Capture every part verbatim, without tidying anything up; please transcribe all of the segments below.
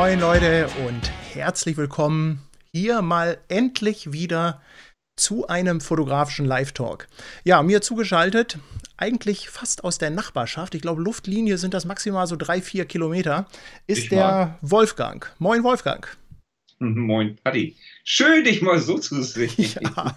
Moin Leute und herzlich willkommen hier mal endlich wieder zu einem fotografischen Live-Talk. Ja, mir zugeschaltet, eigentlich fast aus der Nachbarschaft, ich glaube Luftlinie sind das maximal so drei, vier Kilometer, ist Ich mal. der Wolfgang. Moin Wolfgang. Moin, Paddy. Schön, dich mal so zu sehen. Ja,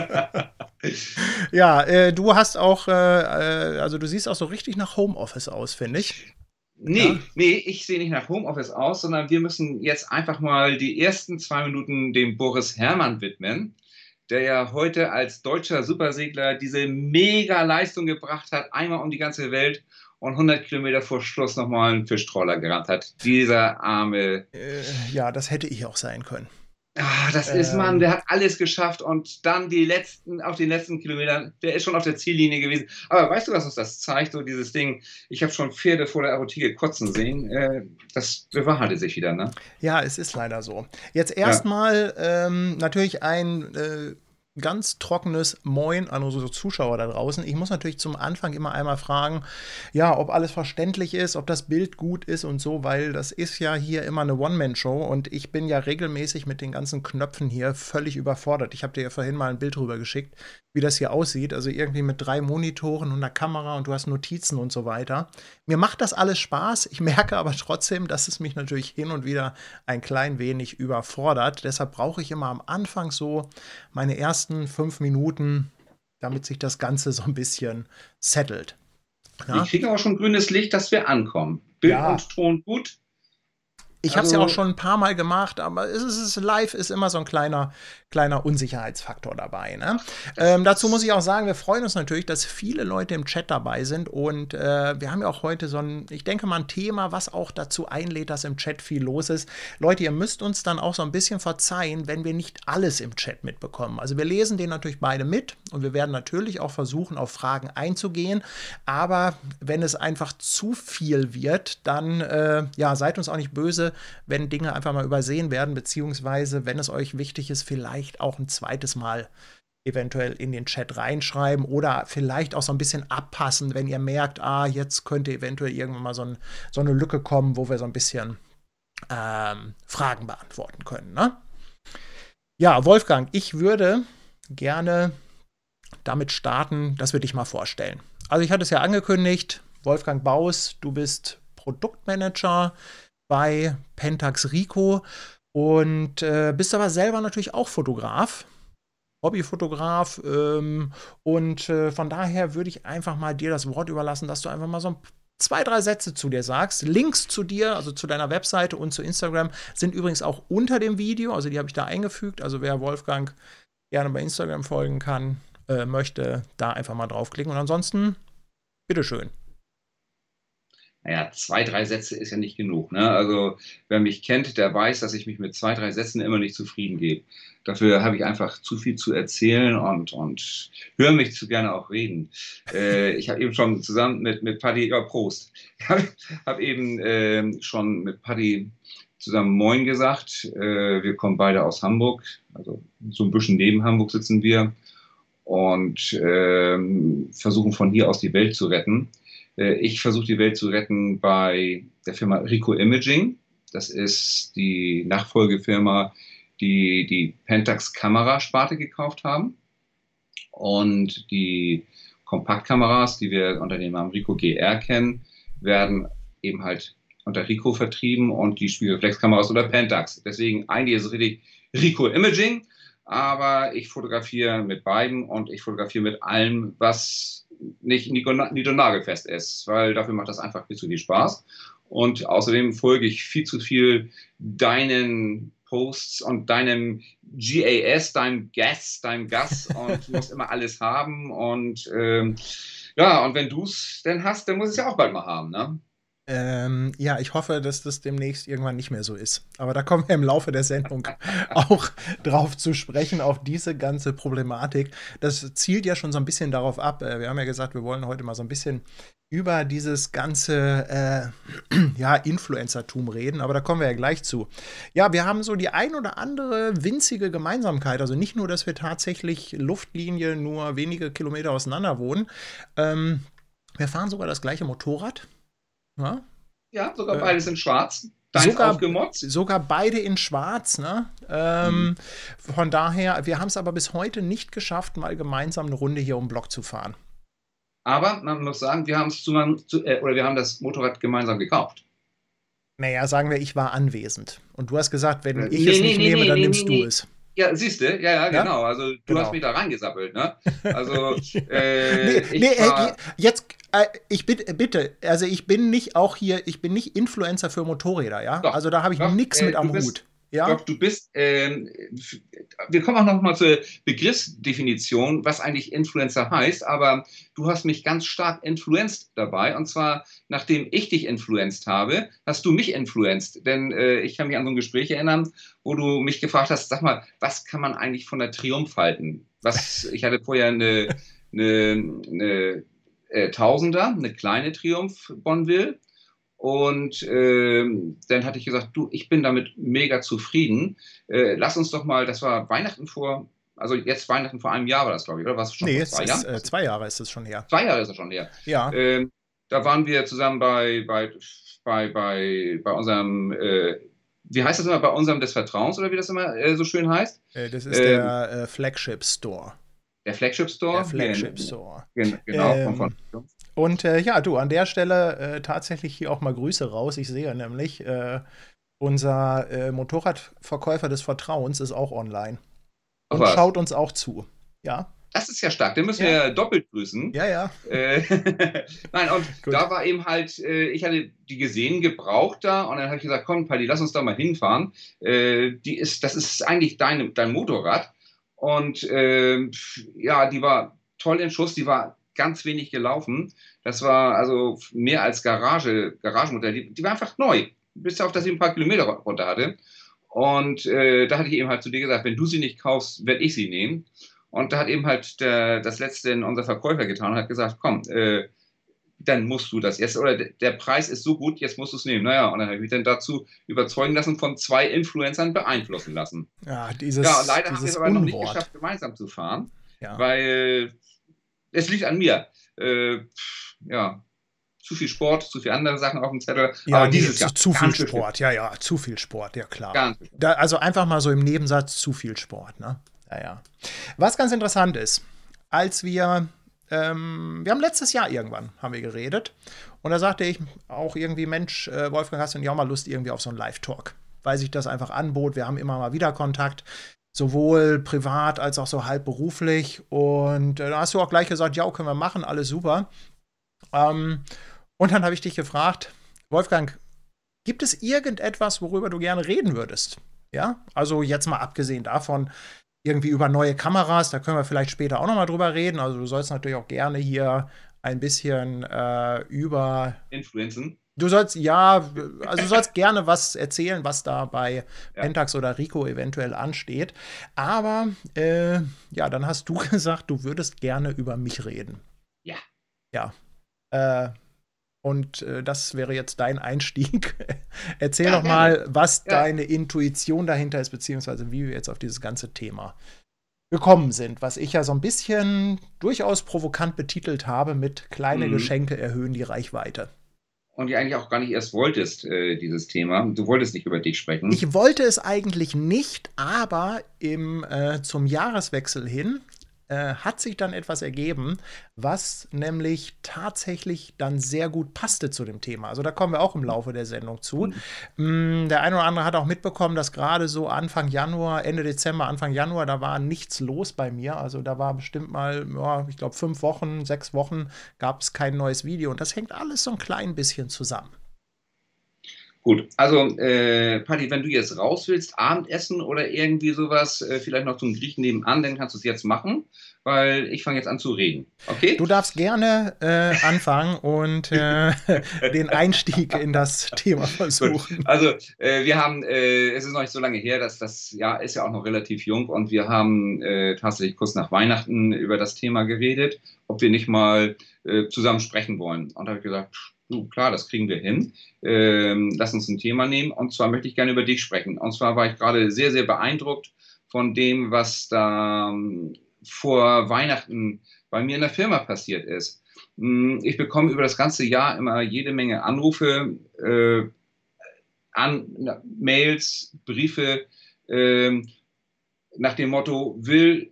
ja äh, du hast auch, äh, äh, also du siehst auch so richtig nach Homeoffice aus, finde ich. Ja, Nee, nee, ich sehe nicht nach Homeoffice aus, sondern wir müssen jetzt einfach mal die ersten zwei Minuten dem Boris Herrmann widmen, der ja heute als deutscher Supersegler diese mega Leistung gebracht hat, einmal um die ganze Welt und hundert Kilometer vor Schluss nochmal einen Fischtrawler gerammt hat. Dieser arme. äh, ja, das hätte ich auch sein können. Ah, das ist Mann, Ähm, der hat alles geschafft und dann die letzten, auf den letzten Kilometern, der ist schon auf der Ziellinie gewesen. Aber weißt du, was uns das zeigt? So dieses Ding, ich habe schon Pferde vor der Apotheke kotzen sehen. Äh, das bewahrheitet sich wieder, ne? Ja, es ist leider so. Jetzt Ja. erstmal ähm, natürlich ein äh, ganz trockenes Moin an unsere Zuschauer da draußen. Ich muss natürlich zum Anfang immer einmal fragen, ja, ob alles verständlich ist, ob das Bild gut ist und so, weil das ist ja hier immer eine One-Man-Show und ich bin ja regelmäßig mit den ganzen Knöpfen hier völlig überfordert. Ich habe dir ja vorhin mal ein Bild rüber geschickt, wie das hier aussieht. Also irgendwie mit drei Monitoren und einer Kamera und du hast Notizen und so weiter. Mir macht das alles Spaß. Ich merke aber trotzdem, dass es mich natürlich hin und wieder ein klein wenig überfordert. Deshalb brauche ich immer am Anfang so meine ersten fünf Minuten, damit sich das Ganze so ein bisschen settelt. Wir Ja, kriegen aber schon grünes Licht, dass wir ankommen. Bild ja, und Ton gut. ich habe es ja auch Also, schon ein paar Mal gemacht, aber es ist, es ist live ist immer so ein kleiner, kleiner Unsicherheitsfaktor dabei. Ne? das Ähm, dazu muss ist. ich auch sagen, wir freuen uns natürlich, dass viele Leute im Chat dabei sind und äh, wir haben ja auch heute so ein, ich denke mal, ein Thema, was auch dazu einlädt, dass im Chat viel los ist. Leute, ihr müsst uns dann auch so ein bisschen verzeihen, wenn wir nicht alles im Chat mitbekommen. Also wir lesen den natürlich beide mit und wir werden natürlich auch versuchen, auf Fragen einzugehen, aber wenn es einfach zu viel wird, dann äh, ja, seid uns auch nicht böse, wenn Dinge einfach mal übersehen werden, beziehungsweise wenn es euch wichtig ist, vielleicht auch ein zweites Mal eventuell in den Chat reinschreiben oder vielleicht auch so ein bisschen abpassen, wenn ihr merkt, ah, jetzt könnte eventuell irgendwann mal so, ein, so eine Lücke kommen, wo wir so ein bisschen ähm, Fragen beantworten können. Ne? Ja, Wolfgang, ich würde gerne damit starten, dass wir dich mal vorstellen. Also ich hatte es ja angekündigt, Wolfgang Baus, du bist Produktmanager bei Pentax Rico und äh, bist aber selber natürlich auch Fotograf, Hobbyfotograf. Ähm, und äh, von daher würde ich einfach mal dir das Wort überlassen, dass du einfach mal so ein zwei, drei Sätze zu dir sagst. Links zu dir, also zu deiner Webseite und zu Instagram, sind übrigens auch unter dem Video, also die habe ich da eingefügt. Also wer Wolfgang gerne bei Instagram folgen kann, äh, möchte, da einfach mal draufklicken. Und ansonsten, bitteschön. Naja, zwei, drei Sätze ist ja nicht genug. Ne? Also wer mich kennt, der weiß, dass ich mich mit zwei, drei Sätzen immer nicht zufrieden gebe. Dafür habe ich einfach zu viel zu erzählen und, und höre mich zu gerne auch reden. Äh, ich habe eben schon zusammen mit, mit Paddy, ja, Prost. Ich habe hab eben äh, schon mit Paddy zusammen Moin gesagt. Äh, wir kommen beide aus Hamburg, also so ein bisschen neben Hamburg sitzen wir und ähm, versuchen von hier aus die Welt zu retten. Äh, ich versuche die Welt zu retten bei der Firma Rico Imaging. Das ist die Nachfolgefirma, die die Pentax Kamerasparte gekauft haben. Und die Kompaktkameras, die wir unter dem Namen Rico G R kennen, werden eben halt unter Rico vertrieben und die Spiegelreflexkameras unter Pentax. Deswegen eigentlich ist es richtig Rico Imaging, aber ich fotografiere mit beiden und ich fotografiere mit allem, was nicht nied- und nagelfest ist, weil dafür macht das einfach viel zu viel Spaß. Und außerdem folge ich viel zu viel deinen Posts und deinem G A S, deinem Gas, deinem Gas und musst immer alles haben. Und ähm, ja, und wenn du es denn hast, dann muss es ja auch bald mal haben, ne? Ähm, ja, ich hoffe, dass das demnächst irgendwann nicht mehr so ist. Aber da kommen wir im Laufe der Sendung auch drauf zu sprechen, auf diese ganze Problematik. Das zielt ja schon so ein bisschen darauf ab. Äh, Wir haben ja gesagt, wir wollen heute mal so ein bisschen über dieses ganze äh, ja, Influencertum reden, aber da kommen wir ja gleich zu. Ja, wir haben so die ein oder andere winzige Gemeinsamkeit. Also nicht nur, dass wir tatsächlich Luftlinie nur wenige Kilometer auseinander wohnen. Ähm, wir fahren sogar das gleiche Motorrad. Ja, Ja, sogar äh, beides in schwarz. Deins Sogar, aufgemotzt? sogar beide in Schwarz, ne? Hm. Ähm, von daher, wir haben es aber bis heute nicht geschafft, mal gemeinsam eine Runde hier um den Block zu fahren. Aber man muss sagen, wir haben es zusammen, zu, äh, oder wir haben das Motorrad gemeinsam gekauft. Naja, sagen wir, ich war anwesend. Und du hast gesagt, wenn Äh, ich es nee, nee, nicht nee, nehme, nee, dann nee, nee, nimmst du nee. es. Ja, siehst du, ja, ja, Ja? genau. Also du hast Genau. mich da reingesappelt, ne? Also Nee, äh, nee, ich äh, war, jetzt, äh, ich bitte, bitte, also ich bin nicht auch hier, ich bin nicht Influencer für Motorräder, ja? doch, Also da habe ich doch, nichts mit äh, am du bist, Hut. Ja? doch, du bist, ähm, f- wir kommen auch noch mal zur Begriffsdefinition, was eigentlich Influencer heißt, aber du hast mich ganz stark influenced dabei, und zwar, nachdem ich dich influenced habe, hast du mich influenced, denn äh, ich kann mich an so ein Gespräch erinnern, wo du mich gefragt hast, sag mal, was kann man eigentlich von der Triumph halten? Was, ich hatte vorher eine, eine, eine äh, Tausender, eine kleine Triumph Bonville. Und ähm, dann hatte ich gesagt, du, ich bin damit mega zufrieden. Äh, lass uns doch mal, das war Weihnachten vor, also jetzt Weihnachten vor einem Jahr war das, glaube ich, oder war es schon Nee, vor es zwei ist Jahren? äh, Was ist, zwei Jahre ist es schon her. zwei Jahre ist es schon her. Ja, Ähm, da waren wir zusammen bei, bei, bei, bei, bei unserem, äh, wie heißt das immer, bei unserem des Vertrauens oder wie das immer äh, so schön heißt? äh, das ist Ähm, der äh, Flagship Store. der Flagship Der Store hier Flagship in, Store. in genau, von, von Ähm, und äh, ja, du, an der Stelle äh, tatsächlich hier auch mal Grüße raus. Ich sehe nämlich, äh, unser äh, Motorradverkäufer des Vertrauens ist auch online Ach und was. schaut uns auch zu. Ja, Das ist ja stark, den müssen wir ja, ja doppelt grüßen. ja, ja. Äh, Nein, und Gut. da war eben halt, äh, ich hatte die gesehen, gebraucht da, und dann habe ich gesagt, komm, Paddy, lass uns da mal hinfahren. Äh, die ist, das ist eigentlich dein, dein Motorrad. Und äh, ja, die war toll in Schuss, die war ganz wenig gelaufen. Das war also mehr als Garage, Garagenmodell. Die, die war einfach neu, bis auf dass sie ein paar Kilometer runter hatte. Und äh, da hatte ich eben halt zu dir gesagt, wenn du sie nicht kaufst, werde ich sie nehmen. Und da hat eben halt der, das letzte unser Verkäufer getan und hat gesagt, komm, äh, dann musst du das jetzt, oder der Preis ist so gut, jetzt musst du es nehmen. Naja, und dann habe ich mich dann dazu überzeugen lassen, von zwei Influencern beeinflussen lassen. Ja, Ja, dieses, leider haben wir dieses es aber noch nicht Unwort. geschafft, gemeinsam zu fahren, Ja. weil es liegt an mir. Äh, ja, zu viel Sport, zu viele andere Sachen auf dem Zettel, Ja, aber nee, dieses zu, Jahr zu viel ganz bestimmt, Sport. Ja, ja, zu viel Sport, ja klar. ganz bestimmt. Da, also einfach mal so im Nebensatz zu viel Sport, ne? Ja, ja. Was ganz interessant ist, als wir, ähm, wir haben letztes Jahr irgendwann, haben wir geredet. Und da sagte ich auch irgendwie, Mensch, äh, Wolfgang, hast du nicht auch mal Lust irgendwie auf so einen Live-Talk? Weil sich das einfach anbot. Wir haben immer mal wieder Kontakt, sowohl privat als auch so halb beruflich. Und äh, da hast du auch gleich gesagt, ja, können wir machen, alles super. Ähm, und dann habe ich dich gefragt, Wolfgang, gibt es irgendetwas, worüber du gerne reden würdest? Ja, also jetzt mal abgesehen davon, irgendwie über neue Kameras, da können wir vielleicht später auch noch mal drüber reden. Also du sollst natürlich auch gerne hier ein bisschen äh, über. Influenzen, Du sollst, ja, also du sollst gerne was erzählen, was da bei ja, Pentax oder Rico eventuell ansteht. Aber äh, ja, dann hast du gesagt, du würdest gerne über mich reden. ja, Ja. Äh, und äh, das wäre jetzt dein Einstieg. Erzähl ja, doch gerne. mal, was Ja, deine Intuition dahinter ist, beziehungsweise wie wir jetzt auf dieses ganze Thema gekommen sind, was ich ja so ein bisschen durchaus provokant betitelt habe mit kleine mhm. Geschenke erhöhen die Reichweite. Und die eigentlich auch gar nicht erst wolltest, äh, dieses Thema. Du wolltest nicht über dich sprechen. Ich wollte es eigentlich nicht, aber im, äh, zum Jahreswechsel hin äh, hat sich dann etwas ergeben, was nämlich tatsächlich dann sehr gut passte zu dem Thema. Also da kommen wir auch im Laufe der Sendung zu. Mhm. Mm, der eine oder andere hat auch mitbekommen, dass gerade so Anfang Januar, Ende Dezember, Anfang Januar, da war nichts los bei mir. Also da war bestimmt mal, ja, ich glaube, fünf Wochen, sechs Wochen gab es kein neues Video. Und das hängt alles so ein klein bisschen zusammen. Gut, also äh, Patti, wenn du jetzt raus willst, Abendessen oder irgendwie sowas, äh, vielleicht noch zum Griechen nebenan, dann kannst du es jetzt machen, weil ich fange jetzt an zu reden. Okay? Du darfst gerne äh, anfangen und äh, den Einstieg in das Thema Gut, versuchen. also äh, wir haben, äh, es ist noch nicht so lange her, dass das Jahr ist ja auch noch relativ jung, und wir haben äh, tatsächlich kurz nach Weihnachten über das Thema geredet, ob wir nicht mal äh, zusammen sprechen wollen. Und da habe ich gesagt, du, klar, das kriegen wir hin. Ähm, lass uns ein Thema nehmen, und zwar möchte ich gerne über dich sprechen. Und zwar war ich gerade sehr, sehr beeindruckt von dem, was da ähm, vor Weihnachten bei mir in der Firma passiert ist. Ich bekomme über das ganze Jahr immer jede Menge Anrufe, äh, an na, Mails, Briefe ähm, nach dem Motto, will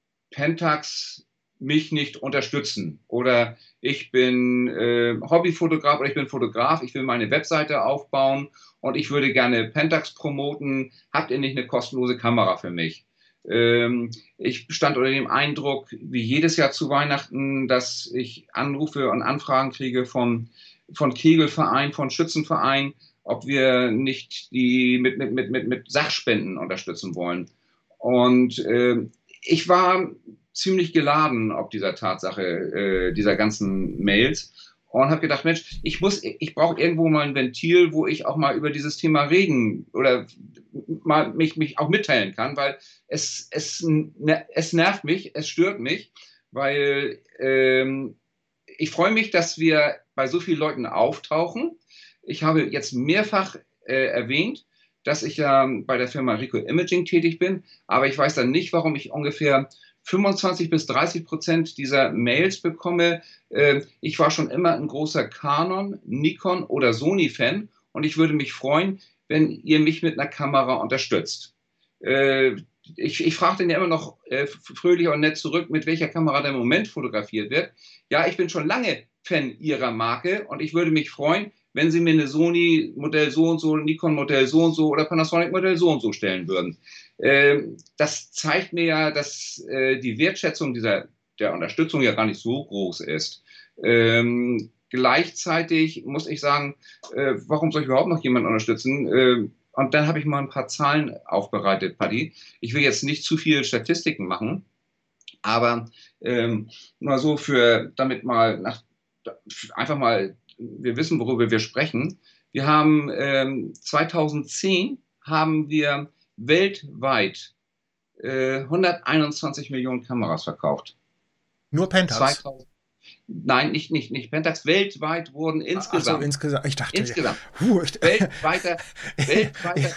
Pentax mich nicht unterstützen oder ich bin äh, Hobbyfotograf oder ich bin Fotograf, ich will meine Webseite aufbauen und ich würde gerne Pentax promoten, habt ihr nicht eine kostenlose Kamera für mich? Ähm, ich stand unter dem Eindruck, wie jedes Jahr zu Weihnachten, dass ich Anrufe und Anfragen kriege von, von Kegelverein, von Schützenverein, ob wir nicht die mit, mit, mit, mit, mit Sachspenden unterstützen wollen. Und äh, ich war ziemlich geladen auf dieser Tatsache, äh, dieser ganzen Mails und habe gedacht, Mensch, ich muss, ich brauche irgendwo mal ein Ventil, wo ich auch mal über dieses Thema reden oder mal mich, mich auch mitteilen kann, weil es, es, es nervt mich, es stört mich, weil ähm, ich freue mich, dass wir bei so vielen Leuten auftauchen. Ich habe jetzt mehrfach äh, erwähnt, dass ich ja bei der Firma Ricoh Imaging tätig bin, aber ich weiß dann nicht, warum ich ungefähr fünfundzwanzig bis dreißig Prozent dieser Mails bekomme. Äh, ich war schon immer ein großer Canon, Nikon oder Sony-Fan und ich würde mich freuen, wenn ihr mich mit einer Kamera unterstützt. Äh, ich, ich frage dann ja immer noch äh, fröhlich und nett zurück, mit welcher Kamera der im Moment fotografiert wird. Ja, ich bin schon lange Fan ihrer Marke und ich würde mich freuen, wenn Sie mir eine Sony Modell so und so, Nikon Modell so und so oder Panasonic Modell so und so stellen würden. Ähm, das zeigt mir ja, dass äh, die Wertschätzung dieser, der Unterstützung ja gar nicht so groß ist. Ähm, gleichzeitig muss ich sagen, äh, warum soll ich überhaupt noch jemanden unterstützen? Äh, und dann habe ich mal ein paar Zahlen aufbereitet, Paddy. Ich will jetzt nicht zu viele Statistiken machen, aber ähm, mal so für, damit mal nach, einfach mal wir wissen, worüber wir sprechen. Wir haben ähm, zweitausendzehn haben wir weltweit äh, hunderteinundzwanzig Millionen Kameras verkauft. Nur Pentax? zweitausend, nein, nicht, nicht, nicht Pentax. Weltweit wurden insgesamt. Ach so, insgesamt. Ich dachte, insgesamt. Puh, ich, weltweiter, weltweiter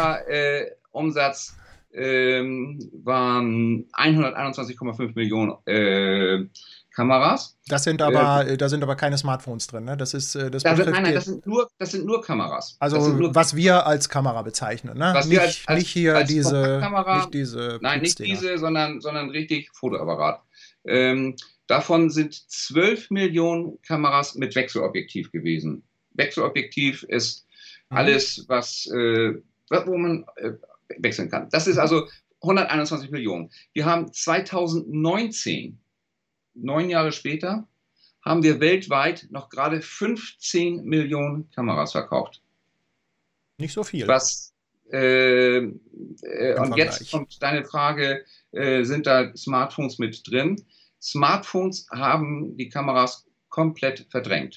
Kameraumsatz äh, ähm, waren hunderteinundzwanzig Komma fünf Millionen äh, Kameras. Das sind aber, äh, da sind aber keine Smartphones drin, ne? Das ist, äh, das da sind, betrifft nein, nein, jetzt, das sind nur, das sind nur Kameras. also nur was wir als Kamera bezeichnen, ne? Was nicht, wir als, als, nicht hier als diese, nicht diese nein, nicht Piepsdinger. diese, sondern, sondern richtig Fotoapparat. Ähm, davon sind zwölf Millionen Kameras mit Wechselobjektiv gewesen. Wechselobjektiv ist mhm. alles, was, äh, wo man äh, wechseln kann. Das ist also hunderteinundzwanzig Millionen. Wir haben zweitausendneunzehn, neun Jahre später, haben wir weltweit noch gerade fünfzehn Millionen Kameras verkauft. Nicht so viel. Was, äh, äh, und Vergleich. Jetzt kommt deine Frage, äh, sind da Smartphones mit drin? Smartphones haben die Kameras komplett verdrängt.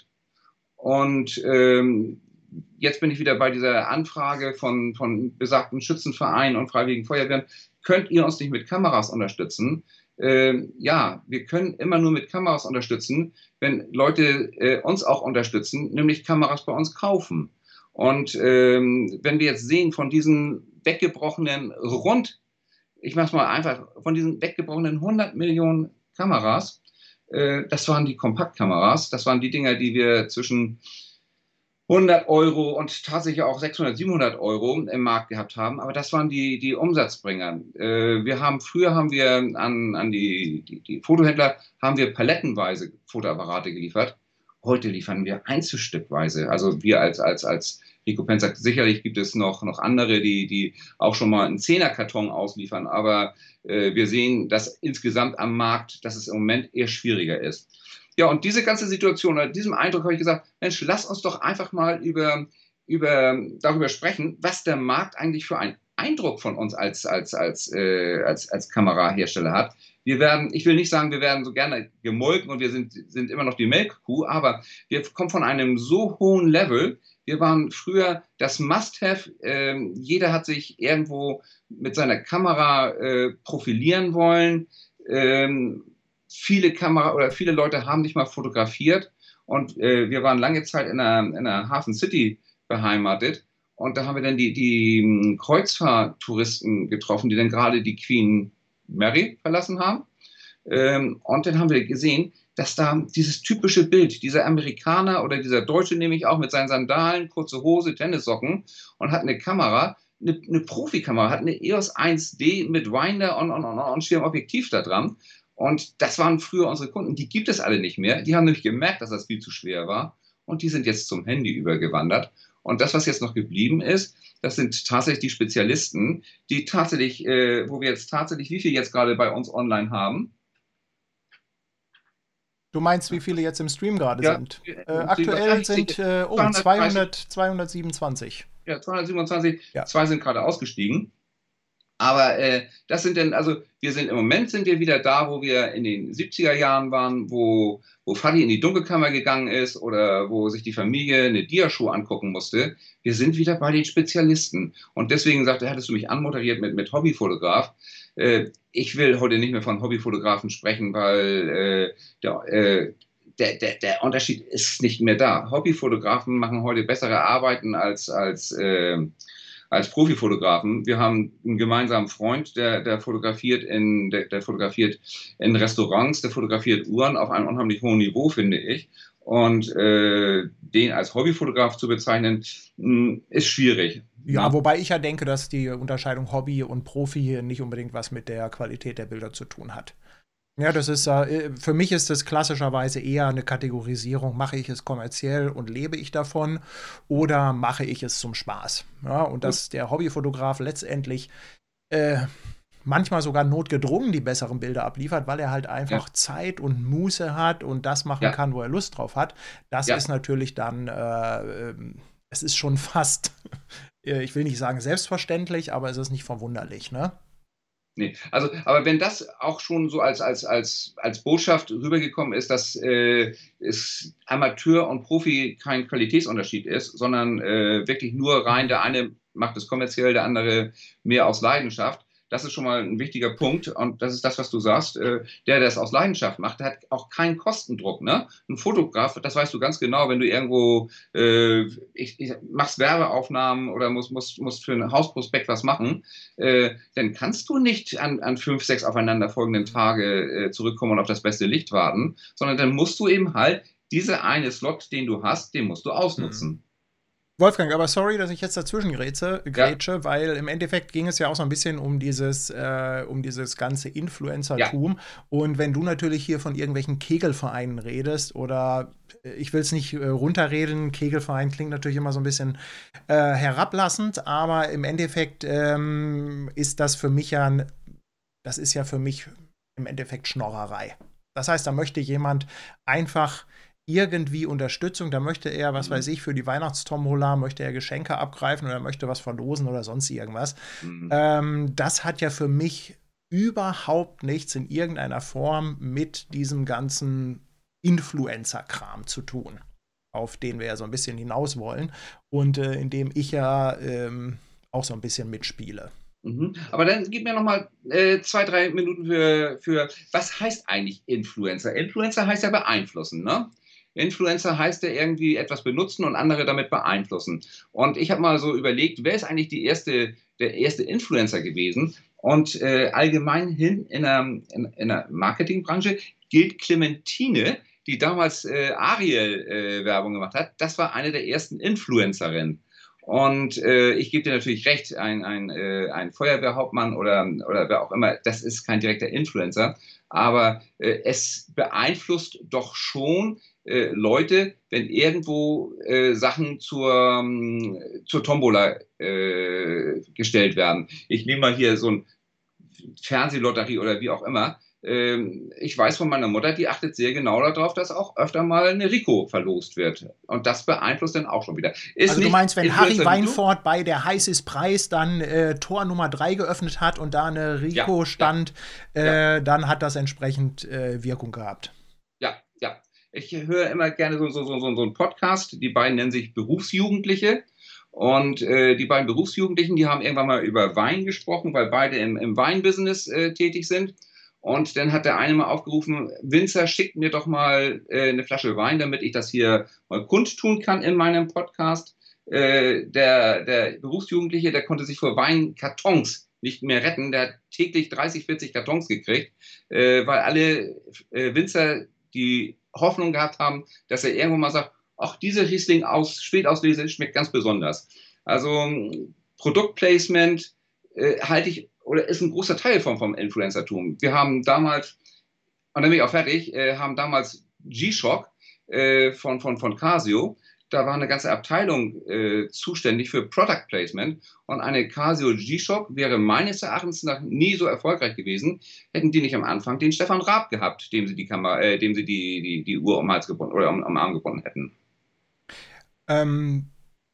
Und ähm, jetzt bin ich wieder bei dieser Anfrage von, von besagten Schützenvereinen und Freiwilligen Feuerwehren. Könnt ihr uns nicht mit Kameras unterstützen? Ähm, ja, wir können immer nur mit Kameras unterstützen, wenn Leute äh, uns auch unterstützen, nämlich Kameras bei uns kaufen. Und ähm, wenn wir jetzt sehen von diesen weggebrochenen rund, ich mache es mal einfach, von diesen weggebrochenen hundert Millionen Kameras, äh, das waren die Kompaktkameras, das waren die Dinger, die wir zwischen hundert Euro und tatsächlich auch sechshundert, siebenhundert Euro im Markt gehabt haben. Aber das waren die, die Umsatzbringer. Äh, wir haben, früher haben wir an, an die, die, die Fotohändler, haben wir palettenweise Fotoapparate geliefert. Heute liefern wir einzelstückweise. Also wir als, als, als Ricoh Pentax, sicherlich gibt es noch, noch andere, die, die auch schon mal einen Zehnerkarton ausliefern. Aber äh, wir sehen, dass insgesamt am Markt, dass es im Moment eher schwieriger ist. Ja, und diese ganze Situation, oder diesem Eindruck habe ich gesagt, Mensch, lass uns doch einfach mal über, über, darüber sprechen, was der Markt eigentlich für einen Eindruck von uns als, als, als, äh, als, als Kamerahersteller hat. Wir werden, ich will nicht sagen, wir werden so gerne gemolken und wir sind, sind immer noch die Melkkuh, aber wir kommen von einem so hohen Level. Wir waren früher das Must-Have. Ähm, jeder hat sich irgendwo mit seiner Kamera äh, profilieren wollen. Ähm, Viele Kamera oder viele Leute haben nicht mal fotografiert und äh, wir waren lange Zeit in einer, in einer Hafen City beheimatet und da haben wir dann die, die Kreuzfahrttouristen getroffen, die dann gerade die Queen Mary verlassen haben ähm, und dann haben wir gesehen, dass da dieses typische Bild, dieser Amerikaner oder dieser Deutsche nehme ich auch mit seinen Sandalen, kurze Hose, Tennissocken und hat eine Kamera, eine, eine Profikamera, hat eine E O S eins D mit Winder und, und, und, und Schirmobjektiv da dran. Und das waren früher unsere Kunden, die gibt es alle nicht mehr. Die haben nämlich gemerkt, dass das viel zu schwer war und die sind jetzt zum Handy übergewandert. Und das, was jetzt noch geblieben ist, das sind tatsächlich die Spezialisten, die tatsächlich, äh, wo wir jetzt tatsächlich, wie viel jetzt gerade bei uns online haben? Du meinst, wie viele jetzt im Stream gerade Ja, sind? Äh, aktuell sind äh, oh, zweihundert, zweihundertsiebenundzwanzig. Ja, zweihundertsiebenundzwanzig, Ja. zwei sind gerade ausgestiegen. Aber äh, das sind denn, also wir sind im Moment sind wir wieder da, wo wir in den siebziger Jahren waren, wo, wo Fadi in die Dunkelkammer gegangen ist oder wo sich die Familie eine Dia-Show angucken musste. Wir sind wieder bei den Spezialisten. Und deswegen sagte, hattest du mich anmoderiert mit, mit Hobbyfotograf. Äh, ich will heute nicht mehr von Hobbyfotografen sprechen, weil äh, der, äh, der, der, der Unterschied ist nicht mehr da. Hobbyfotografen machen heute bessere Arbeiten als, als äh, als Profifotografen. Wir haben einen gemeinsamen Freund, der, der fotografiert in, der, der fotografiert in Restaurants, der fotografiert Uhren auf einem unheimlich hohen Niveau, finde ich. Und äh, den als Hobbyfotograf zu bezeichnen, mh, ist schwierig. Ja, Ja, wobei ich ja denke, dass die Unterscheidung Hobby und Profi hier nicht unbedingt was mit der Qualität der Bilder zu tun hat. Ja, das ist, äh, für mich ist das klassischerweise eher eine Kategorisierung. Mache ich es kommerziell und lebe ich davon oder mache ich es zum Spaß? Ja, und dass der Hobbyfotograf letztendlich äh, manchmal sogar notgedrungen die besseren Bilder abliefert, weil er halt einfach ja, Zeit und Muße hat und das machen ja, kann, wo er Lust drauf hat. Das ist ja. natürlich dann, äh, ähm, es ist schon fast, äh, ich will nicht sagen selbstverständlich, aber es ist nicht verwunderlich, ne? Nee, also, aber wenn das auch schon so als, als, als, als Botschaft rübergekommen ist, dass äh, es Amateur und Profi kein Qualitätsunterschied ist, sondern äh, wirklich nur rein, der eine macht es kommerziell, der andere mehr aus Leidenschaft. Das ist schon mal ein wichtiger Punkt und das ist das, was du sagst. Äh, der, der es aus Leidenschaft macht, der hat auch keinen Kostendruck. Ne? Ein Fotograf, das weißt du ganz genau, wenn du irgendwo äh, ich, ich, machst Werbeaufnahmen oder musst, musst, musst für ein Hausprospekt was machen, äh, dann kannst du nicht an, an fünf, sechs aufeinanderfolgenden Tage äh, zurückkommen und auf das beste Licht warten, sondern dann musst du eben halt diese eine Slot, den du hast, den musst du Mhm. ausnutzen. Wolfgang, aber sorry, dass ich jetzt dazwischen grätsche, Ja, grätsche, weil im Endeffekt ging es ja auch so ein bisschen um dieses, äh, um dieses ganze ja, Influencertum. Und wenn du natürlich hier von irgendwelchen Kegelvereinen redest oder äh, ich will es nicht äh, runterreden, Kegelverein klingt natürlich immer so ein bisschen äh, herablassend, aber im Endeffekt ähm, ist das für mich ja, ein- das ist ja für mich im Endeffekt Schnorrerei. Das heißt, da möchte jemand einfach irgendwie Unterstützung, da möchte er, was weiß mhm. ich, für die Weihnachtstombola, möchte er Geschenke abgreifen oder möchte was verlosen oder sonst irgendwas. Mhm. Ähm, das hat ja für mich überhaupt nichts in irgendeiner Form mit diesem ganzen Influencer-Kram zu tun, auf den wir ja so ein bisschen hinaus wollen und äh, in dem ich ja ähm, auch so ein bisschen mitspiele. Mhm. Aber dann gib mir noch mal äh, zwei, drei Minuten für, für, was heißt eigentlich Influencer? Influencer heißt ja beeinflussen, ne? Influencer heißt ja irgendwie etwas benutzen und andere damit beeinflussen. Und ich habe mal so überlegt, wer ist eigentlich die erste, der erste Influencer gewesen? Und äh, allgemein hin in der, in, in der Marketingbranche gilt Clementine, die damals äh, Ariel-Werbung gemacht hat, das war eine der ersten Influencerinnen. Und äh, ich gebe dir natürlich recht, ein, ein, äh, ein Feuerwehrhauptmann oder, oder wer auch immer, das ist kein direkter Influencer, aber äh, es beeinflusst doch schon äh, Leute, wenn irgendwo äh, Sachen zur, ähm, zur Tombola äh, gestellt werden. Ich nehme mal hier so ein Fernsehlotterie oder wie auch immer. Ähm, ich weiß von meiner Mutter, die achtet sehr genau darauf, dass auch öfter mal eine Rico verlost wird. Und das beeinflusst dann auch schon wieder. Ist Also du nicht meinst, wenn Harry Influencer wie du? Weinfurt bei der Heißes Preis dann äh, Tor Nummer drei geöffnet hat und da eine Ja, Rico ja, stand, ja, äh, dann hat das entsprechend äh, Wirkung gehabt. ja, ja. Ich höre immer gerne so, so, so, so einen Podcast. Die beiden nennen sich Berufsjugendliche. Und äh, die beiden Berufsjugendlichen, die haben irgendwann mal über Wein gesprochen, weil beide im, im Weinbusiness äh, tätig sind. Und dann hat der eine mal aufgerufen, Winzer, schickt mir doch mal äh, eine Flasche Wein, damit ich das hier mal kundtun kann in meinem Podcast. Äh, der, der Berufsjugendliche, der konnte sich vor Weinkartons nicht mehr retten. Der hat täglich dreißig, vierzig Kartons gekriegt, äh, weil alle äh, Winzer die Hoffnung gehabt haben, dass er irgendwann mal sagt, ach, diese Riesling aus Spätauslese schmeckt ganz besonders. Also Produktplacement äh, halte ich, oder ist ein großer Teil vom, vom Influencertum. Wir haben damals, und dann bin ich auch fertig, äh, haben damals G-Shock äh, von, von, von Casio. Da war eine ganze Abteilung äh, zuständig für Product Placement, und eine Casio G-Shock wäre meines Erachtens nach nie so erfolgreich gewesen, hätten die nicht am Anfang den Stefan Raab gehabt, dem sie die Kamera, äh, dem sie die, die, die Uhr um den Hals gebunden oder um, um den Arm gebunden hätten. Ähm,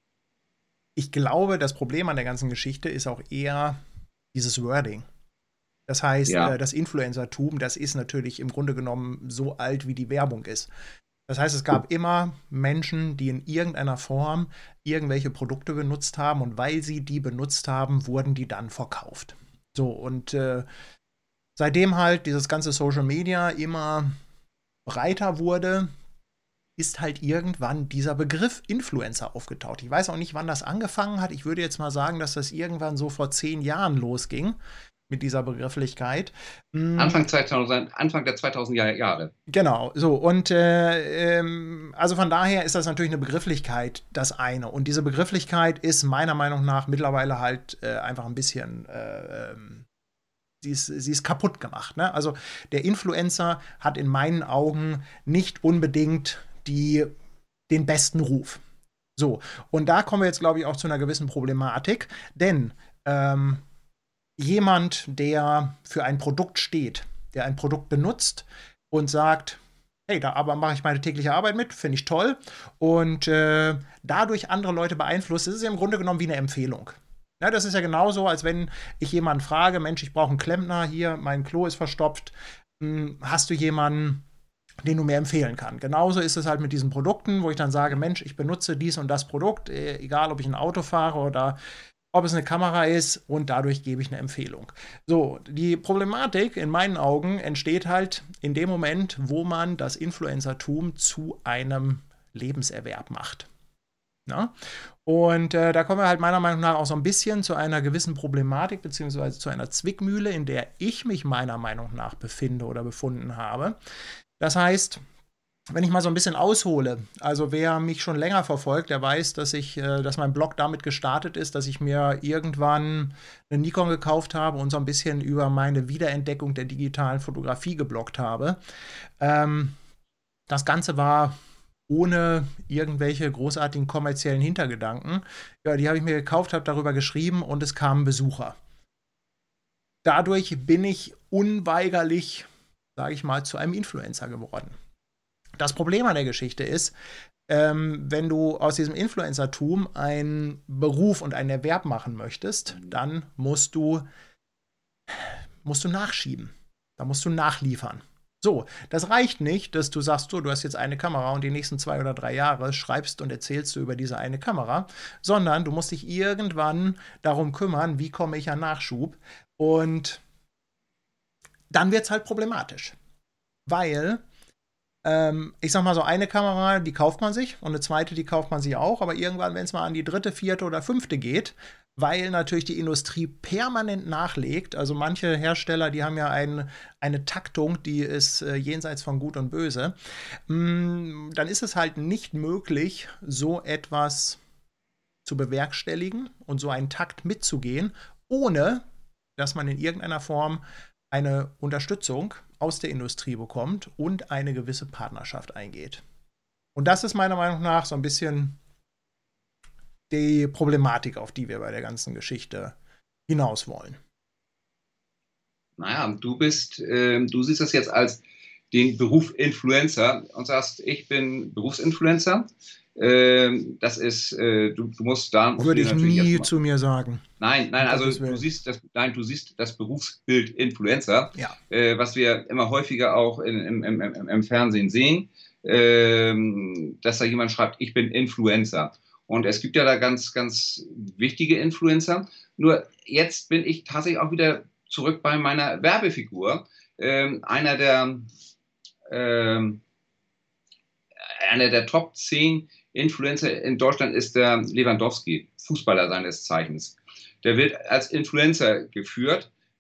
ich glaube, das Problem an der ganzen Geschichte ist auch eher dieses Wording. Das heißt, Ja. äh, das Influencertum, das ist natürlich im Grunde genommen so alt, wie die Werbung ist. Das heißt, es gab immer Menschen, die in irgendeiner Form irgendwelche Produkte benutzt haben, und weil sie die benutzt haben, wurden die dann verkauft. So, und äh, seitdem halt dieses ganze Social Media immer breiter wurde, ist halt irgendwann dieser Begriff Influencer aufgetaucht. Ich weiß auch nicht, wann das angefangen hat. Ich würde jetzt mal sagen, dass das irgendwann so vor zehn Jahren losging mit dieser Begrifflichkeit. Anfang, zweitausend, Anfang der zweitausender Jahre. Genau, so. Und äh, ähm, also von daher ist das natürlich eine Begrifflichkeit, das eine. Und diese Begrifflichkeit ist meiner Meinung nach mittlerweile halt äh, einfach ein bisschen äh, ähm, Sie ist, sie ist kaputt gemacht. Ne? Also der Influencer hat in meinen Augen nicht unbedingt die, den besten Ruf. So, und da kommen wir jetzt, glaube ich, auch zu einer gewissen Problematik, denn ähm, jemand, der für ein Produkt steht, der ein Produkt benutzt und sagt, hey, da aber mache ich meine tägliche Arbeit mit, finde ich toll, und äh, dadurch andere Leute beeinflusst, das ist ja im Grunde genommen wie eine Empfehlung. Ja, das ist ja genauso, als wenn ich jemanden frage, Mensch, ich brauche einen Klempner, hier, mein Klo ist verstopft, hm, hast du jemanden, den du mir empfehlen kannst? Genauso ist es halt mit diesen Produkten, wo ich dann sage, Mensch, ich benutze dies und das Produkt, äh, egal ob ich ein Auto fahre oder ob es eine Kamera ist, und dadurch gebe ich eine Empfehlung. So, die Problematik in meinen Augen entsteht halt in dem Moment, wo man das Influencertum zu einem Lebenserwerb macht. Na? Und äh, da kommen wir halt meiner Meinung nach auch so ein bisschen zu einer gewissen Problematik beziehungsweise zu einer Zwickmühle, in der ich mich meiner Meinung nach befinde oder befunden habe. Das heißt, wenn ich mal so ein bisschen aushole, also wer mich schon länger verfolgt, der weiß, dass ich, äh, dass mein Blog damit gestartet ist, dass ich mir irgendwann eine Nikon gekauft habe und so ein bisschen über meine Wiederentdeckung der digitalen Fotografie gebloggt habe. Ähm, das Ganze war ohne irgendwelche großartigen kommerziellen Hintergedanken. Ja, die habe ich mir gekauft, habe darüber geschrieben, und es kamen Besucher. Dadurch bin ich unweigerlich, sage ich mal, zu einem Influencer geworden. Das Problem an der Geschichte ist, ähm, wenn du aus diesem Influencertum einen Beruf und einen Erwerb machen möchtest, dann musst du, musst du nachschieben. Da musst du nachliefern. So, das reicht nicht, dass du sagst, so, du hast jetzt eine Kamera und die nächsten zwei oder drei Jahre schreibst und erzählst du über diese eine Kamera, sondern du musst dich irgendwann darum kümmern, wie komme ich an Nachschub, und dann wird es halt problematisch, weil ähm, ich sag mal so, eine Kamera, die kauft man sich, und eine zweite, die kauft man sich auch, aber irgendwann, wenn es mal an die dritte, vierte oder fünfte geht, weil natürlich die Industrie permanent nachlegt. Also manche Hersteller, die haben ja ein, eine Taktung, die ist äh, jenseits von Gut und Böse. Mm, dann ist es halt nicht möglich, so etwas zu bewerkstelligen und so einen Takt mitzugehen, ohne dass man in irgendeiner Form eine Unterstützung aus der Industrie bekommt und eine gewisse Partnerschaft eingeht. Und das ist meiner Meinung nach so ein bisschen die Problematik, auf die wir bei der ganzen Geschichte hinaus wollen. Naja, du bist, äh, du siehst das jetzt als den Beruf Influencer und sagst, ich bin Berufsinfluencer. Ähm, das ist, äh, du, du musst da musst du Würde dir ich natürlich nie erstmal. zu mir sagen. Nein, nein, Um also Gottes du Willen. siehst das, nein, du siehst das Berufsbild Influencer, Ja. äh, was wir immer häufiger auch in, im, im, im, im Fernsehen sehen, ähm, dass da jemand schreibt, ich bin Influencer. Und es gibt ja da ganz, ganz wichtige Influencer. Nur jetzt bin ich tatsächlich auch wieder zurück bei meiner Werbefigur. Ähm, einer der ähm, einer der Top zehn Influencer in Deutschland ist der Lewandowski, Fußballer seines Zeichens. Der wird als Influencer geführt.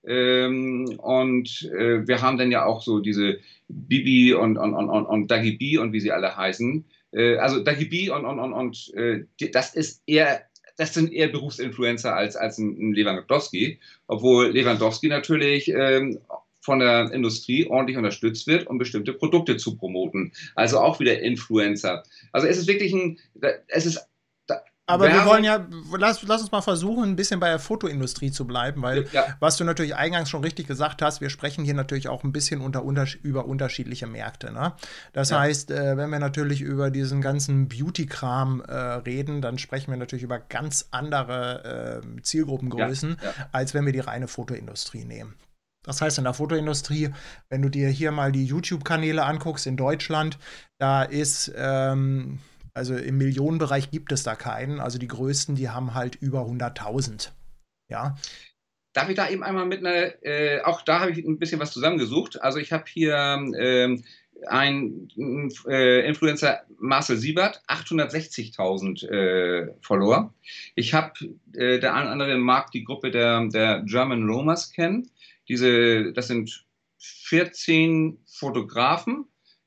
Ähm, und äh, wir haben dann ja auch so diese Bibi und, und, und, und, und Dagi B und wie sie alle heißen. Äh, also Dagi B und, und, und, und äh, das ist eher, das sind eher Berufsinfluencer als, als ein, ein Lewandowski, obwohl Lewandowski natürlich ähm, von der Industrie ordentlich unterstützt wird, um bestimmte Produkte zu promoten. Also auch wieder Influencer. Also es ist wirklich ein, es ist Aber wir wollen Werbung. ja, lass, lass uns mal versuchen, ein bisschen bei der Fotoindustrie zu bleiben, weil Ja, was du natürlich eingangs schon richtig gesagt hast, wir sprechen hier natürlich auch ein bisschen unter, unter, über unterschiedliche Märkte. Ne? Das ja, heißt, äh, wenn wir natürlich über diesen ganzen Beauty-Kram äh, reden, dann sprechen wir natürlich über ganz andere äh, ja, Zielgruppengrößen, ja. als wenn wir die reine Fotoindustrie nehmen. Das heißt, in der Fotoindustrie, wenn du dir hier mal die YouTube-Kanäle anguckst in Deutschland, da ist ähm, also im Millionenbereich gibt es da keinen. Also die größten, die haben halt über hunderttausend. Ja. Darf ich da eben einmal mit einer, äh, auch da habe ich ein bisschen was zusammengesucht. Also ich habe hier ähm, ein äh, Influencer Marcel Siebert, achthundertsechzigtausend äh, Follower. Ich habe, äh, der eine oder andere mag die Gruppe der, der German Roamers kennen. Diese, das sind vierzehn Fotografen,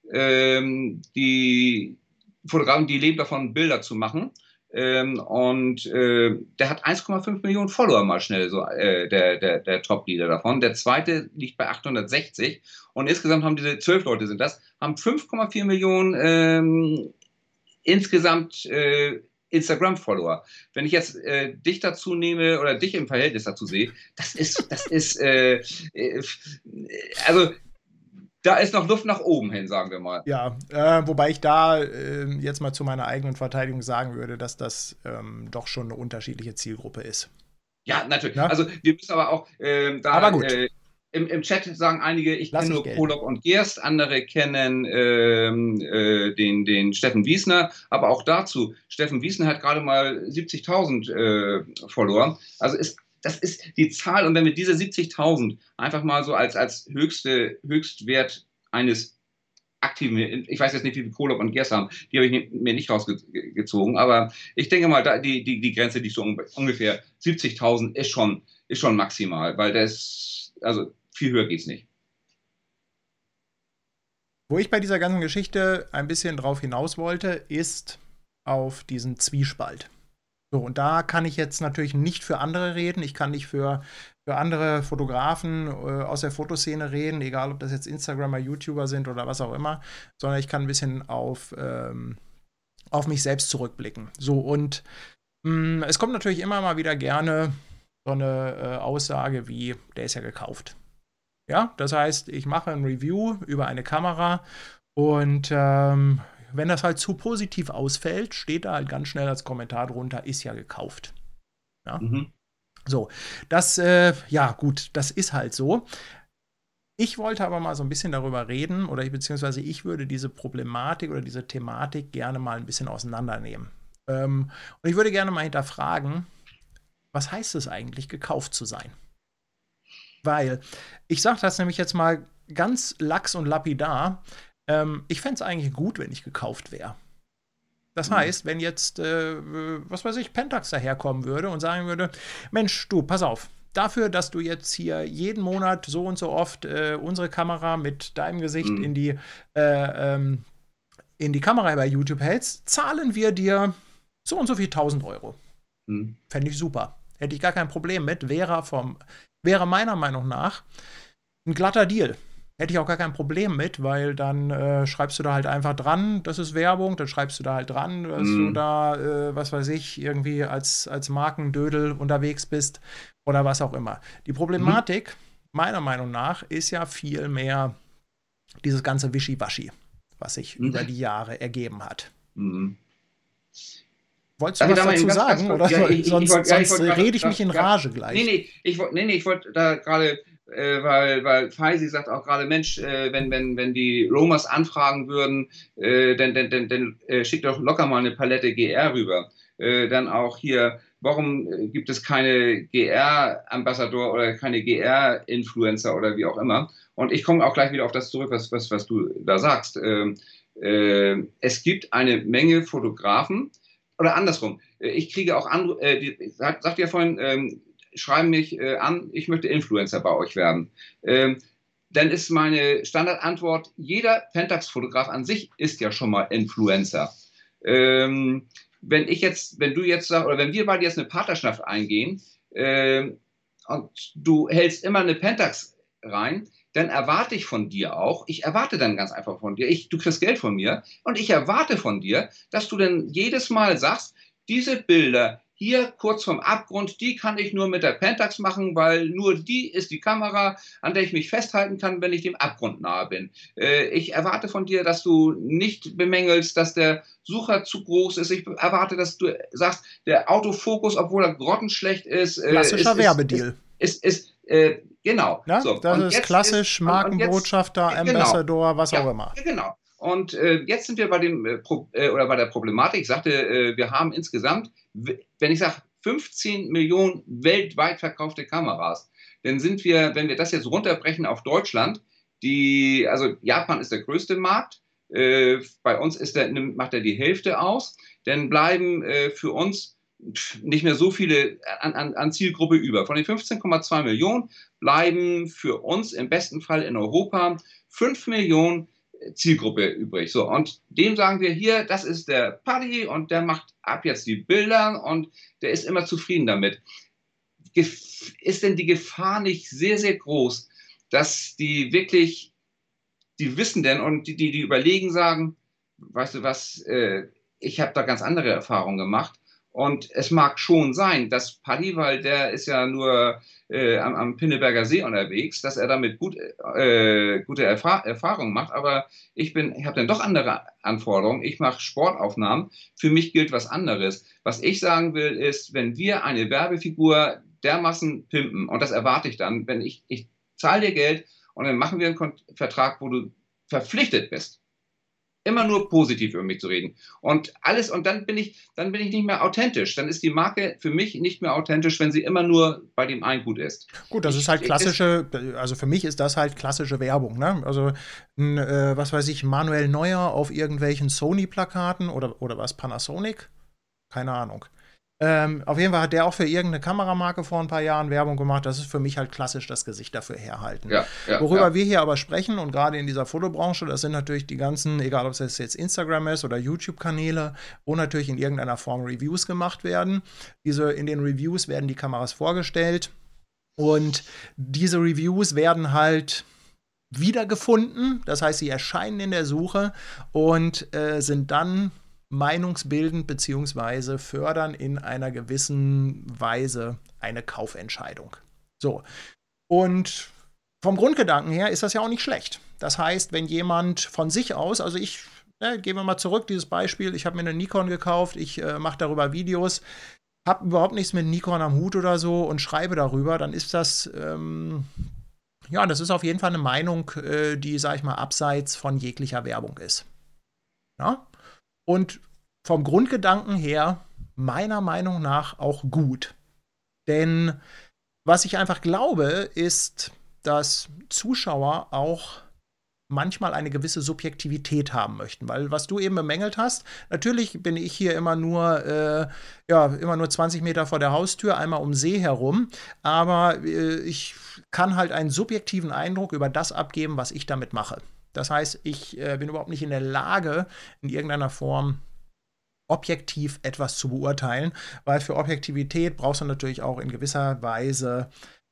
ähm, die Fotografen, die leben davon, Bilder zu machen. Ähm, und äh, der hat eins Komma fünf Millionen Follower mal schnell, so äh, der, der, der Top-Leader davon. Der zweite liegt bei achthundertsechzig und insgesamt haben diese zwölf Leute sind das, haben fünf Komma vier Millionen ähm, insgesamt äh, Instagram-Follower. Wenn ich jetzt äh, dich dazu nehme oder dich im Verhältnis dazu sehe, das ist, das ist, äh, äh, also da ist noch Luft nach oben hin, sagen wir mal. Ja, äh, wobei ich da äh, jetzt mal zu meiner eigenen Verteidigung sagen würde, dass das ähm, doch schon eine unterschiedliche Zielgruppe ist. Ja, natürlich. Na? Also wir müssen aber auch ähm, Aber da gut, äh, im, im Chat sagen einige, ich lass kenne ich nur gelten. Prolog und Gerst, andere kennen ähm, äh, den, den Steffen Wiesner, aber auch dazu, Steffen Wiesner hat gerade mal siebzigtausend äh, Follower. Also ist, das ist die Zahl und wenn wir diese siebzigtausend einfach mal so als, als höchste Höchstwert eines aktiven, ich weiß jetzt nicht, wie viel Kohlhoff und Gerst haben, die habe ich mir nicht rausgezogen, aber ich denke mal, da, die, die, die Grenze liegt so ungefähr siebzigtausend ist schon, ist schon maximal, weil das, also viel höher geht es nicht. Wo ich bei dieser ganzen Geschichte ein bisschen drauf hinaus wollte, ist auf diesen Zwiespalt. So, und da kann ich jetzt natürlich nicht für andere reden. Ich kann nicht für, für andere Fotografen äh, aus der Fotoszene reden, egal ob das jetzt Instagramer, YouTuber sind oder was auch immer, sondern ich kann ein bisschen auf, ähm, auf mich selbst zurückblicken. So, und mh, es kommt natürlich immer mal wieder gerne so eine äh, Aussage wie, der ist ja gekauft. Ja, das heißt, ich mache ein Review über eine Kamera und ähm, wenn das halt zu positiv ausfällt, steht da halt ganz schnell als Kommentar drunter, ist ja gekauft. Ja, Mhm. so, das, äh, ja, gut, das ist halt so. Ich wollte aber mal so ein bisschen darüber reden, oder beziehungsweise ich würde diese Problematik oder diese Thematik gerne mal ein bisschen auseinandernehmen. Ähm, und ich würde gerne mal hinterfragen, was heißt es eigentlich, gekauft zu sein? Weil, ich sage das nämlich jetzt mal ganz lax und lapidar, ähm, ich fände es eigentlich gut, wenn ich gekauft wäre. Das Mhm. heißt, wenn jetzt, äh, was weiß ich, Pentax daherkommen würde und sagen würde, Mensch, du, pass auf, dafür, dass du jetzt hier jeden Monat so und so oft äh, unsere Kamera mit deinem Gesicht Mhm. in die, äh, ähm, in die Kamera bei YouTube hältst, zahlen wir dir so und so viel tausend Euro. Mhm. Fände ich super. Hätte ich gar kein Problem mit. Wäre, vom, wäre meiner Meinung nach ein glatter Deal. Hätte ich auch gar kein Problem mit, weil dann äh, schreibst du da halt einfach dran, das ist Werbung, dann schreibst du da halt dran, dass du Mhm. da, äh, was weiß ich, irgendwie als, als Markendödel unterwegs bist oder was auch immer. Die Mhm. Problematik, meiner Meinung nach, ist ja viel mehr dieses ganze Wischiwaschi, was sich über Mhm. die Jahre ergeben hat. Mhm. Wolltest du Darf ich was da mal eben dazu ganz, ganz sagen kurz, oder ja, ich, ich, ich sonst, wollte, ja, ich sonst wollte gerade, rede ich mich in ja, Rage nee, gleich? nee, ich wollte, nee, nee, ich wollte da gerade, äh, weil, weil Faisi sagt auch gerade, Mensch, äh, wenn, wenn, wenn die Romas anfragen würden, äh, dann, dann, dann, dann äh, schickt doch locker mal eine Palette G R rüber. Äh, dann auch hier, warum äh, gibt es keine G R-Ambassador oder keine G R-Influencer oder wie auch immer? Und ich komme auch gleich wieder auf das zurück, was, was, was du da sagst. Ähm, äh, es gibt eine Menge Fotografen, oder andersrum, ich kriege auch andere, äh, die, sag, sagt ja vorhin, ähm, schreiben mich äh, an, ich möchte Influencer bei euch werden. Ähm, dann ist meine Standardantwort, jeder Pentax-Fotograf an sich ist ja schon mal Influencer. Ähm, wenn ich jetzt, wenn du jetzt sagst, oder wenn wir beide jetzt eine Partnerschaft eingehen, äh, und du hältst immer eine Pentax rein, dann erwarte ich von dir auch, ich erwarte dann ganz einfach von dir, ich, du kriegst Geld von mir und ich erwarte von dir, dass du dann jedes Mal sagst, diese Bilder hier kurz vom Abgrund, die kann ich nur mit der Pentax machen, weil nur die ist die Kamera, an der ich mich festhalten kann, wenn ich dem Abgrund nahe bin. Äh, ich erwarte von dir, dass du nicht bemängelst, dass der Sucher zu groß ist. Ich erwarte, dass du sagst, der Autofokus, obwohl er grottenschlecht ist, äh, Klassischer ist, Werbedeal. Ist, ist, ist, äh, genau. Ja, so, das und ist jetzt klassisch ist, und, und Markenbotschafter, jetzt, genau, Ambassador, was ja, auch immer. Genau. Und äh, jetzt sind wir bei dem äh, Pro, äh, oder bei der Problematik. Ich sagte, äh, wir haben insgesamt, wenn ich sage, fünfzehn Millionen weltweit verkaufte Kameras, dann sind wir, wenn wir das jetzt runterbrechen auf Deutschland, die, also Japan ist der größte Markt, äh, bei uns ist der, macht er die Hälfte aus, dann bleiben äh, für uns nicht mehr so viele an, an, an Zielgruppe über. Von den fünfzehn Komma zwei Millionen bleiben für uns im besten Fall in Europa fünf Millionen Zielgruppe übrig. So, und dem sagen wir hier, das ist der Paddy und der macht ab jetzt die Bilder und der ist immer zufrieden damit. Ist denn die Gefahr nicht sehr, sehr groß, dass die wirklich, die Wissenden und die, die, die überlegen, sagen, weißt du was, äh, ich habe da ganz andere Erfahrungen gemacht. Und es mag schon sein, dass Paddy, weil der ist ja nur äh, am, am Pinneberger See unterwegs, dass er damit gut, äh, gute Erfahr Erfahrungen macht. Aber ich bin, ich habe dann doch andere Anforderungen. Ich mache Sportaufnahmen. Für mich gilt was anderes. Was ich sagen will, ist, wenn wir eine Werbefigur dermaßen pimpen, und das erwarte ich dann, wenn ich, ich zahle dir Geld und dann machen wir einen Kon Vertrag, wo du verpflichtet bist, immer nur positiv über mich zu reden. Und alles, und dann bin ich, dann bin ich nicht mehr authentisch. Dann ist die Marke für mich nicht mehr authentisch, wenn sie immer nur bei dem einen gut ist. Gut, das ich, ist halt klassische, also für mich ist das halt klassische Werbung, ne? Also, n, äh, was weiß ich, Manuel Neuer auf irgendwelchen Sony-Plakaten oder, oder was, Panasonic? Keine Ahnung. Ähm, auf jeden Fall hat der auch für irgendeine Kameramarke vor ein paar Jahren Werbung gemacht. Das ist für mich halt klassisch das Gesicht dafür herhalten. Ja, ja, Worüber ja. wir hier aber sprechen und gerade in dieser Fotobranche, das sind natürlich die ganzen, egal ob es jetzt Instagram ist oder YouTube-Kanäle, wo natürlich in irgendeiner Form Reviews gemacht werden. Diese, in den Reviews werden die Kameras vorgestellt und diese Reviews werden halt wiedergefunden. Das heißt, sie erscheinen in der Suche und äh, sind dann meinungsbildend beziehungsweise fördern in einer gewissen Weise eine Kaufentscheidung. So. Und vom Grundgedanken her ist das ja auch nicht schlecht. Das heißt, wenn jemand von sich aus, also ich, ne, gehen wir mal zurück, dieses Beispiel, ich habe mir eine Nikon gekauft, ich äh, mache darüber Videos, habe überhaupt nichts mit Nikon am Hut oder so und schreibe darüber, dann ist das, ähm, ja, das ist auf jeden Fall eine Meinung, äh, die, sag ich mal, abseits von jeglicher Werbung ist. Ja? Und vom Grundgedanken her, meiner Meinung nach, auch gut. Denn was ich einfach glaube, ist, dass Zuschauer auch manchmal eine gewisse Subjektivität haben möchten. Weil was du eben bemängelt hast, natürlich bin ich hier immer nur, äh, ja, immer nur zwanzig Meter vor der Haustür, einmal um See herum. Aber äh, ich kann halt einen subjektiven Eindruck über das abgeben, was ich damit mache. Das heißt, ich äh, bin überhaupt nicht in der Lage, in irgendeiner Form objektiv etwas zu beurteilen, weil für Objektivität brauchst du natürlich auch in gewisser Weise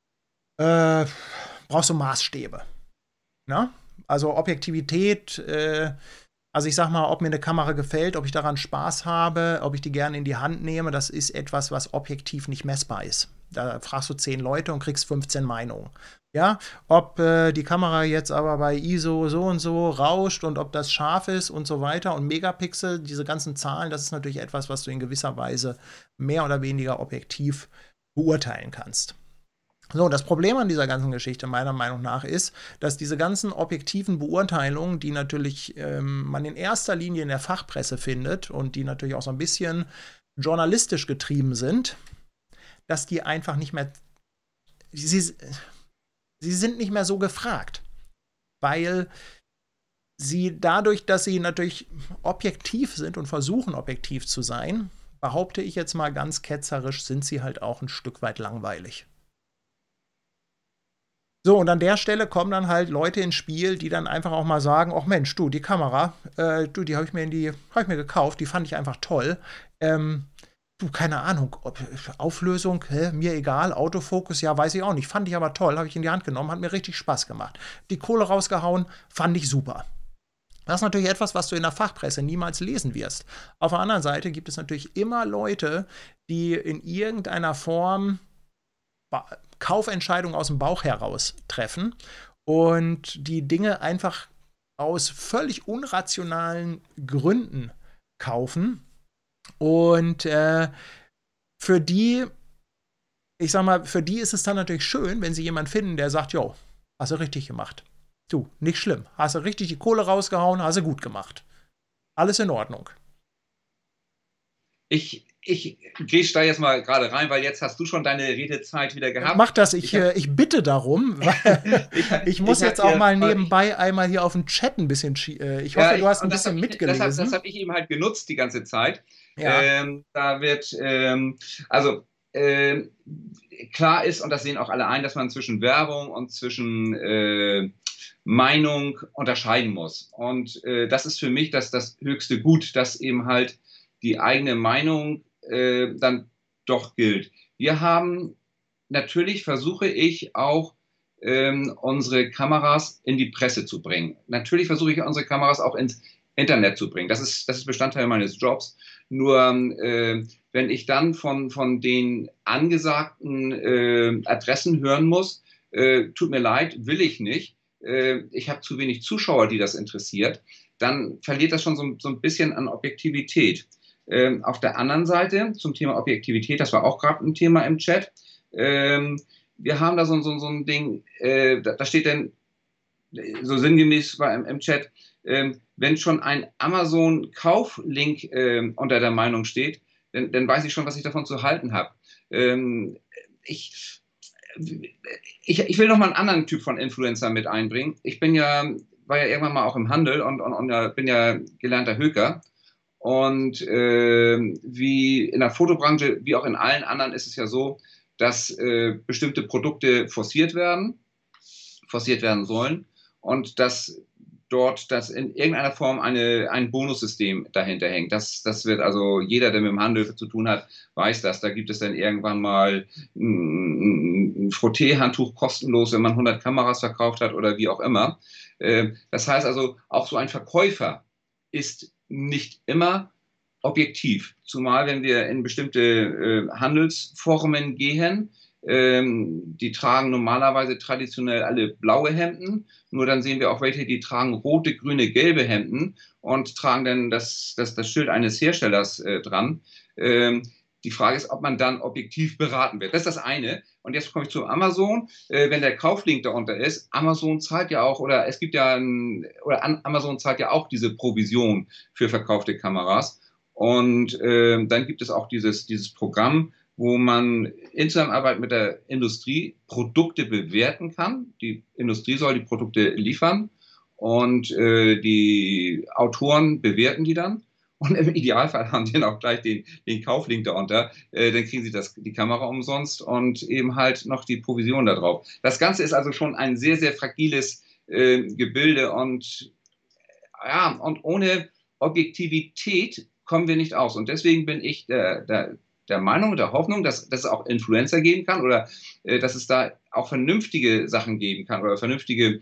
äh, brauchst du Maßstäbe. Na? Also Objektivität, äh, also ich sag mal, ob mir eine Kamera gefällt, ob ich daran Spaß habe, ob ich die gerne in die Hand nehme, das ist etwas, was objektiv nicht messbar ist. Da fragst du zehn Leute und kriegst fünfzehn Meinungen. Ja, ob äh, die Kamera jetzt aber bei I S O so und so rauscht und ob das scharf ist und so weiter und Megapixel, diese ganzen Zahlen, das ist natürlich etwas, was du in gewisser Weise mehr oder weniger objektiv beurteilen kannst. So, das Problem an dieser ganzen Geschichte meiner Meinung nach ist, dass diese ganzen objektiven Beurteilungen, die natürlich ähm, man in erster Linie in der Fachpresse findet und die natürlich auch so ein bisschen journalistisch getrieben sind, dass die einfach nicht mehr sie, sie sind nicht mehr so gefragt, weil sie dadurch, dass sie natürlich objektiv sind und versuchen objektiv zu sein, behaupte ich jetzt mal ganz ketzerisch, sind sie halt auch ein Stück weit langweilig. So, und an der Stelle kommen dann halt Leute ins Spiel, die dann einfach auch mal sagen, ach Mensch, du, die Kamera, äh, du, die habe ich mir in die, habe ich mir gekauft, die fand ich einfach toll. Ähm, du, keine Ahnung, ob, Auflösung, hä, mir egal, Autofokus, ja, weiß ich auch nicht. Fand ich aber toll, habe ich in die Hand genommen, hat mir richtig Spaß gemacht. Die Kohle rausgehauen, fand ich super. Das ist natürlich etwas, was du in der Fachpresse niemals lesen wirst. Auf der anderen Seite gibt es natürlich immer Leute, die in irgendeiner Form Kaufentscheidungen aus dem Bauch heraus treffen und die Dinge einfach aus völlig unrationalen Gründen kaufen. Und äh, für die, ich sag mal, für die ist es dann natürlich schön, wenn sie jemanden finden, der sagt, jo, hast du richtig gemacht. Du, nicht schlimm. Hast du richtig die Kohle rausgehauen, hast du gut gemacht. Alles in Ordnung. Ich, ich grätsch da jetzt mal gerade rein, weil jetzt hast du schon deine Redezeit wieder gehabt. Mach das, ich, Ich, hab, ich bitte darum, weil ich, ich muss ich jetzt auch hier, mal nebenbei einmal hier auf den Chat ein bisschen, ich hoffe, ja, du ich, hast ein und das bisschen habe ich, das hab, das mitgelesen. hab ich eben halt genutzt die ganze Zeit. Ja. Ähm, da wird, ähm, also ähm, klar ist, und das sehen auch alle ein, dass man zwischen Werbung und zwischen äh, Meinung unterscheiden muss. Und äh, das ist für mich das, das höchste Gut, dass eben halt die eigene Meinung äh, dann doch gilt. Wir haben, natürlich versuche ich auch, ähm, unsere Kameras in die Presse zu bringen. Natürlich versuche ich unsere Kameras auch ins Internet zu bringen. Das ist, das ist Bestandteil meines Jobs. Nur äh, wenn ich dann von, von den angesagten äh, Adressen hören muss, äh, tut mir leid, will ich nicht, äh, ich habe zu wenig Zuschauer, die das interessiert, dann verliert das schon so, so ein bisschen an Objektivität. Ähm, auf der anderen Seite zum Thema Objektivität, das war auch gerade ein Thema im Chat, ähm, wir haben da so, so, so ein Ding, äh, da, da steht dann so sinngemäß war im, im Chat, ähm, wenn schon ein Amazon-Kauflink äh, unter der Meinung steht, dann, dann weiß ich schon, was ich davon zu halten habe. Ähm, ich, ich, ich will noch mal einen anderen Typ von Influencer mit einbringen. Ich bin ja, war ja irgendwann mal auch im Handel und, und, und bin ja gelernter Höker. Und äh, wie in der Fotobranche, wie auch in allen anderen, ist es ja so, dass äh, bestimmte Produkte forciert werden, forciert werden sollen und dass dort dass in irgendeiner Form eine, ein Bonussystem dahinter hängt. Das, das wird also jeder, der mit dem Handel zu tun hat, weiß das. Da gibt es dann irgendwann mal ein, ein Frottee-Handtuch kostenlos, wenn man hundert Kameras verkauft hat oder wie auch immer. Das heißt also, auch so ein Verkäufer ist nicht immer objektiv. Zumal, wenn wir in bestimmte äh, Handelsformen gehen, ähm, die tragen normalerweise traditionell alle blaue Hemden, nur dann sehen wir auch welche, die tragen rote, grüne, gelbe Hemden und tragen dann das, das, das Schild eines Herstellers äh, dran. Ähm, die Frage ist, ob man dann objektiv beraten wird. Das ist das eine. Und jetzt komme ich zu Amazon. Äh, wenn der Kauflink darunter ist, Amazon zahlt ja auch, oder es gibt ja, ein, oder Amazon zahlt ja auch diese Provision für verkaufte Kameras. Und äh, dann gibt es auch dieses, dieses Programm, wo man in Zusammenarbeit mit der Industrie Produkte bewerten kann. Die Industrie soll die Produkte liefern und äh, die Autoren bewerten die dann. Und im Idealfall haben die dann auch gleich den, den Kauflink darunter. Äh, dann kriegen sie das, die Kamera umsonst und eben halt noch die Provision da drauf. Das Ganze ist also schon ein sehr, sehr fragiles äh, Gebilde und, ja, und ohne Objektivität kommen wir nicht aus. Und deswegen bin ich der, der, der Meinung, der Hoffnung, dass, dass es auch Influencer geben kann oder äh, dass es da auch vernünftige Sachen geben kann oder vernünftige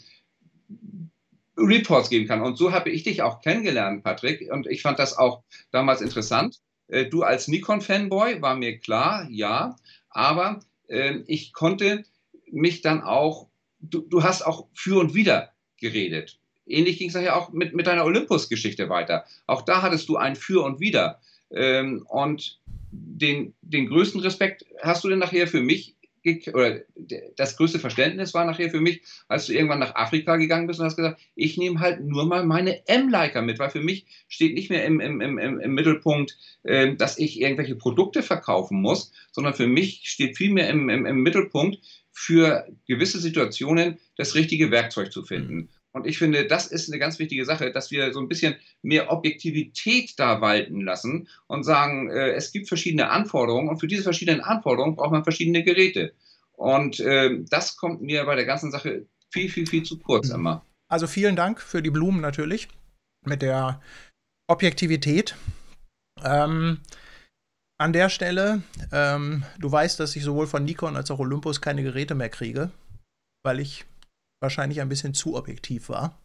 Reports geben kann. Und so habe ich dich auch kennengelernt, Patrick. Und ich fand das auch damals interessant. Äh, du als Nikon-Fanboy war mir klar, ja. Aber äh, ich konnte mich dann auch, du, du hast auch für und wider geredet. Ähnlich ging es nachher auch mit, mit deiner Olympus-Geschichte weiter. Auch da hattest du ein Für und Wider. Ähm, und den, den größten Respekt hast du denn nachher für mich, oder das größte Verständnis war nachher für mich, als du irgendwann nach Afrika gegangen bist und hast gesagt, ich nehme halt nur mal meine M-Leica mit, weil für mich steht nicht mehr im, im, im, im Mittelpunkt, äh, dass ich irgendwelche Produkte verkaufen muss, sondern für mich steht vielmehr im, im, im Mittelpunkt, für gewisse Situationen das richtige Werkzeug zu finden. Mhm. Und ich finde, das ist eine ganz wichtige Sache, dass wir so ein bisschen mehr Objektivität da walten lassen und sagen, äh, es gibt verschiedene Anforderungen und für diese verschiedenen Anforderungen braucht man verschiedene Geräte. Und äh, das kommt mir bei der ganzen Sache viel, viel, viel zu kurz immer. Also vielen Dank für die Blumen natürlich mit der Objektivität. Ähm, an der Stelle, ähm, du weißt, dass ich sowohl von Nikon als auch Olympus keine Geräte mehr kriege, weil ich wahrscheinlich ein bisschen zu objektiv war.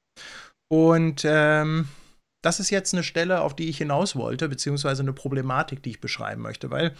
Und ähm, das ist jetzt eine Stelle, auf die ich hinaus wollte, beziehungsweise eine Problematik, die ich beschreiben möchte, weil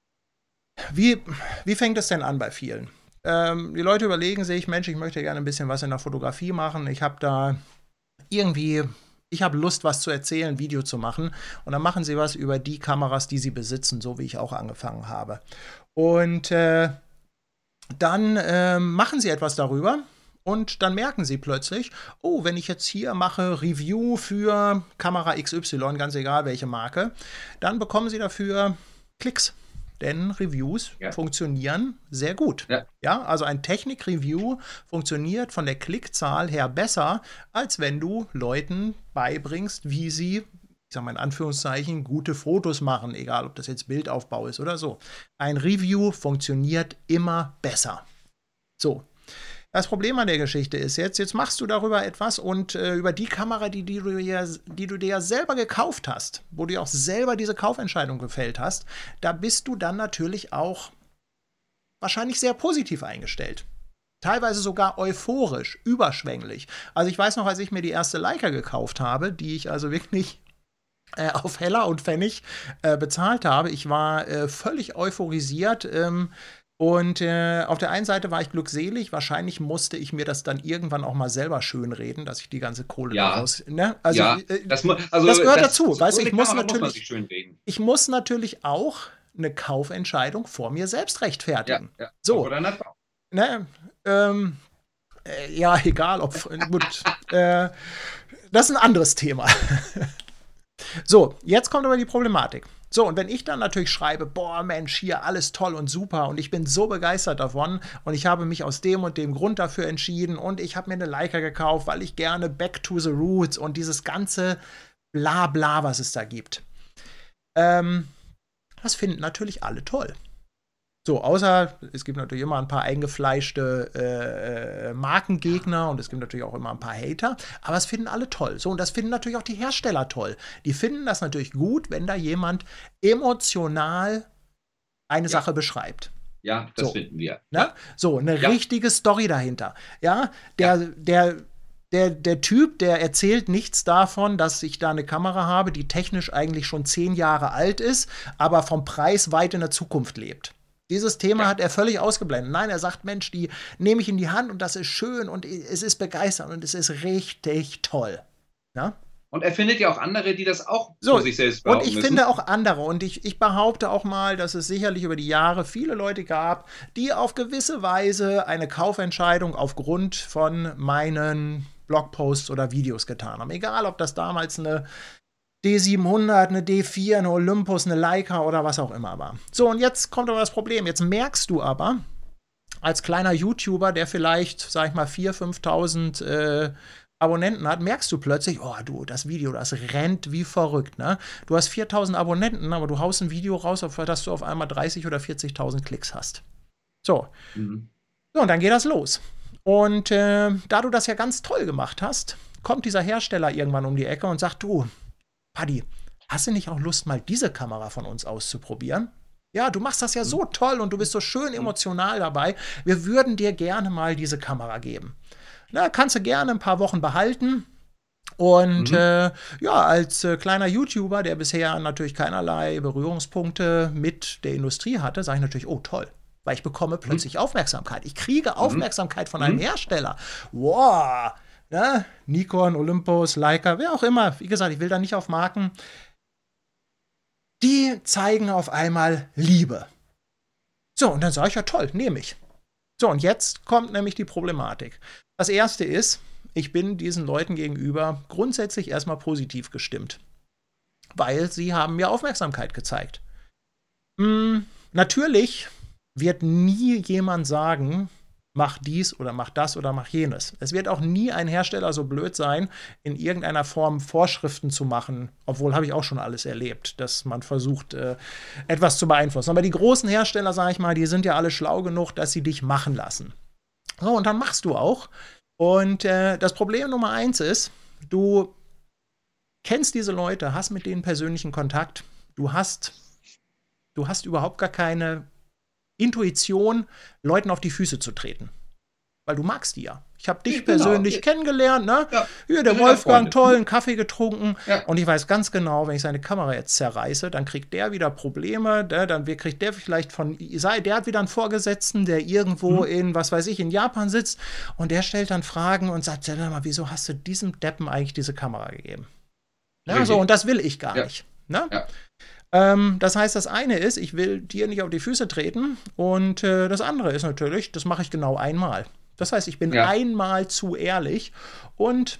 wie, wie fängt es denn an bei vielen? Ähm, die Leute überlegen sich, Mensch, ich möchte gerne ein bisschen was in der Fotografie machen. Ich habe da irgendwie, ich habe Lust, was zu erzählen, ein Video zu machen. Und dann machen sie was über die Kameras, die sie besitzen, so wie ich auch angefangen habe. Und äh, dann äh, machen sie etwas darüber. Und dann merken sie plötzlich, oh, wenn ich jetzt hier mache Review für Kamera X Y, ganz egal welche Marke, dann bekommen sie dafür Klicks. Denn Reviews ja. funktionieren sehr gut. Ja. ja, also ein Technik-Review funktioniert von der Klickzahl her besser, als wenn du Leuten beibringst, wie sie, ich sag mal in Anführungszeichen, gute Fotos machen, egal ob das jetzt Bildaufbau ist oder so. Ein Review funktioniert immer besser. So. Das Problem an der Geschichte ist jetzt, jetzt machst du darüber etwas und äh, über die Kamera, die, die, du ja, die du dir ja selber gekauft hast, wo du ja auch selber diese Kaufentscheidung gefällt hast, da bist du dann natürlich auch wahrscheinlich sehr positiv eingestellt. Teilweise sogar euphorisch, überschwänglich. Also ich weiß noch, als ich mir die erste Leica gekauft habe, die ich also wirklich äh, auf Heller und Pfennig äh, bezahlt habe, ich war äh, völlig euphorisiert, ähm, Und äh, auf der einen Seite war ich glückselig, wahrscheinlich musste ich mir das dann irgendwann auch mal selber schönreden, dass ich die ganze Kohle ja. daraus, ne? Also, ja, äh, das, also das gehört das, dazu, so weißt du, ich muss muss natürlich, ich muss natürlich auch eine Kaufentscheidung vor mir selbst rechtfertigen. Ja, ja. So, ne? Ähm, äh, ja, egal, ob, gut, äh, das ist ein anderes Thema. So, jetzt kommt aber die Problematik. So, und wenn ich dann natürlich schreibe, boah, Mensch, hier alles toll und super und ich bin so begeistert davon und ich habe mich aus dem und dem Grund dafür entschieden und ich habe mir eine Leica gekauft, weil ich gerne Back to the Roots und dieses ganze Blabla, was es da gibt. Ähm, das finden natürlich alle toll. So, außer es gibt natürlich immer ein paar eingefleischte äh, Markengegner und es gibt natürlich auch immer ein paar Hater, aber es finden alle toll. So, und das finden natürlich auch die Hersteller toll. Die finden das natürlich gut, wenn da jemand emotional eine ja. Sache beschreibt. Ja, das so. finden wir. Ne? Ja. So, eine ja. richtige Story dahinter. Ja, der, ja. der Der, der Typ, der erzählt nichts davon, dass ich da eine Kamera habe, die technisch eigentlich schon zehn Jahre alt ist, aber vom Preis weit in der Zukunft lebt. Dieses Thema ja. hat er völlig ausgeblendet. Nein, er sagt, Mensch, die nehme ich in die Hand und das ist schön und es ist begeisternd und es ist richtig toll. Ja? Und er findet ja auch andere, die das auch so, für sich selbst behaupten Und ich müssen. finde auch andere. Und ich, ich behaupte auch mal, dass es sicherlich über die Jahre viele Leute gab, die auf gewisse Weise eine Kaufentscheidung aufgrund von meinen Blogposts oder Videos getan haben. Egal, ob das damals eine D siebenhundert, eine D vier, eine Olympus, eine Leica oder was auch immer war. So, und jetzt kommt aber das Problem. Jetzt merkst du aber, als kleiner YouTuber, der vielleicht, sag ich mal, viertausend, fünftausend äh, Abonnenten hat, merkst du plötzlich, oh du, das Video, das rennt wie verrückt, ne? Du hast viertausend Abonnenten, aber du haust ein Video raus, auf das du auf einmal dreißigtausend oder vierzigtausend Klicks hast. So. Mhm. So, und dann geht das los. Und äh, da du das ja ganz toll gemacht hast, kommt dieser Hersteller irgendwann um die Ecke und sagt, du, Paddy, hast du nicht auch Lust, mal diese Kamera von uns auszuprobieren? Ja, du machst das ja so toll und du bist so schön emotional dabei. Wir würden dir gerne mal diese Kamera geben. Na, kannst du gerne ein paar Wochen behalten. Und mhm. äh, ja, als äh, kleiner YouTuber, der bisher natürlich keinerlei Berührungspunkte mit der Industrie hatte, sage ich natürlich, oh toll. Weil ich bekomme plötzlich mhm. Aufmerksamkeit. Ich kriege mhm. Aufmerksamkeit von einem mhm. Hersteller. Wow! Ne? Nikon, Olympus, Leica, wer auch immer. Wie gesagt, ich will da nicht auf Marken. Die zeigen auf einmal Liebe. So, und dann sage ich, ja toll, nehme ich. So, und jetzt kommt nämlich die Problematik. Das erste ist, ich bin diesen Leuten gegenüber grundsätzlich erstmal positiv gestimmt. Weil sie haben mir Aufmerksamkeit gezeigt. Hm, natürlich wird nie jemand sagen, mach dies oder mach das oder mach jenes. Es wird auch nie ein Hersteller so blöd sein, in irgendeiner Form Vorschriften zu machen, obwohl habe ich auch schon alles erlebt, dass man versucht, äh, etwas zu beeinflussen. Aber die großen Hersteller, sage ich mal, die sind ja alle schlau genug, dass sie dich machen lassen. So, und dann machst du auch. Und äh, das Problem Nummer eins ist, du kennst diese Leute, hast mit denen persönlichen Kontakt, du hast, du hast überhaupt gar keine Intuition, Leuten auf die Füße zu treten. Weil du magst die ja. Ich habe dich Genau. persönlich kennengelernt, ne? Ja. Hier, der Wir sind ja Wolfgang, Freunde. toll, einen Kaffee getrunken. Ja. Und ich weiß ganz genau, wenn ich seine Kamera jetzt zerreiße, dann kriegt der wieder Probleme. Der, dann kriegt der vielleicht von, der hat wieder einen Vorgesetzten, der irgendwo Mhm. in, was weiß ich, in Japan sitzt. Und der stellt dann Fragen und sagt, sag mal, wieso hast du diesem Deppen eigentlich diese Kamera gegeben? Ja, Richtig. so, und das will ich gar Ja. nicht. Ne? Ja. Ähm, das heißt, das eine ist, ich will dir nicht auf die Füße treten. Und äh, das andere ist natürlich, das mache ich genau einmal. Das heißt, ich bin Ja. einmal zu ehrlich und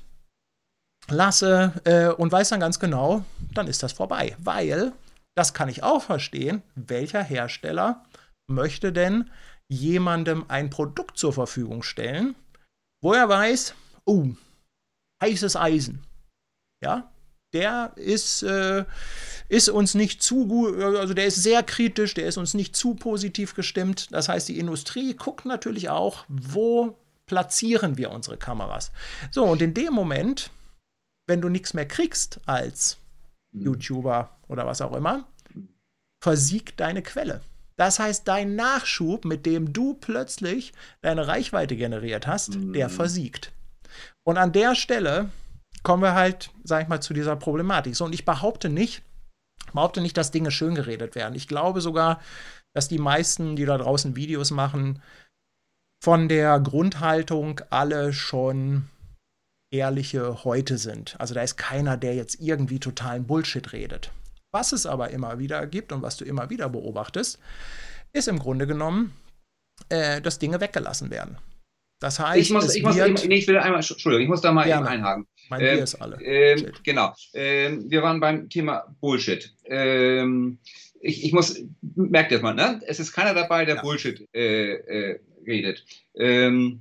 lasse äh, und weiß dann ganz genau, dann ist das vorbei. Weil, das kann ich auch verstehen, welcher Hersteller möchte denn jemandem ein Produkt zur Verfügung stellen, wo er weiß, oh, heißes Eisen. Ja, der ist, äh, ist uns nicht zu gut, also der ist sehr kritisch, der ist uns nicht zu positiv gestimmt. Das heißt, die Industrie guckt natürlich auch, wo platzieren wir unsere Kameras. So, und in dem Moment, wenn du nichts mehr kriegst als Mhm. YouTuber oder was auch immer, versiegt deine Quelle. Das heißt, dein Nachschub, mit dem du plötzlich deine Reichweite generiert hast, Mhm. der versiegt. Und an der Stelle kommen wir halt, sag ich mal, zu dieser Problematik. So, und ich behaupte nicht, behaupte nicht, dass Dinge schön geredet werden. Ich glaube sogar, dass die meisten, die da draußen Videos machen, von der Grundhaltung alle schon ehrliche Häute sind. Also da ist keiner, der jetzt irgendwie totalen Bullshit redet. Was es aber immer wieder gibt und was du immer wieder beobachtest, ist im Grunde genommen, äh, dass Dinge weggelassen werden. Das heißt, Ich muss, es ich muss, wird eben, nee, ich will einmal, Entschuldigung, ich muss da mal Gerne. eben einhaken. Mein Bier Ähm, ist alle. ähm, Shit. genau. Ähm, wir waren beim Thema Bullshit. Ähm, ich, ich muss, merkt ihr das mal, ne? Es ist keiner dabei, der Ja. Bullshit äh, äh, redet. Ähm,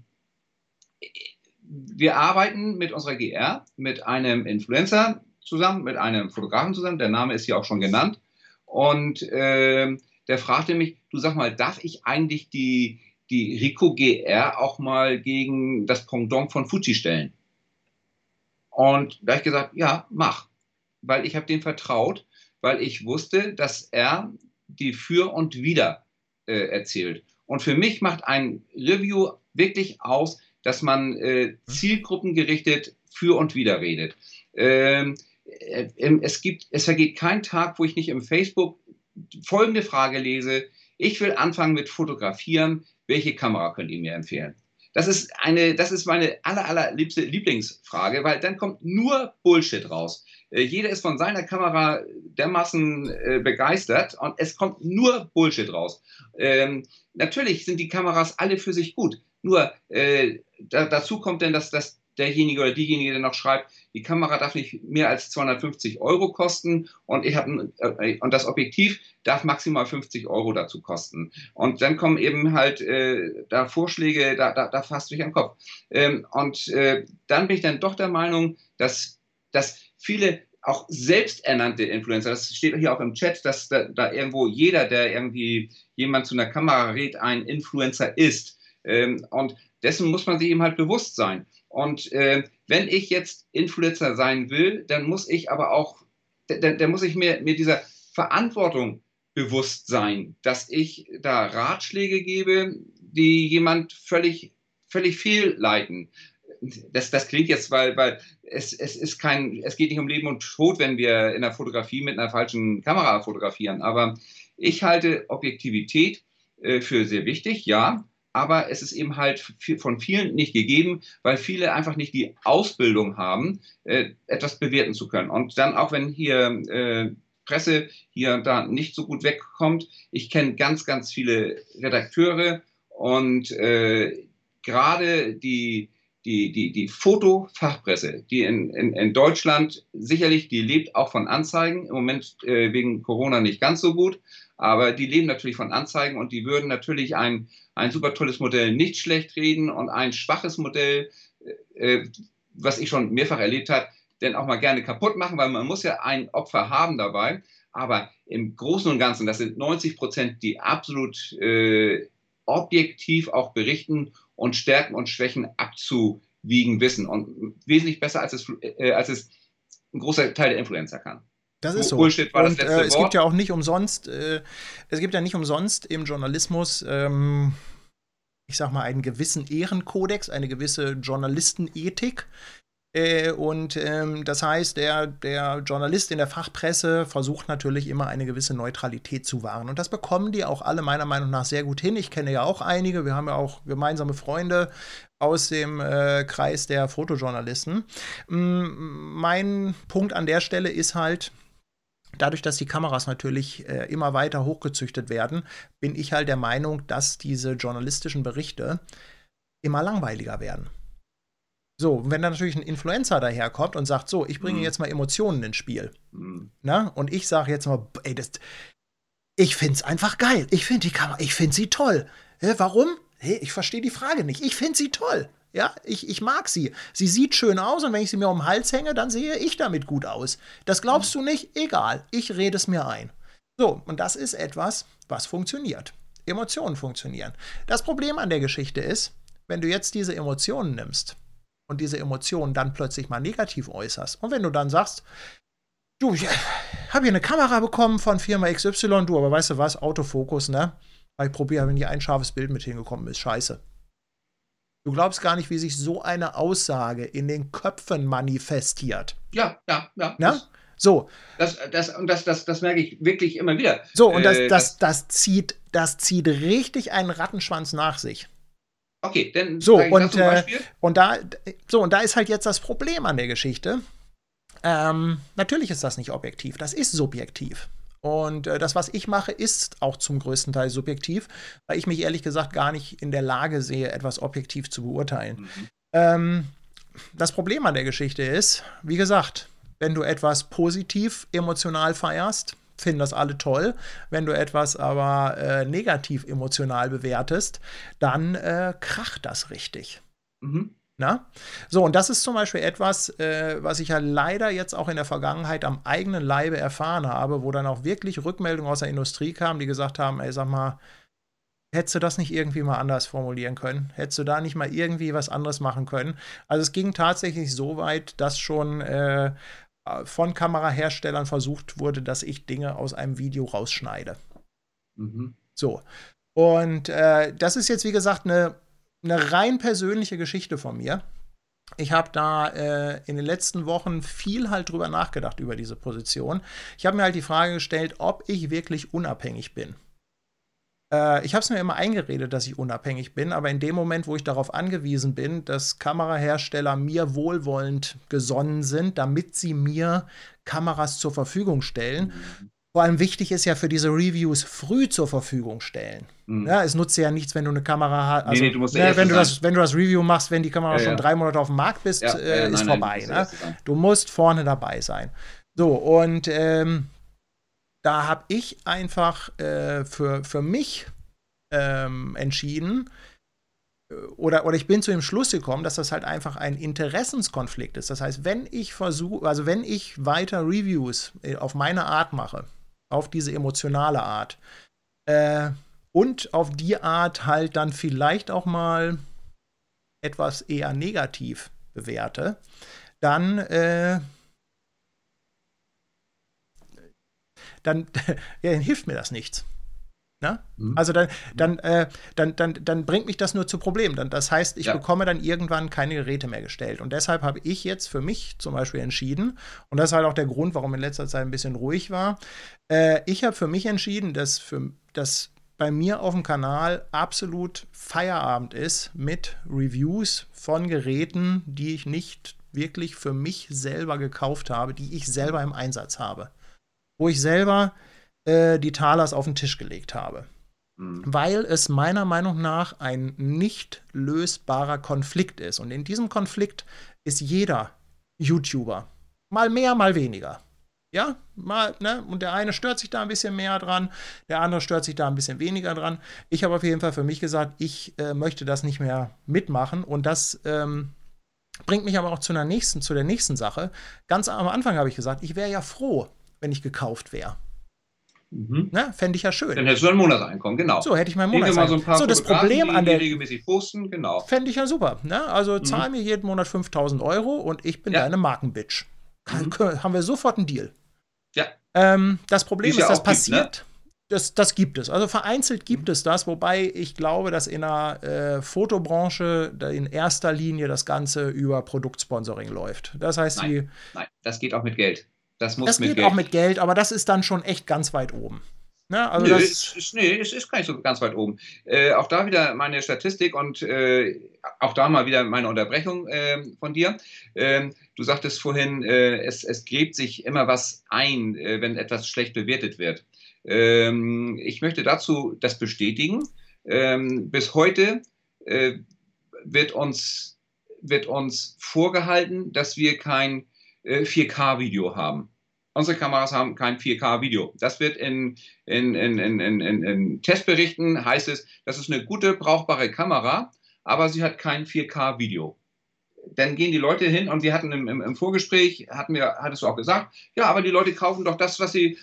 wir arbeiten mit unserer G R, mit einem Influencer zusammen, mit einem Fotografen zusammen. Der Name ist hier auch schon genannt. Und ähm, der fragte mich, du sag mal, darf ich eigentlich die, die Ricoh G R auch mal gegen das Pendant von Fuji stellen? Und da habe ich gesagt, ja, mach. Weil ich habe dem vertraut, weil ich wusste, dass er die Für und Wider äh, erzählt. Und für mich macht ein Review wirklich aus, dass man äh, zielgruppengerichtet für und wider redet. Ähm, äh, es gibt, es vergeht kein Tag, wo ich nicht im Facebook folgende Frage lese: Ich will anfangen mit Fotografieren. Welche Kamera könnt ihr mir empfehlen? Das ist eine, das ist meine aller, allerliebste Lieblingsfrage, weil dann kommt nur Bullshit raus. Äh, jeder ist von seiner Kamera dermaßen äh, begeistert und es kommt nur Bullshit raus. Ähm, natürlich sind die Kameras alle für sich gut. Nur äh, da, dazu kommt dann, dass, dass derjenige oder diejenige, der noch schreibt, die Kamera darf nicht mehr als zweihundertfünfzig Euro kosten und, ich hab, äh, und das Objektiv darf maximal fünfzig Euro dazu kosten. Und dann kommen eben halt äh, da Vorschläge, da, da, da fasst du dich am Kopf. Ähm, und äh, dann bin ich dann doch der Meinung, dass, dass viele auch selbsternannte Influencer, das steht hier auch im Chat, dass da, da irgendwo jeder, der irgendwie jemand zu einer Kamera rät, ein Influencer ist. Ähm, und dessen muss man sich eben halt bewusst sein. Und äh, wenn ich jetzt Influencer sein will, dann muss ich aber auch, dann, dann muss ich mir, mir dieser Verantwortung bewusst sein, dass ich da Ratschläge gebe, die jemand völlig, völlig fehlleiten. Das, das klingt jetzt, weil, weil es, es ist kein, es geht nicht um Leben und Tod, wenn wir in der Fotografie mit einer falschen Kamera fotografieren. Aber ich halte Objektivität äh, für sehr wichtig, ja. Aber es ist eben halt von vielen nicht gegeben, weil viele einfach nicht die Ausbildung haben, äh, etwas bewerten zu können. Und dann auch, wenn hier äh, Presse hier und da nicht so gut wegkommt. Ich kenne ganz, ganz viele Redakteure und äh, gerade die, die, die, die Fotofachpresse, die in, in, in Deutschland sicherlich, die lebt auch von Anzeigen, im Moment äh, wegen Corona nicht ganz so gut, aber die leben natürlich von Anzeigen und die würden natürlich ein, ein super tolles Modell nicht schlecht reden und ein schwaches Modell, äh, was ich schon mehrfach erlebt habe, denn auch mal gerne kaputt machen, weil man muss ja ein Opfer haben dabei. Aber im Großen und Ganzen, das sind neunzig Prozent, die absolut äh, objektiv auch berichten und Stärken und Schwächen abzuwiegen wissen. Und wesentlich besser, als es, äh, als es ein großer Teil der Influencer kann. Das ist so. Bullshit war das Und äh, letzte es Wort. gibt ja auch nicht umsonst, äh, es gibt ja nicht umsonst im Journalismus, ähm, ich sag mal, einen gewissen Ehrenkodex, eine gewisse Journalistenethik. Äh, und ähm, das heißt, der, der Journalist in der Fachpresse versucht natürlich immer eine gewisse Neutralität zu wahren. Und das bekommen die auch alle meiner Meinung nach sehr gut hin. Ich kenne ja auch einige, wir haben ja auch gemeinsame Freunde aus dem äh, Kreis der Fotojournalisten. Mm, mein Punkt an der Stelle ist halt, dadurch, dass die Kameras natürlich äh, immer weiter hochgezüchtet werden, bin ich halt der Meinung, dass diese journalistischen Berichte immer langweiliger werden. So, und wenn dann natürlich ein Influencer daherkommt und sagt, so, ich bringe Mhm. jetzt mal Emotionen ins Spiel. Mhm. Na? Und ich sage jetzt mal, ey, das, ich find's einfach geil. Ich finde die Kamera, ich finde sie toll. Hä, warum? Hey, ich verstehe die Frage nicht. Ich finde sie toll. Ja, ich, ich mag sie. Sie sieht schön aus und wenn ich sie mir um den Hals hänge, dann sehe ich damit gut aus. Das glaubst du nicht? Egal. Ich rede es mir ein. So, und das ist etwas, was funktioniert. Emotionen funktionieren. Das Problem an der Geschichte ist, wenn du jetzt diese Emotionen nimmst und diese Emotionen dann plötzlich mal negativ äußerst und wenn du dann sagst, du, ich habe hier eine Kamera bekommen von Firma X Y, du, aber weißt du was, Autofokus, ne? Ich probiere, wenn hier ein scharfes Bild mit hingekommen ist, scheiße. Du glaubst gar nicht, wie sich so eine Aussage in den Köpfen manifestiert. Ja, ja, ja. Na? Das, So. das, das, und das, das, das merke ich wirklich immer wieder. So, und das, Äh, das, das, zieht, das zieht richtig einen Rattenschwanz nach sich. Okay, dann So, sage ich und, das zum äh, Beispiel. und da, so, und da ist halt jetzt das Problem an der Geschichte. Ähm, natürlich ist das nicht objektiv, das ist subjektiv. Und äh, das, was ich mache, ist auch zum größten Teil subjektiv, weil ich mich ehrlich gesagt gar nicht in der Lage sehe, etwas objektiv zu beurteilen. Mhm. Ähm, das Problem an der Geschichte ist, wie gesagt, wenn du etwas positiv emotional feierst, finden das alle toll. Wenn du etwas aber äh, negativ emotional bewertest, dann äh, kracht das richtig. Mhm. Na? So, und das ist zum Beispiel etwas, äh, was ich ja leider jetzt auch in der Vergangenheit am eigenen Leibe erfahren habe, wo dann auch wirklich Rückmeldungen aus der Industrie kamen, die gesagt haben, ey, sag mal, hättest du das nicht irgendwie mal anders formulieren können? Hättest du da nicht mal irgendwie was anderes machen können? Also es ging tatsächlich so weit, dass schon äh, von Kameraherstellern versucht wurde, dass ich Dinge aus einem Video rausschneide. Mhm. So. Und äh, das ist jetzt, wie gesagt, eine eine rein persönliche Geschichte von mir. Ich habe da äh, in den letzten Wochen viel halt drüber nachgedacht über diese Position. Ich habe mir halt die Frage gestellt, ob ich wirklich unabhängig bin. Äh, ich habe es mir immer eingeredet, dass ich unabhängig bin, aber in dem Moment, wo ich darauf angewiesen bin, dass Kamerahersteller mir wohlwollend gesonnen sind, damit sie mir Kameras zur Verfügung stellen, Mhm. vor allem wichtig ist ja für diese Reviews früh zur Verfügung stellen. Mhm. Ja, es nutzt ja nichts, wenn du eine Kamera hast. Also, Nee, nee, du musst der ne, Erste wenn, du sein. das, wenn du das Review machst, wenn die Kamera Ja, schon ja. drei Monate auf dem Markt bist, Ja, äh, ja, ist nein, nein, vorbei. du musst der Ne? Erste sein. Du musst vorne dabei sein. So, und ähm, da habe ich einfach äh, für, für mich ähm, entschieden, Oder, oder ich bin zu dem Schluss gekommen, dass das halt einfach ein Interessenskonflikt ist. Das heißt, wenn ich versuche, also wenn ich weiter Reviews auf meine Art mache, auf diese emotionale Art, äh, und auf die Art halt dann vielleicht auch mal etwas eher negativ bewerte, dann, äh, dann, ja, dann hilft mir das nichts. Ne? Mhm. Also dann, dann, äh, dann, dann, dann bringt mich das nur zu Problemen. Dann, das heißt, ich Ja. bekomme dann irgendwann keine Geräte mehr gestellt. Und deshalb habe ich jetzt für mich zum Beispiel entschieden, und das ist halt auch der Grund, warum in letzter Zeit ein bisschen ruhig war, äh, ich habe für mich entschieden, dass, für, dass bei mir auf dem Kanal absolut Feierabend ist mit Reviews von Geräten, die ich nicht wirklich für mich selber gekauft habe, die ich selber im Einsatz habe. Wo ich selber die Talers auf den Tisch gelegt habe. Mhm. Weil es meiner Meinung nach ein nicht lösbarer Konflikt ist. Und in diesem Konflikt ist jeder YouTuber, mal mehr, mal weniger, Ja, mal, ne? Und der eine stört sich da ein bisschen mehr dran, der andere stört sich da ein bisschen weniger dran. Ich habe auf jeden Fall für mich gesagt, ich äh, möchte das nicht mehr mitmachen. Und das ähm, bringt mich aber auch zu einer nächsten, zu der nächsten Sache. Ganz am Anfang habe ich gesagt, ich wäre ja froh, wenn ich gekauft wäre. Mhm. Ne? Fände ich ja schön. Dann hättest du ein Monatseinkommen, genau. So hätte ich mein Nehmen wir mal so Monatseinkommen. ein paar So, das Fotografen, Problem die, an die der, regelmäßig posten, genau. fände ich ja super. Ne? Also zahl Mhm. mir jeden Monat fünftausend Euro und ich bin Ja. deine Markenbitch. Kann, Mhm. können, haben wir sofort einen Deal. Ja, Ähm, das die Problem es ist, ja das auch gibt, ne? passiert, das, das gibt es. Also vereinzelt gibt Mhm. es das, wobei ich glaube, dass in der äh, Fotobranche da in erster Linie das Ganze über Produktsponsoring läuft. Das heißt, Nein, die, nein, das geht auch mit Geld. Das muss das mit geht auch Geld. mit Geld, aber das ist dann schon echt ganz weit oben. Ne? Also Nö, es das, ist, nee, es ist gar nicht so ganz weit oben. Äh, auch da wieder meine Statistik und äh, auch da mal wieder meine Unterbrechung äh, von dir. Ähm, du sagtest vorhin, äh, es, es gräbt sich immer was ein, äh, wenn etwas schlecht bewertet wird. Ähm, ich möchte dazu das bestätigen. Ähm, bis heute äh, wird uns, wird uns vorgehalten, dass wir kein äh, vier K-Video haben. Unsere Kameras haben kein vier K-Video. Das wird in, in, in, in, in, in Testberichten heißt es, das ist eine gute, brauchbare Kamera, aber sie hat kein vier K-Video. Dann gehen die Leute hin und wir hatten im, im, im Vorgespräch, hatten wir, hattest du auch gesagt, ja, aber die Leute kaufen doch das, was sie,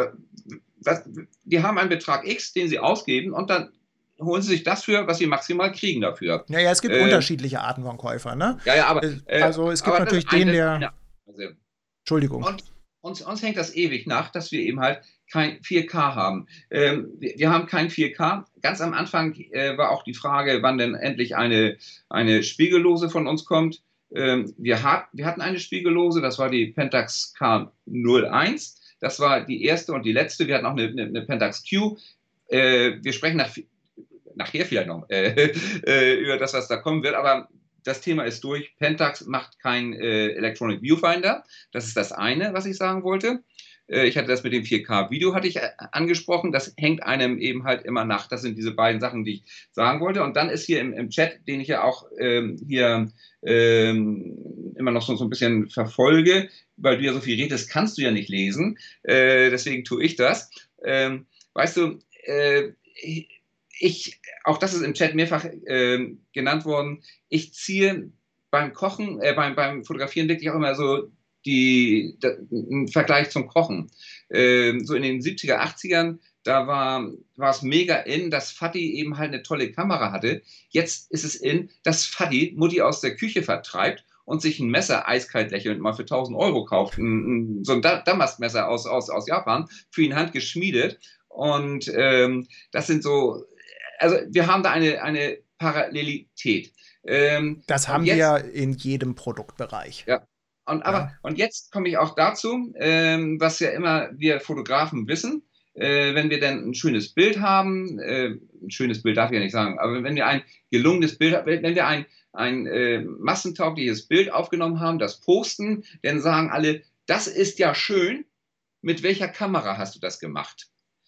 was, die haben einen Betrag X, den sie ausgeben und dann holen sie sich das für, was sie maximal kriegen dafür. naja, es gibt Äh, unterschiedliche Arten von Käufern. Ne? ja, ja, aber, Äh, äh, Also es gibt aber das natürlich den, eine, der, eine also, Entschuldigung. und uns, uns hängt das ewig nach, dass wir eben halt kein vier K haben. Ähm, wir, wir haben kein vier K. Ganz am Anfang äh, war auch die Frage, wann denn endlich eine, eine Spiegellose von uns kommt. Ähm, wir, hat, wir hatten eine Spiegellose, das war die Pentax K null eins. Das war die erste und die letzte. Wir hatten auch eine, eine, eine Pentax Q. Äh, wir sprechen nach, nachher vielleicht noch äh, äh, über das, was da kommen wird, aber das Thema ist durch. Pentax macht kein äh, Electronic Viewfinder. Das ist das eine, was ich sagen wollte. Äh, ich hatte das mit dem vier K-Video hatte ich äh, angesprochen. Das hängt einem eben halt immer nach. Das sind diese beiden Sachen, die ich sagen wollte. Und dann ist hier im, im Chat, den ich ja auch ähm, hier ähm, immer noch so, so ein bisschen verfolge, weil du ja so viel redest, kannst du ja nicht lesen. Äh, deswegen tue ich das. Ähm, weißt du, äh, ich, auch das ist im Chat mehrfach äh, genannt worden, ich ziehe beim Kochen, äh, beim, beim Fotografieren wirklich auch immer so die, da, einen Vergleich zum Kochen. Äh, so in den siebziger, achtzigern, da war, war es mega in, dass Vati eben halt eine tolle Kamera hatte. Jetzt ist es in, dass Vati Mutti aus der Küche vertreibt und sich ein Messer eiskalt lächelnd mal für tausend Euro kauft. Ein, ein, so ein Damastmesser aus, aus, aus Japan, für ihn handgeschmiedet. Und ähm, das sind so, also wir haben da eine, eine Parallelität. Ähm, Das und haben jetzt, wir in jedem Produktbereich. ja, und, aber, Ne? und jetzt komme ich auch dazu, ähm, was ja immer wir Fotografen wissen, äh, wenn wir dann ein schönes Bild haben, äh, ein schönes Bild darf ich ja nicht sagen, aber wenn wir ein gelungenes Bild haben, wenn wir ein, ein äh, massentaugliches Bild aufgenommen haben, das posten, dann sagen alle, das ist ja schön, mit welcher Kamera hast du das gemacht?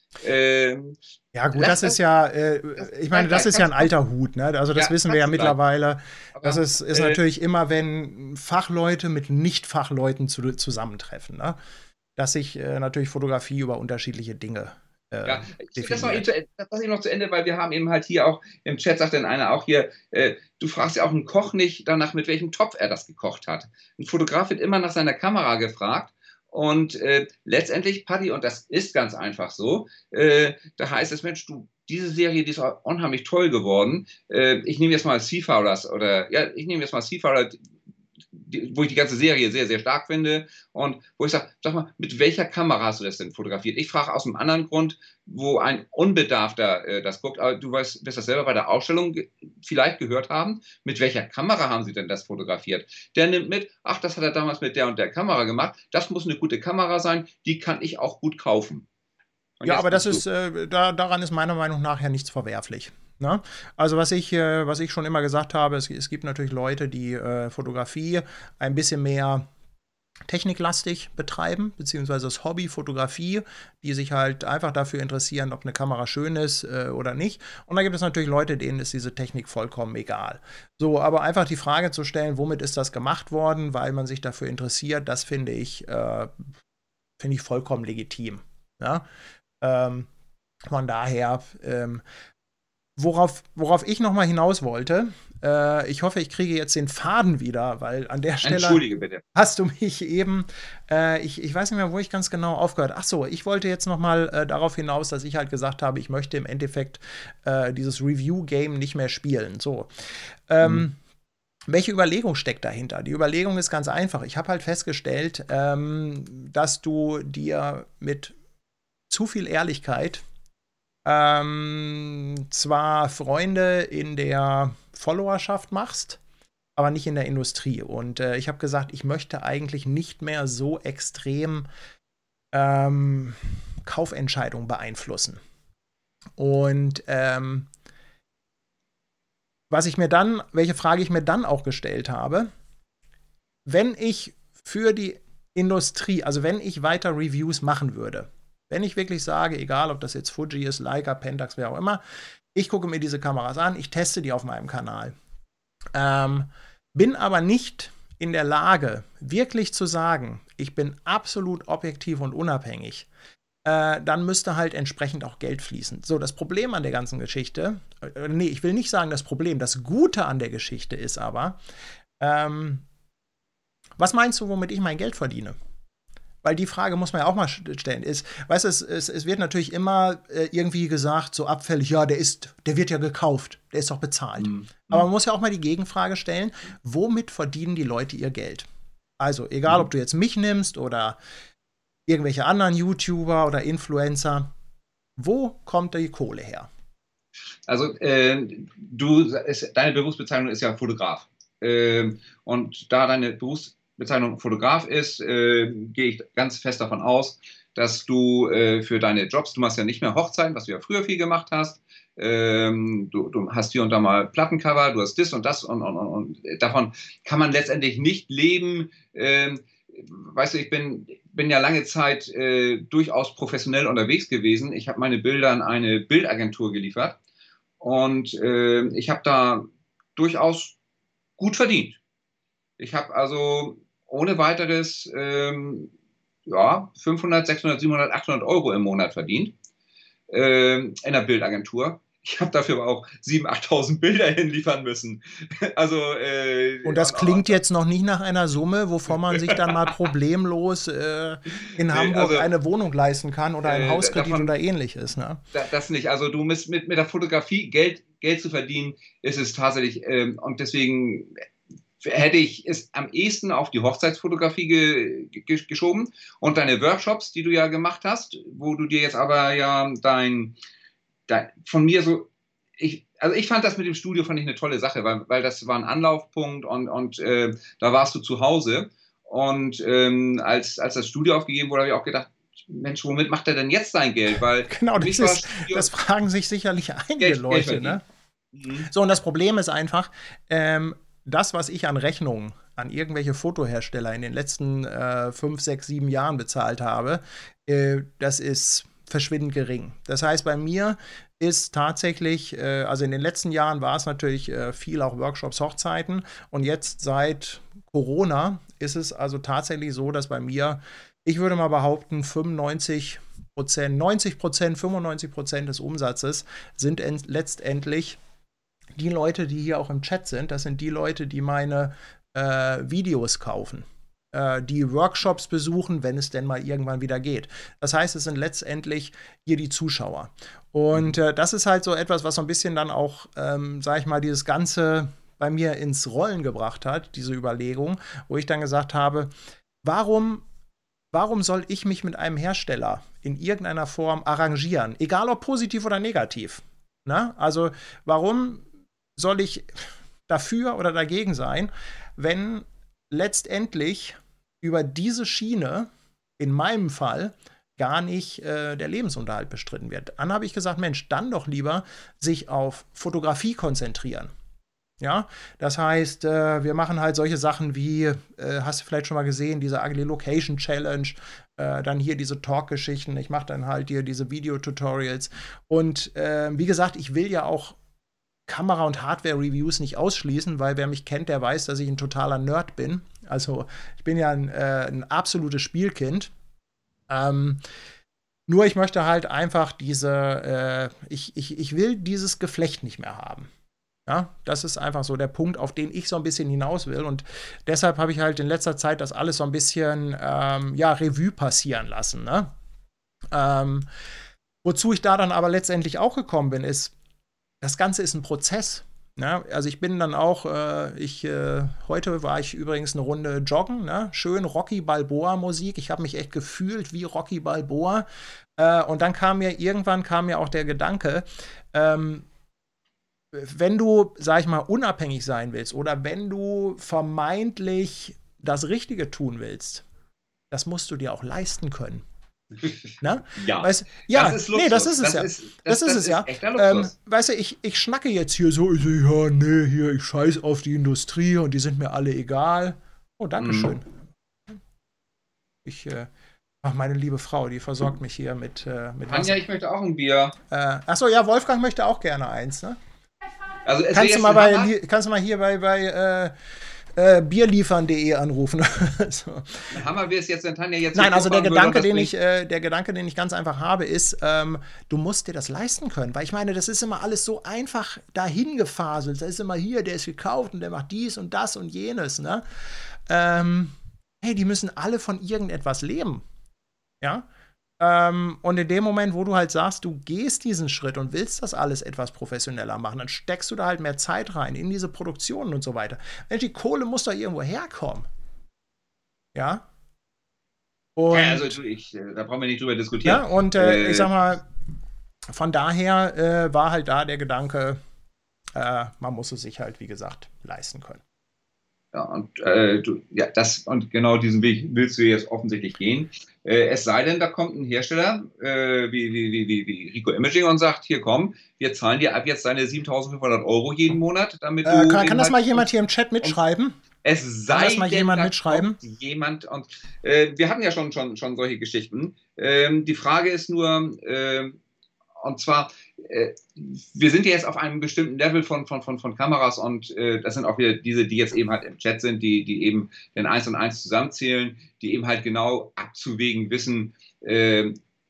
Ähm, Ja, gut, lass das ist das, ja, äh, das ich meine, gleich, das gleich, ist ja ein kannst, kannst, alter Hut, ne? Also das ja, wissen wir ja kannst du gleich. mittlerweile. Das Aber ist, ist äh, natürlich immer, wenn Fachleute mit Nicht-Fachleuten zu, zusammentreffen, ne? Dass sich äh, natürlich Fotografie über unterschiedliche Dinge äh, ja, ich, das, noch, definiert. das lasse ich noch zu Ende, weil wir haben eben halt hier auch im Chat, sagt dann einer auch hier, äh, du fragst ja auch einen Koch nicht danach, mit welchem Topf er das gekocht hat. Ein Fotograf wird immer nach seiner Kamera gefragt. Und äh, letztendlich, Paddy, und das ist ganz einfach so, äh, da heißt es, Mensch, du, diese Serie, die ist unheimlich toll geworden. Äh, ich nehme jetzt mal Seafarers oder, ja, ich nehme jetzt mal Seafarer, die, wo ich die ganze Serie sehr, sehr stark finde und wo ich sage, sag mal, mit welcher Kamera hast du das denn fotografiert? Ich frage aus einem anderen Grund, wo ein Unbedarfter äh, das guckt, aber du weißt, wirst das selber bei der Ausstellung ge vielleicht gehört haben, mit welcher Kamera haben sie denn das fotografiert? Der nimmt mit, ach, das hat er damals mit der und der Kamera gemacht, das muss eine gute Kamera sein, die kann ich auch gut kaufen. Und Ja, jetzt aber das kommst du. ist, äh, da, daran ist meiner Meinung nach ja nichts verwerflich. Ne? Also was ich, äh, was ich schon immer gesagt habe, es, es gibt natürlich Leute, die äh, Fotografie ein bisschen mehr techniklastig betreiben, beziehungsweise das Hobby Fotografie, die sich halt einfach dafür interessieren, ob eine Kamera schön ist äh, oder nicht. Und dann gibt es natürlich Leute, denen ist diese Technik vollkommen egal. So, aber einfach die Frage zu stellen, womit ist das gemacht worden, weil man sich dafür interessiert, das finde ich, äh, finde ich vollkommen legitim. Ja? Ähm, von daher, ähm, worauf, worauf ich noch mal hinaus wollte, äh, ich hoffe, ich kriege jetzt den Faden wieder, weil an der Stelle Entschuldige bitte. hast du mich eben, äh, ich, ich weiß nicht mehr, wo ich ganz genau aufgehört habe. Ach so, ich wollte jetzt noch mal äh, darauf hinaus, dass ich halt gesagt habe, ich möchte im Endeffekt äh, dieses Review-Game nicht mehr spielen. So. Ähm, Mhm. Welche Überlegung steckt dahinter? Die Überlegung ist ganz einfach. Ich habe halt festgestellt, ähm, dass du dir mit zu viel Ehrlichkeit ähm, zwar Freunde in der Followerschaft machst, aber nicht in der Industrie. Und äh, ich habe gesagt, ich möchte eigentlich nicht mehr so extrem ähm, Kaufentscheidungen beeinflussen. Und ähm, was ich mir dann, welche Frage ich mir dann auch gestellt habe, wenn ich für die Industrie, also wenn ich weiter Reviews machen würde, wenn ich wirklich sage, egal ob das jetzt Fuji ist, Leica, Pentax, wer auch immer, ich gucke mir diese Kameras an, ich teste die auf meinem Kanal, ähm, bin aber nicht in der Lage, wirklich zu sagen, ich bin absolut objektiv und unabhängig, äh, dann müsste halt entsprechend auch Geld fließen. So, das Problem an der ganzen Geschichte, äh, nee, ich will nicht sagen das Problem, das Gute an der Geschichte ist aber, ähm, was meinst du, womit ich mein Geld verdiene? Weil die Frage muss man ja auch mal stellen. Ist, weißt du, es, es, es wird natürlich immer äh, irgendwie gesagt, so abfällig, ja, der ist, der wird ja gekauft, der ist doch bezahlt. Mhm. Aber man muss ja auch mal die Gegenfrage stellen, womit verdienen die Leute ihr Geld? Also, egal, Mhm. ob du jetzt mich nimmst oder irgendwelche anderen YouTuber oder Influencer, wo kommt die Kohle her? Also äh, du, ist, deine Berufsbezeichnung ist ja Fotograf. Ähm, und da deine Berufsbezeichnung Fotograf ist, äh, gehe ich ganz fest davon aus, dass du äh, für deine Jobs, du machst ja nicht mehr Hochzeiten, was du ja früher viel gemacht hast, ähm, du, du hast hier und da mal Plattencover, du hast das und das und, und, und, und davon kann man letztendlich nicht leben. Ähm, weißt du, ich bin, bin ja lange Zeit äh, durchaus professionell unterwegs gewesen. Ich habe meine Bilder an eine Bildagentur geliefert. Und äh, ich habe da durchaus gut verdient. Ich habe also ohne weiteres ähm, ja, fünfhundert, sechshundert, siebenhundert, achthundert Euro im Monat verdient ähm, in der Bildagentur. Ich habe dafür aber auch siebentausend, achttausend Bilder hinliefern müssen. Also äh, Und das und, und, klingt jetzt noch nicht nach einer Summe, wovon man sich dann mal problemlos äh, in nee, Hamburg also eine Wohnung leisten kann oder einen äh, Hauskredit davon oder ähnliches. Ne? das nicht. Also du musst mit, mit der Fotografie Geld, Geld zu verdienen, ist es tatsächlich, ähm, und deswegen hätte ich es am ehesten auf die Hochzeitsfotografie ge, ge, geschoben und deine Workshops, die du ja gemacht hast, wo du dir jetzt aber ja dein, dein von mir so, ich, also ich fand das mit dem Studio fand ich eine tolle Sache, weil, weil das war ein Anlaufpunkt und, und äh, da warst du zu Hause. Und ähm, als, als das Studio aufgegeben wurde, habe ich auch gedacht, Mensch, womit macht er denn jetzt sein Geld? Weil Genau, für das mich war ist, Studio das fragen sich sicherlich einige Geld, Geld Leute. Ne? verdienen. Mhm. So, und das Problem ist einfach, ähm, das, was ich an Rechnungen an irgendwelche Fotohersteller in den letzten äh, fünf, sechs, sieben Jahren bezahlt habe, äh, das ist verschwindend gering. Das heißt, bei mir ist tatsächlich, äh, also in den letzten Jahren war es natürlich äh, viel auch Workshops, Hochzeiten und jetzt seit Corona ist es also tatsächlich so, dass bei mir, ich würde mal behaupten, fünfundneunzig Prozent, neunzig Prozent, fünfundneunzig Prozent des Umsatzes sind letztendlich die Leute, die hier auch im Chat sind. Das sind die Leute, die meine äh, Videos kaufen, äh, die Workshops besuchen, wenn es denn mal irgendwann wieder geht. Das heißt, es sind letztendlich hier die Zuschauer. Und äh, das ist halt so etwas, was so ein bisschen dann auch, ähm, sag ich mal, dieses Ganze bei mir ins Rollen gebracht hat, diese Überlegung, wo ich dann gesagt habe, warum Warum soll ich mich mit einem Hersteller in irgendeiner Form arrangieren? Egal ob positiv oder negativ. Na? Also, warum soll ich dafür oder dagegen sein, wenn letztendlich über diese Schiene, in meinem Fall, gar nicht äh, der Lebensunterhalt bestritten wird? Dann habe ich gesagt, Mensch, dann doch lieber sich auf Fotografie konzentrieren. Ja, das heißt, äh, wir machen halt solche Sachen wie, äh, hast du vielleicht schon mal gesehen, diese Ugly Location Challenge, äh, dann hier diese Talk-Geschichten, ich mache dann halt hier diese Video-Tutorials und äh, wie gesagt, ich will ja auch Kamera- und Hardware-Reviews nicht ausschließen, weil wer mich kennt, der weiß, dass ich ein totaler Nerd bin. Also ich bin ja ein, äh, ein absolutes Spielkind. Ähm, nur ich möchte halt einfach diese, äh, ich, ich, ich will dieses Geflecht nicht mehr haben. Ja, das ist einfach so der Punkt, auf den ich so ein bisschen hinaus will. Und deshalb habe ich halt in letzter Zeit das alles so ein bisschen, ähm, ja, Revue passieren lassen. Ne? Ähm, wozu ich da dann aber letztendlich auch gekommen bin, ist, das Ganze ist ein Prozess. Ne? Also ich bin dann auch, äh, ich, äh, heute war ich übrigens eine Runde joggen, ne? Schön Rocky Balboa Musik. Ich habe mich echt gefühlt wie Rocky Balboa. Äh, und dann kam mir, irgendwann kam mir auch der Gedanke, ähm, wenn du, sag ich mal, unabhängig sein willst oder wenn du vermeintlich das Richtige tun willst, das musst du dir auch leisten können. Ne? Ja, Weißt, das ja, ist nee, das Luxus. ist es Das ja. ist, Das das, ist das es ja. ist echter Ähm, Luxus. weißt du, ich, ich schnacke jetzt hier so, ich so, ja, nee, hier, ich scheiß auf die Industrie und die sind mir alle egal. Oh, Dankeschön. Mhm. Ich, äh, ach, meine liebe Frau, die versorgt mich hier mit, äh, mit Tanja, Wasser. ich möchte auch ein Bier. Äh, achso, ja, Wolfgang möchte auch gerne eins, ne? Also es wäre Kannst du jetzt mal ein Hammer. bei, kannst du mal hier bei, bei äh, äh, bierliefern punkt de anrufen. So. Ein Hammer wäre es jetzt, wenn Tanja jetzt hier Nein, also der vorfahren würde und Gedanke, das den bringt. ich, äh, der Gedanke, den ich ganz einfach habe, ist, ähm, du musst dir das leisten können. Weil ich meine, das ist immer alles so einfach dahin gefaselt. Da ist immer hier, der ist gekauft und der macht dies und das und jenes. Ne? Ähm, hey, die müssen alle von irgendetwas leben. Ja. Ähm, und in dem Moment, wo du halt sagst, du gehst diesen Schritt und willst das alles etwas professioneller machen, dann steckst du da halt mehr Zeit rein in diese Produktionen und so weiter. Mensch, die Kohle muss doch irgendwo herkommen. Ja. Ja, also Und, du, ich, äh, da brauchen wir nicht drüber diskutieren. ne, und äh, ich Äh, sag mal, von daher äh, war halt da der Gedanke, äh, man muss es sich halt, wie gesagt, leisten können. Ja, und äh, du, ja, das und genau diesen Weg willst du jetzt offensichtlich gehen. Äh, es sei denn, da kommt ein Hersteller äh, wie, wie, wie, wie, wie Rico Imaging und sagt, hier komm, wir zahlen dir ab jetzt deine siebentausendfünfhundert Euro jeden Monat, damit Äh, du kann, kann eben das halt mal jemand uns, hier im Chat uns mitschreiben? es Kann das sei mal denn, jemand da mitschreiben? kommt jemand und äh, wir hatten ja schon, schon, schon solche Geschichten. Ähm, die Frage ist nur, äh, und zwar, äh, wir sind ja jetzt auf einem bestimmten Level von, von, von, von Kameras und äh, das sind auch wieder diese, die jetzt eben halt im Chat sind, die, die eben den eins und eins zusammenzählen, die eben halt genau abzuwägen wissen, äh,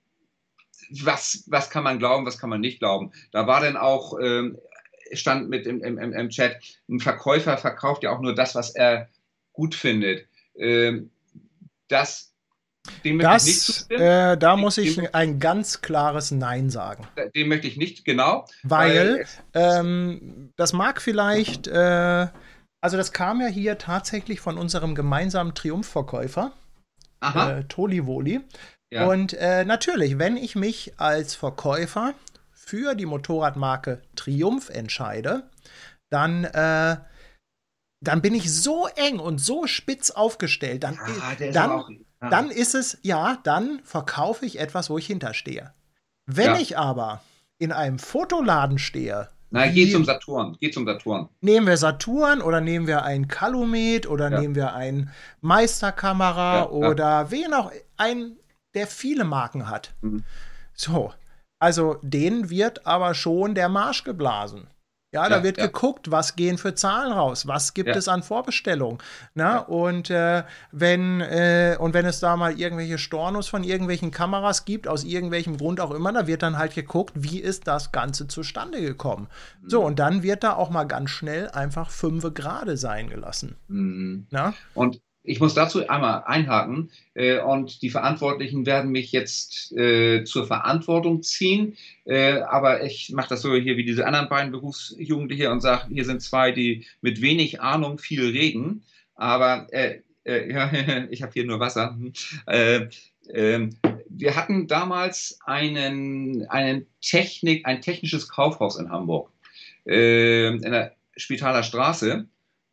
was, was kann man glauben, was kann man nicht glauben. Da war dann auch, ähm, stand mit im, im, im Chat, ein Verkäufer verkauft ja auch nur das, was er gut findet. Ähm, das, dem möchte ich nicht Das, zustimmen. äh, da Dem, muss dem, ich möchte ich, ein ganz klares Nein sagen. dem möchte ich nicht genau, weil Weil es, ähm, das mag vielleicht, äh, also das kam ja hier tatsächlich von unserem gemeinsamen Triumphverkäufer, aha, äh, Toliwoli. ja, Und äh, natürlich, wenn ich mich als Verkäufer für die Motorradmarke Triumph entscheide, dann, äh, dann bin ich so eng und so spitz aufgestellt. Dann, ja, der ist aber dann, auch, ja, dann ist es, ja, dann verkaufe ich etwas, wo ich hinterstehe. Wenn ja. ich aber in einem Fotoladen stehe, Na, geh zum wie Saturn, geh zum Saturn. nehmen wir Saturn oder nehmen wir einen Calumet oder Ja, nehmen wir einen Meisterkamera ja, ja. oder wen auch einen, der viele Marken hat. Mhm. So, also denen wird aber schon der Marsch geblasen. Ja, da Ja, wird ja, geguckt, was gehen für Zahlen raus, was gibt ja, es an Vorbestellungen. Na? ja. Und, äh, wenn, äh, und wenn es da mal irgendwelche Stornos von irgendwelchen Kameras gibt, aus irgendwelchem Grund auch immer, da wird dann halt geguckt, wie ist das Ganze zustande gekommen. So, Mhm. und dann wird da auch mal ganz schnell einfach fünfe gerade sein gelassen. Mhm. Na? Und ich muss dazu einmal einhaken, äh, und die Verantwortlichen werden mich jetzt äh, zur Verantwortung ziehen, äh, aber ich mache das so hier wie diese anderen beiden Berufsjugendliche und sage, hier sind zwei, die mit wenig Ahnung viel reden, aber äh, äh, ja, ich habe hier nur Wasser. Hm. Äh, ähm, wir hatten damals einen, einen Technik, ein technisches Kaufhaus in Hamburg, äh, in der Spitaler Straße.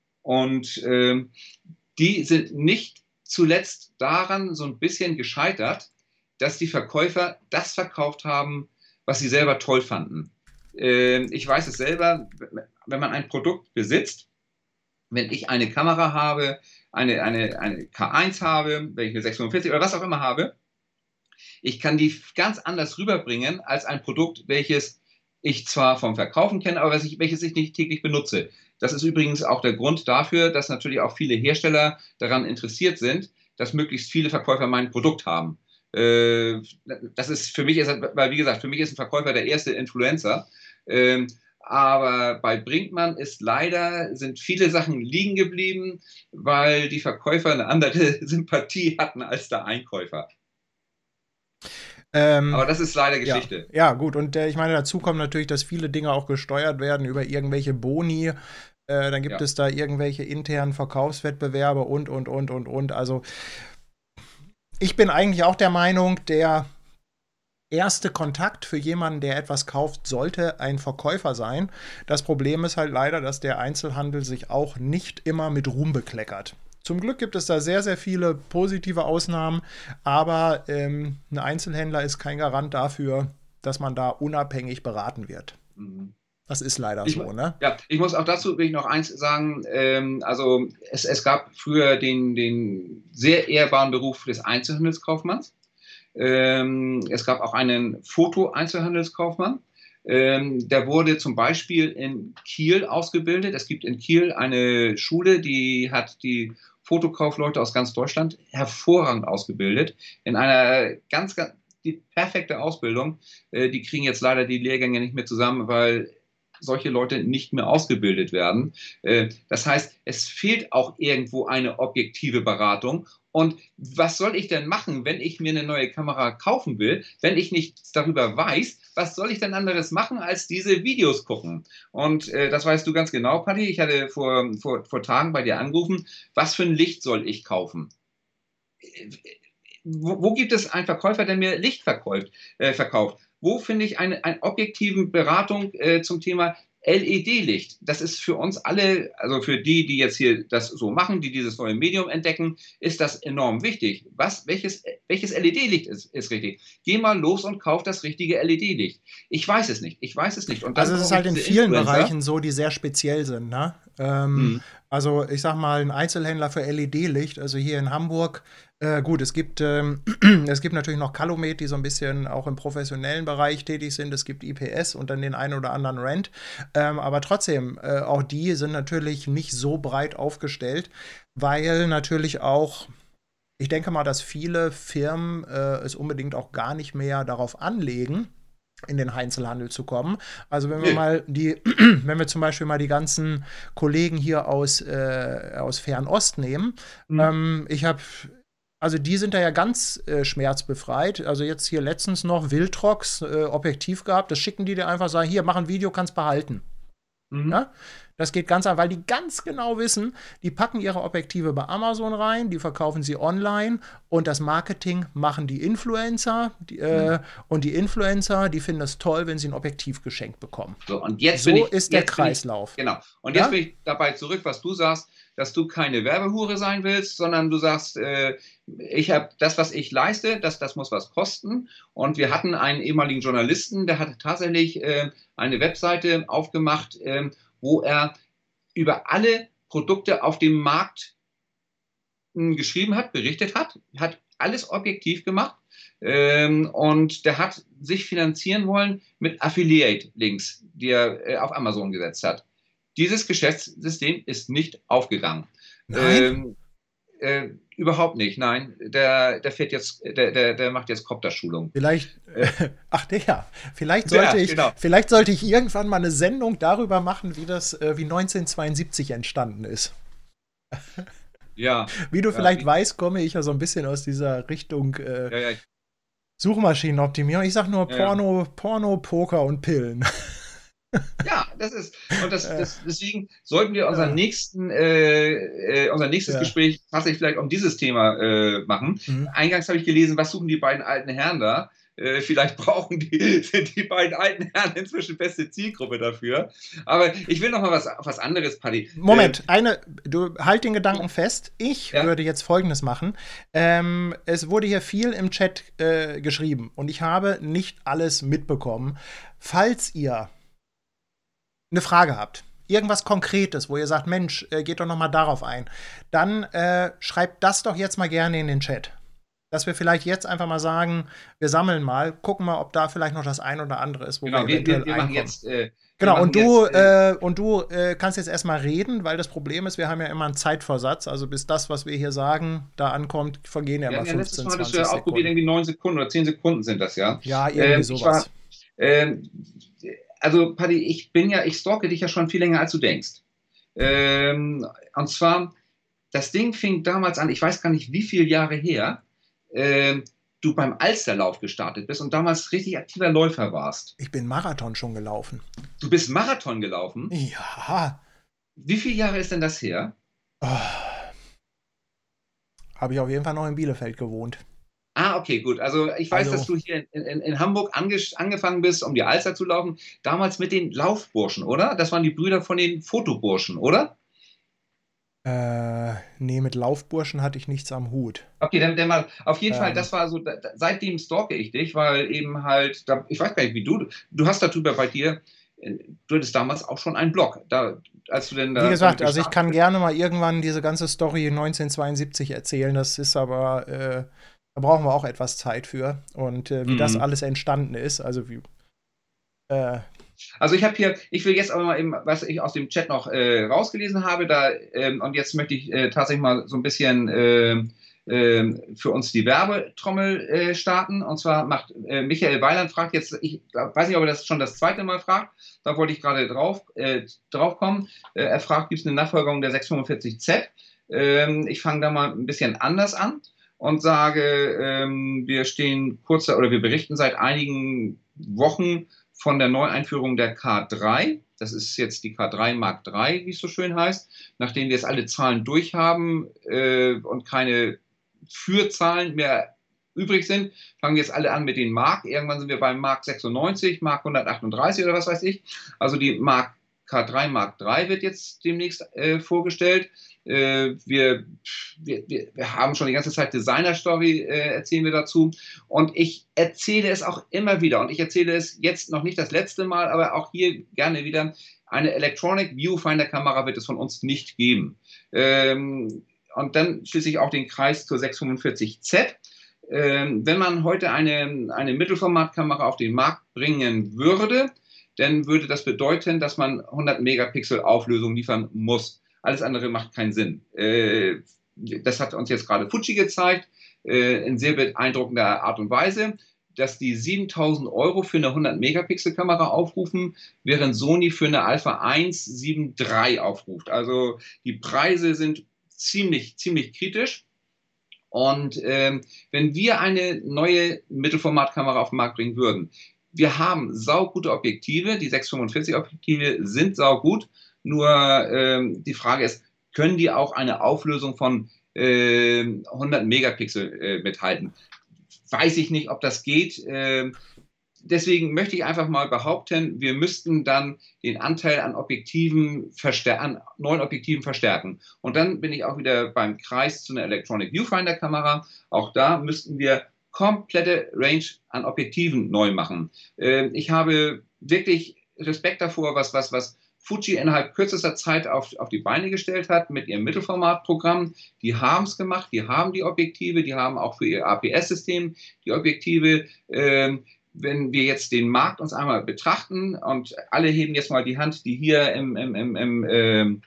Und ähm, die sind nicht zuletzt daran so ein bisschen gescheitert, dass die Verkäufer das verkauft haben, was sie selber toll fanden. Ähm, ich weiß es selber, wenn man ein Produkt besitzt, wenn ich eine Kamera habe, eine, eine, eine K eins habe, wenn ich eine sechshundertvierzig oder was auch immer habe, ich kann die ganz anders rüberbringen als ein Produkt, welches ich zwar vom Verkaufen kenne, aber welches ich nicht täglich benutze. Das ist übrigens auch der Grund dafür, dass natürlich auch viele Hersteller daran interessiert sind, dass möglichst viele Verkäufer mein Produkt haben. Äh, das ist für mich, ist, weil wie gesagt, für mich ist ein Verkäufer der erste Influencer. Ähm, aber bei Brinkmann ist leider, sind viele Sachen liegen geblieben, weil die Verkäufer eine andere Sympathie hatten als der Einkäufer. Ähm, Aber das ist leider ja, Geschichte. ja, gut. Und äh, ich meine, dazu kommt natürlich, dass viele Dinge auch gesteuert werden über irgendwelche Boni. Äh, dann gibt Ja. es da irgendwelche internen Verkaufswettbewerbe und, und, und, und, und. Also, ich bin eigentlich auch der Meinung, der erste Kontakt für jemanden, der etwas kauft, sollte ein Verkäufer sein. Das Problem ist halt leider, dass der Einzelhandel sich auch nicht immer mit Ruhm bekleckert. Zum Glück gibt es da sehr, sehr viele positive Ausnahmen, aber ähm, ein Einzelhändler ist kein Garant dafür, dass man da unabhängig beraten wird. Mhm. Das ist leider Ich, so, ne? ja, ich muss auch dazu will ich noch eins sagen. Ähm, also es, es gab früher den, den sehr ehrbaren Beruf des Einzelhandelskaufmanns. Ähm, es gab auch einen Foto-Einzelhandelskaufmann. Ähm, der wurde zum Beispiel in Kiel ausgebildet. Es gibt in Kiel eine Schule, die hat die Fotokaufleute aus ganz Deutschland hervorragend ausgebildet. In einer ganz, ganz die perfekte Ausbildung. Äh, die kriegen jetzt leider die Lehrgänge nicht mehr zusammen, weil solche Leute nicht mehr ausgebildet werden. Äh, das heißt, es fehlt auch irgendwo eine objektive Beratung. Und was soll ich denn machen, wenn ich mir eine neue Kamera kaufen will, wenn ich nichts darüber weiß? Was soll ich denn anderes machen, als diese Videos gucken? Und äh, das weißt du ganz genau, Paddy. Ich hatte vor, vor, vor Tagen bei dir angerufen, was für ein Licht soll ich kaufen? Wo, wo gibt es einen Verkäufer, der mir Licht verkauft? Äh, verkauft? Wo finde ich eine, eine objektive Beratung äh, zum Thema L E D-Licht? Das ist für uns alle, also für die, die jetzt hier das so machen, die dieses neue Medium entdecken, ist das enorm wichtig. Was, welches, welches L E D-Licht ist, ist richtig? Geh mal los und kauf das richtige L E D-Licht. Ich weiß es nicht. Ich weiß es nicht. Und Also dann es ist brauche ich halt in diese vielen Influencer. Bereichen so, die sehr speziell sind, ne? Ähm, Hm, also ich sag mal, ein Einzelhändler für L E D-Licht, also hier in Hamburg, äh, gut, es gibt, ähm, es gibt natürlich noch Calumet, die so ein bisschen auch im professionellen Bereich tätig sind. Es gibt I P S und dann den einen oder anderen Rent. Ähm, aber trotzdem, äh, auch die sind natürlich nicht so breit aufgestellt, weil natürlich auch ich denke mal, dass viele Firmen äh, es unbedingt auch gar nicht mehr darauf anlegen, in den Einzelhandel zu kommen. Also wenn wir nee. mal die, wenn wir zum Beispiel mal die ganzen Kollegen hier aus, äh, aus Fernost nehmen, Hm, ähm, ich habe also die sind da ja ganz äh, schmerzbefreit. Also jetzt hier letztens noch Wildrox äh, Objektiv gehabt. Das schicken die dir einfach, sagen, hier, mach ein Video, kannst behalten. mhm. Ja? Das geht ganz einfach, weil die ganz genau wissen, die packen ihre Objektive bei Amazon rein, die verkaufen sie online und das Marketing machen die Influencer. Die, Hm. äh, und die Influencer, die finden es toll, wenn sie ein Objektiv geschenkt bekommen. So, und jetzt bin So ich, ist der jetzt bin ich, Kreislauf. genau. Und jetzt Ja? bin ich dabei zurück, was du sagst, dass du keine Werbehure sein willst, sondern du sagst, äh, ich habe das, was ich leiste, das, das muss was kosten. Und wir hatten einen ehemaligen Journalisten, der hat tatsächlich äh, eine Webseite aufgemacht, äh, wo er über alle Produkte auf dem Markt mh, geschrieben hat, berichtet hat, hat alles objektiv gemacht. Ähm, und der hat sich finanzieren wollen mit Affiliate-Links, die er äh, auf Amazon gesetzt hat. Dieses Geschäftssystem ist nicht aufgegangen. Nein? Ähm, äh, überhaupt nicht, nein. Der, der fährt jetzt, der, der, der macht jetzt Copterschulung. Vielleicht, Äh, ach der, vielleicht sollte der, ich, genau. vielleicht sollte ich irgendwann mal eine Sendung darüber machen, wie das, äh, wie neunzehnhundertzweiundsiebzig entstanden ist. Ja, Wie du ja, vielleicht weißt, komme ich ja so ein bisschen aus dieser Richtung äh, ja, ja, Suchmaschinenoptimierung. Ich sag nur ja, ja. Porno, Porno, Poker und Pillen. Ja, das ist, und das, äh, das, deswegen sollten wir unseren ja, nächsten, äh, äh, unser nächstes ja. Gespräch tatsächlich vielleicht um dieses Thema äh, machen. Mhm. Eingangs habe ich gelesen, was suchen die beiden alten Herren da? Äh, vielleicht brauchen die, sind die beiden alten Herren inzwischen beste Zielgruppe dafür. Aber ich will noch mal was, was anderes, Paddy. Äh, Moment, eine, du halt den Gedanken fest. Ich ja, würde jetzt Folgendes machen. Ähm, es wurde hier viel im Chat äh, geschrieben und ich habe nicht alles mitbekommen. Falls ihr eine Frage habt, irgendwas Konkretes, wo ihr sagt, Mensch, äh, geht doch noch mal darauf ein, dann äh, schreibt das doch jetzt mal gerne in den Chat. Dass wir vielleicht jetzt einfach mal sagen, wir sammeln mal, gucken mal, ob da vielleicht noch das ein oder andere ist, wo wir genau, wir, wir, eventuell wir machen einkommen. jetzt, äh, Wir Genau, machen und du, jetzt, äh, äh, und du äh, kannst jetzt erstmal reden, weil das Problem ist, wir haben ja immer einen Zeitversatz. Also bis das, was wir hier sagen, da ankommt, vergehen ja ja, immer ja, letztes fünfzehn, Mal hattest du zwanzig ja ausprobiert, Sekunden. irgendwie neun Sekunden oder zehn Sekunden sind das ja. Ja, irgendwie Ähm, ich war, sowas. ähm, also Paddy, ich bin ja, ich stalke dich ja schon viel länger, als du denkst. Ähm, und zwar, das Ding fing damals an, ich weiß gar nicht, wie viele Jahre her, ähm, du beim Alsterlauf gestartet bist und damals richtig aktiver Läufer warst. Ich bin Marathon schon gelaufen. Du bist Marathon gelaufen. Ja, Wie viele Jahre ist denn das her? oh, habe ich auf jeden Fall noch in Bielefeld gewohnt. Ah, okay, gut. Also ich weiß, dass Also, du hier in, in, in Hamburg ange, angefangen bist, um die Alster zu laufen. Damals mit den Laufburschen, oder? Das waren die Brüder von den Fotoburschen, oder? äh, nee, mit Laufburschen hatte ich nichts am Hut. Okay, dann, dann mal, auf jeden Fall, Ähm, das war so, da, da, seitdem stalke ich dich, weil eben halt, da, ich weiß gar nicht, wie du, du hast darüber bei dir, äh, du hattest damals auch schon einen Blog, da, als du denn Wie da, damit gesagt, also ich gestartet kann bist. gerne mal irgendwann diese ganze Story neunzehnhundertzweiundsiebzig erzählen. Das ist aber, äh, da brauchen wir auch etwas Zeit für. Und äh, wie das Mhm. alles entstanden ist, also wie, äh, Also ich habe hier, ich will jetzt aber mal eben, was ich aus dem Chat noch äh, rausgelesen habe, da ähm, und jetzt möchte ich äh, tatsächlich mal so ein bisschen ähm, ähm, für uns die Werbetrommel äh, starten. Und zwar macht äh, Michael Weiland fragt jetzt, ich glaub, weiß nicht, ob er das schon das zweite Mal fragt, da wollte ich gerade drauf, äh, drauf kommen. Äh, er fragt, gibt es eine Nachfolgerung der sechshundertfünfundvierzig Z? Ähm, ich fange da mal ein bisschen anders an und sage, ähm, wir stehen kurz oder wir berichten seit einigen Wochen von der Neueinführung der K drei. Das ist jetzt die K drei Mark drei, wie es so schön heißt. Nachdem wir jetzt alle Zahlen durch haben äh, und keine Fürzahlen mehr übrig sind, fangen wir jetzt alle an mit den Mark. Irgendwann sind wir beim Mark sechsundneunzig, Mark hundertachtunddreißig oder was weiß ich. Also die Mark K drei Mark drei wird jetzt demnächst äh, vorgestellt. Äh, wir, wir, wir haben schon die ganze Zeit Designer-Story, äh, erzählen wir dazu. Und ich erzähle es auch immer wieder. Und ich erzähle es jetzt noch nicht das letzte Mal, aber auch hier gerne wieder. Eine Electronic Viewfinder-Kamera wird es von uns nicht geben. Ähm, und dann schließe ich auch den Kreis zur sechshundertfünfundvierzig Z. Ähm, wenn man heute eine, eine Mittelformatkamera auf den Markt bringen würde, dann würde das bedeuten, dass man hundert Megapixel Auflösung liefern muss. Alles andere macht keinen Sinn. Äh, das hat uns jetzt gerade Fuji gezeigt, äh, in sehr beeindruckender Art und Weise, dass die siebentausend Euro für eine hundert Megapixel Kamera aufrufen, während Sony für eine Alpha eins sieben drei aufruft. Also die Preise sind ziemlich, ziemlich kritisch. Und ähm, wenn wir eine neue Mittelformatkamera auf den Markt bringen würden, wir haben saugute Objektive, die sechshundertfünfundvierzig Objektive sind saugut, nur ähm, die Frage ist, können die auch eine Auflösung von äh, hundert Megapixel äh, mithalten? Weiß ich nicht, ob das geht. Ähm, deswegen möchte ich einfach mal behaupten, wir müssten dann den Anteil an Objektiven an neuen Objektiven verstärken. Und dann bin ich auch wieder beim Kreis zu einer Electronic Viewfinder Kamera. Auch da müssten wir komplette Range an Objektiven neu machen. Äh, ich habe wirklich Respekt davor, was, was, was Fuji innerhalb kürzester Zeit auf, auf die Beine gestellt hat mit ihrem Mittelformatprogramm. Die haben es gemacht, die haben die Objektive, die haben auch für ihr A P S-System die Objektive. Ähm, wenn wir jetzt den Markt uns einmal betrachten und alle heben jetzt mal die Hand, die hier im, im, im, im, ähm,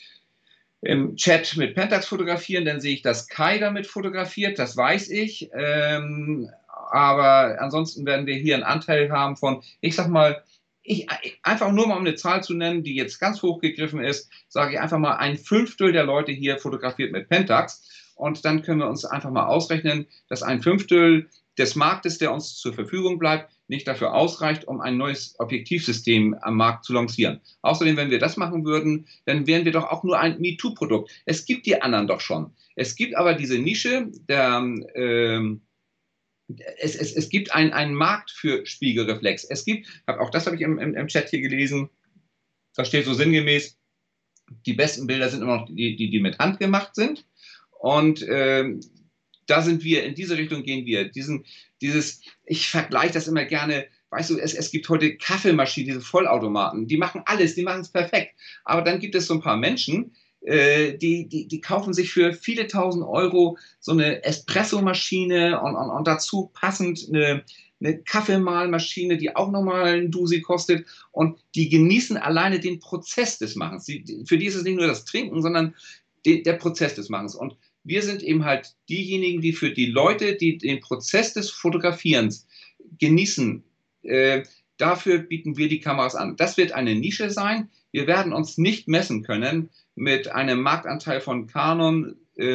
im Chat mit Pentax fotografieren, dann sehe ich, dass Kai damit fotografiert, das weiß ich. Ähm, aber ansonsten werden wir hier einen Anteil haben von, ich sag mal, ich, einfach nur mal um eine Zahl zu nennen, die jetzt ganz hoch gegriffen ist, sage ich einfach mal, ein Fünftel der Leute hier fotografiert mit Pentax. Und dann können wir uns einfach mal ausrechnen, dass ein Fünftel des Marktes, der uns zur Verfügung bleibt, nicht dafür ausreicht, um ein neues Objektivsystem am Markt zu lancieren. Außerdem, wenn wir das machen würden, dann wären wir doch auch nur ein MeToo-Produkt. Es gibt die anderen doch schon. Es gibt aber diese Nische, der, ähm, es, es, es gibt einen Markt für Spiegelreflex. Es gibt, auch das habe ich im, im, im Chat hier gelesen, da steht so sinngemäß, die besten Bilder sind immer noch die, die, die mit Hand gemacht sind. Und ähm, da sind wir, in diese Richtung gehen wir. Diesen, dieses, ich vergleiche das immer gerne, weißt du, es, es gibt heute Kaffeemaschinen, diese Vollautomaten, die machen alles, die machen es perfekt. Aber dann gibt es so ein paar Menschen, äh, die, die, die kaufen sich für viele tausend Euro so eine Espressomaschine und, und, und dazu passend eine, eine Kaffeemahlmaschine, die auch nochmal ein Dusi kostet. Und die genießen alleine den Prozess des Machens. Die, für die ist es nicht nur das Trinken, sondern die, der Prozess des Machens. Und wir sind eben halt diejenigen, die für die Leute, die den Prozess des Fotografierens genießen, äh, dafür bieten wir die Kameras an. Das wird eine Nische sein. Wir werden uns nicht messen können mit einem Marktanteil von Canon,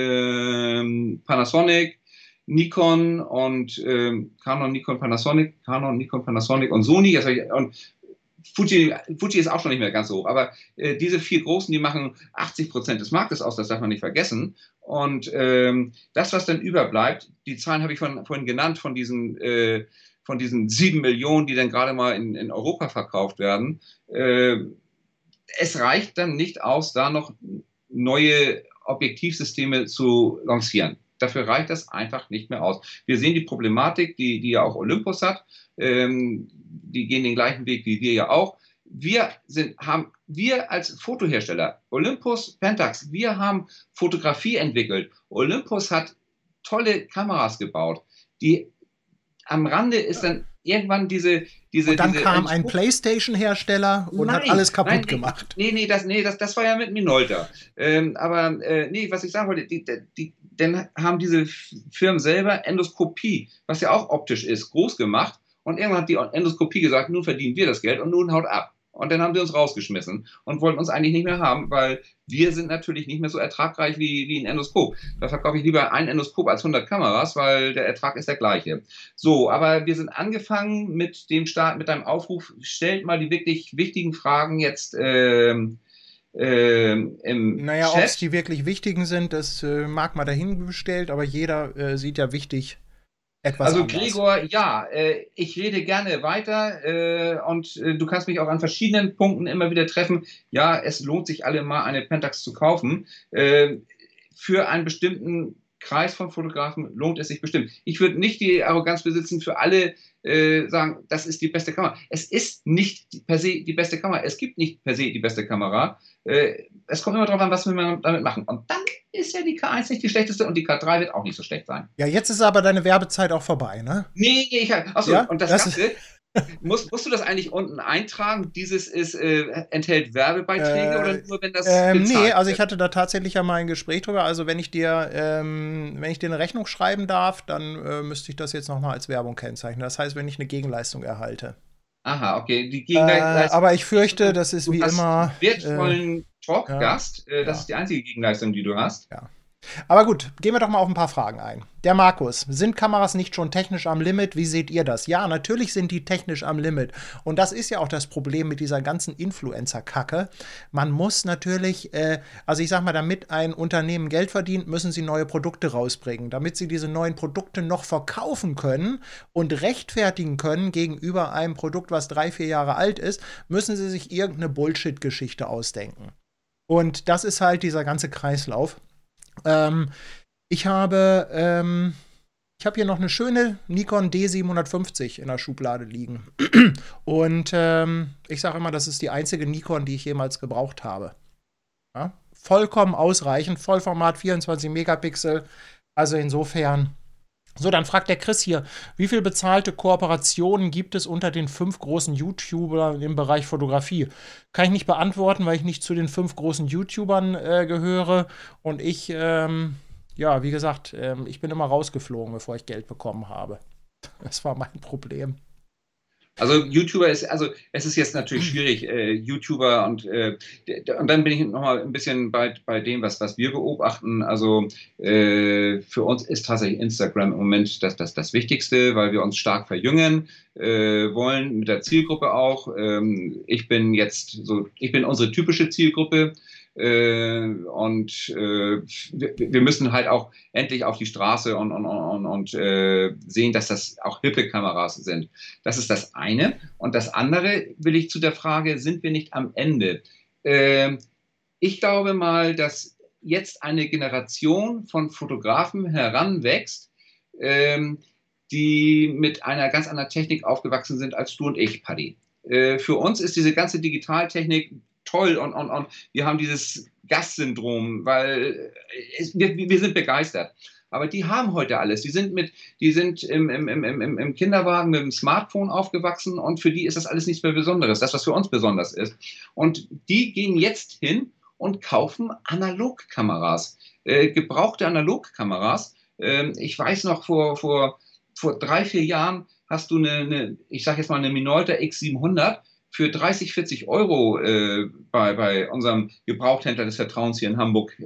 äh, Panasonic, Nikon und äh, Canon, Nikon, Panasonic, Canon, Nikon, Panasonic und Sony. Und Fuji, Fuji ist auch schon nicht mehr ganz so hoch, aber äh, diese vier Großen, die machen achtzig Prozent des Marktes aus, das darf man nicht vergessen. Und ähm, das, was dann überbleibt, die Zahlen habe ich von, vorhin genannt, von diesen, äh, von diesen sieben Millionen, die dann gerade mal in, in Europa verkauft werden, äh, es reicht dann nicht aus, da noch neue Objektivsysteme zu lancieren. Dafür reicht das einfach nicht mehr aus. Wir sehen die Problematik, die, die ja auch Olympus hat. Ähm, die gehen den gleichen Weg wie wir ja auch. Wir sind, haben, wir als Fotohersteller, Olympus, Pentax, wir haben Fotografie entwickelt. Olympus hat tolle Kameras gebaut. Die am Rande ist dann irgendwann diese, diese. Und dann diese kam ein PlayStation-Hersteller und nein, hat alles kaputt nein, gemacht. Nee, nee, das, nee das, das war ja mit Minolta. Ähm, aber äh, nee, was ich sagen wollte, die, die, dann haben diese Firmen selber Endoskopie, was ja auch optisch ist, groß gemacht. Und irgendwann hat die Endoskopie gesagt, nun verdienen wir das Geld und nun haut ab. Und dann haben sie uns rausgeschmissen und wollten uns eigentlich nicht mehr haben, weil wir sind natürlich nicht mehr so ertragreich wie, wie ein Endoskop. Da verkaufe ich lieber ein Endoskop als hundert Kameras, weil der Ertrag ist der gleiche. So, aber wir sind angefangen mit dem Start, mit einem Aufruf, stellt mal die wirklich wichtigen Fragen jetzt ähm, ähm, im naja, Chat. Ob es die wirklich wichtigen sind, das äh, mag mal dahingestellt, aber jeder äh, sieht ja wichtig etwas Also anders. Gregor, ja, äh, ich rede gerne weiter äh, und äh, du kannst mich auch an verschiedenen Punkten immer wieder treffen. Ja, es lohnt sich alle mal eine Pentax zu kaufen. Äh, für einen bestimmten Kreis von Fotografen lohnt es sich bestimmt. Ich würde nicht die Arroganz besitzen, für alle äh, sagen, das ist die beste Kamera. Es ist nicht per se die beste Kamera. Es gibt nicht per se die beste Kamera. Äh, es kommt immer darauf an, was wir damit machen. Und dann ist ja die K eins nicht die schlechteste und die K drei wird auch nicht so schlecht sein. Ja, jetzt ist aber deine Werbezeit auch vorbei, ne? Nee, nee, ich hab, achso, ja? und das, das Ganze, musst, musst du das eigentlich unten eintragen? Dieses ist, äh, enthält Werbebeiträge äh, oder nur, wenn das ähm, bezahlt Nee, also wird? ich hatte da tatsächlich ja mal ein Gespräch drüber. Also wenn ich dir, ähm, wenn ich dir eine Rechnung schreiben darf, dann äh, müsste ich das jetzt nochmal als Werbung kennzeichnen. Das heißt, wenn ich eine Gegenleistung erhalte. Aha, okay. Die Gegenleistung. Äh, aber ich fürchte, das ist du wie hast immer. Wertvollen äh, Talkgast. Äh, das ja. ist die einzige Gegenleistung, die du hast. Ja. Aber gut, gehen wir doch mal auf ein paar Fragen ein. Der Markus, sind Kameras nicht schon technisch am Limit? Wie seht ihr das? Ja, natürlich sind die technisch am Limit. Und das ist ja auch das Problem mit dieser ganzen Influencer-Kacke. Man muss natürlich, äh, also ich sag mal, damit ein Unternehmen Geld verdient, müssen sie neue Produkte rausbringen. Damit sie diese neuen Produkte noch verkaufen können und rechtfertigen können gegenüber einem Produkt, was drei, vier Jahre alt ist, müssen sie sich irgendeine Bullshit-Geschichte ausdenken. Und das ist halt dieser ganze Kreislauf. Ähm, ich habe ähm, ich habe hier noch eine schöne Nikon D siebenhundertfünfzig in der Schublade liegen. Und ähm, ich sage immer, das ist die einzige Nikon, die ich jemals gebraucht habe. Ja? Vollkommen ausreichend, Vollformat, vierundzwanzig Megapixel. Also insofern. So, dann fragt der Chris hier, wie viel bezahlte Kooperationen gibt es unter den fünf großen YouTubern im Bereich Fotografie? Kann ich nicht beantworten, weil ich nicht zu den fünf großen YouTubern äh, gehöre. Und ich, ähm, ja, wie gesagt, ähm, ich bin immer rausgeflogen, bevor ich Geld bekommen habe. Das war mein Problem. Also YouTuber ist, also es ist jetzt natürlich schwierig, äh, YouTuber und äh, und dann bin ich nochmal ein bisschen bei, bei dem, was, was wir beobachten. Also äh, für uns ist tatsächlich Instagram im Moment das, das, das Wichtigste, weil wir uns stark verjüngen äh, wollen, mit der Zielgruppe auch. Ähm, ich bin jetzt so, ich bin unsere typische Zielgruppe. Äh, und äh, wir, wir müssen halt auch endlich auf die Straße und, und, und, und äh, sehen, dass das auch hippe Kameras sind. Das ist das eine. Und das andere will ich zu der Frage, sind wir nicht am Ende? Äh, ich glaube mal, dass jetzt eine Generation von Fotografen heranwächst, äh, die mit einer ganz anderen Technik aufgewachsen sind als du und ich, Paddy. Äh, für uns ist diese ganze Digitaltechnik toll und, und, und wir haben dieses Gastsyndrom, weil es, wir, wir sind begeistert. Aber die haben heute alles. Die sind mit, die sind im, im, im, im, im Kinderwagen mit dem Smartphone aufgewachsen und für die ist das alles nichts mehr Besonderes. Das, was für uns besonders ist. Und die gehen jetzt hin und kaufen Analogkameras, äh, gebrauchte Analogkameras. Ähm, ich weiß noch, vor, vor, vor drei, vier Jahren hast du eine, eine ich sage jetzt mal eine Minolta X siebenhundert für dreißig, vierzig Euro äh, bei, bei unserem Gebrauchthändler des Vertrauens hier in Hamburg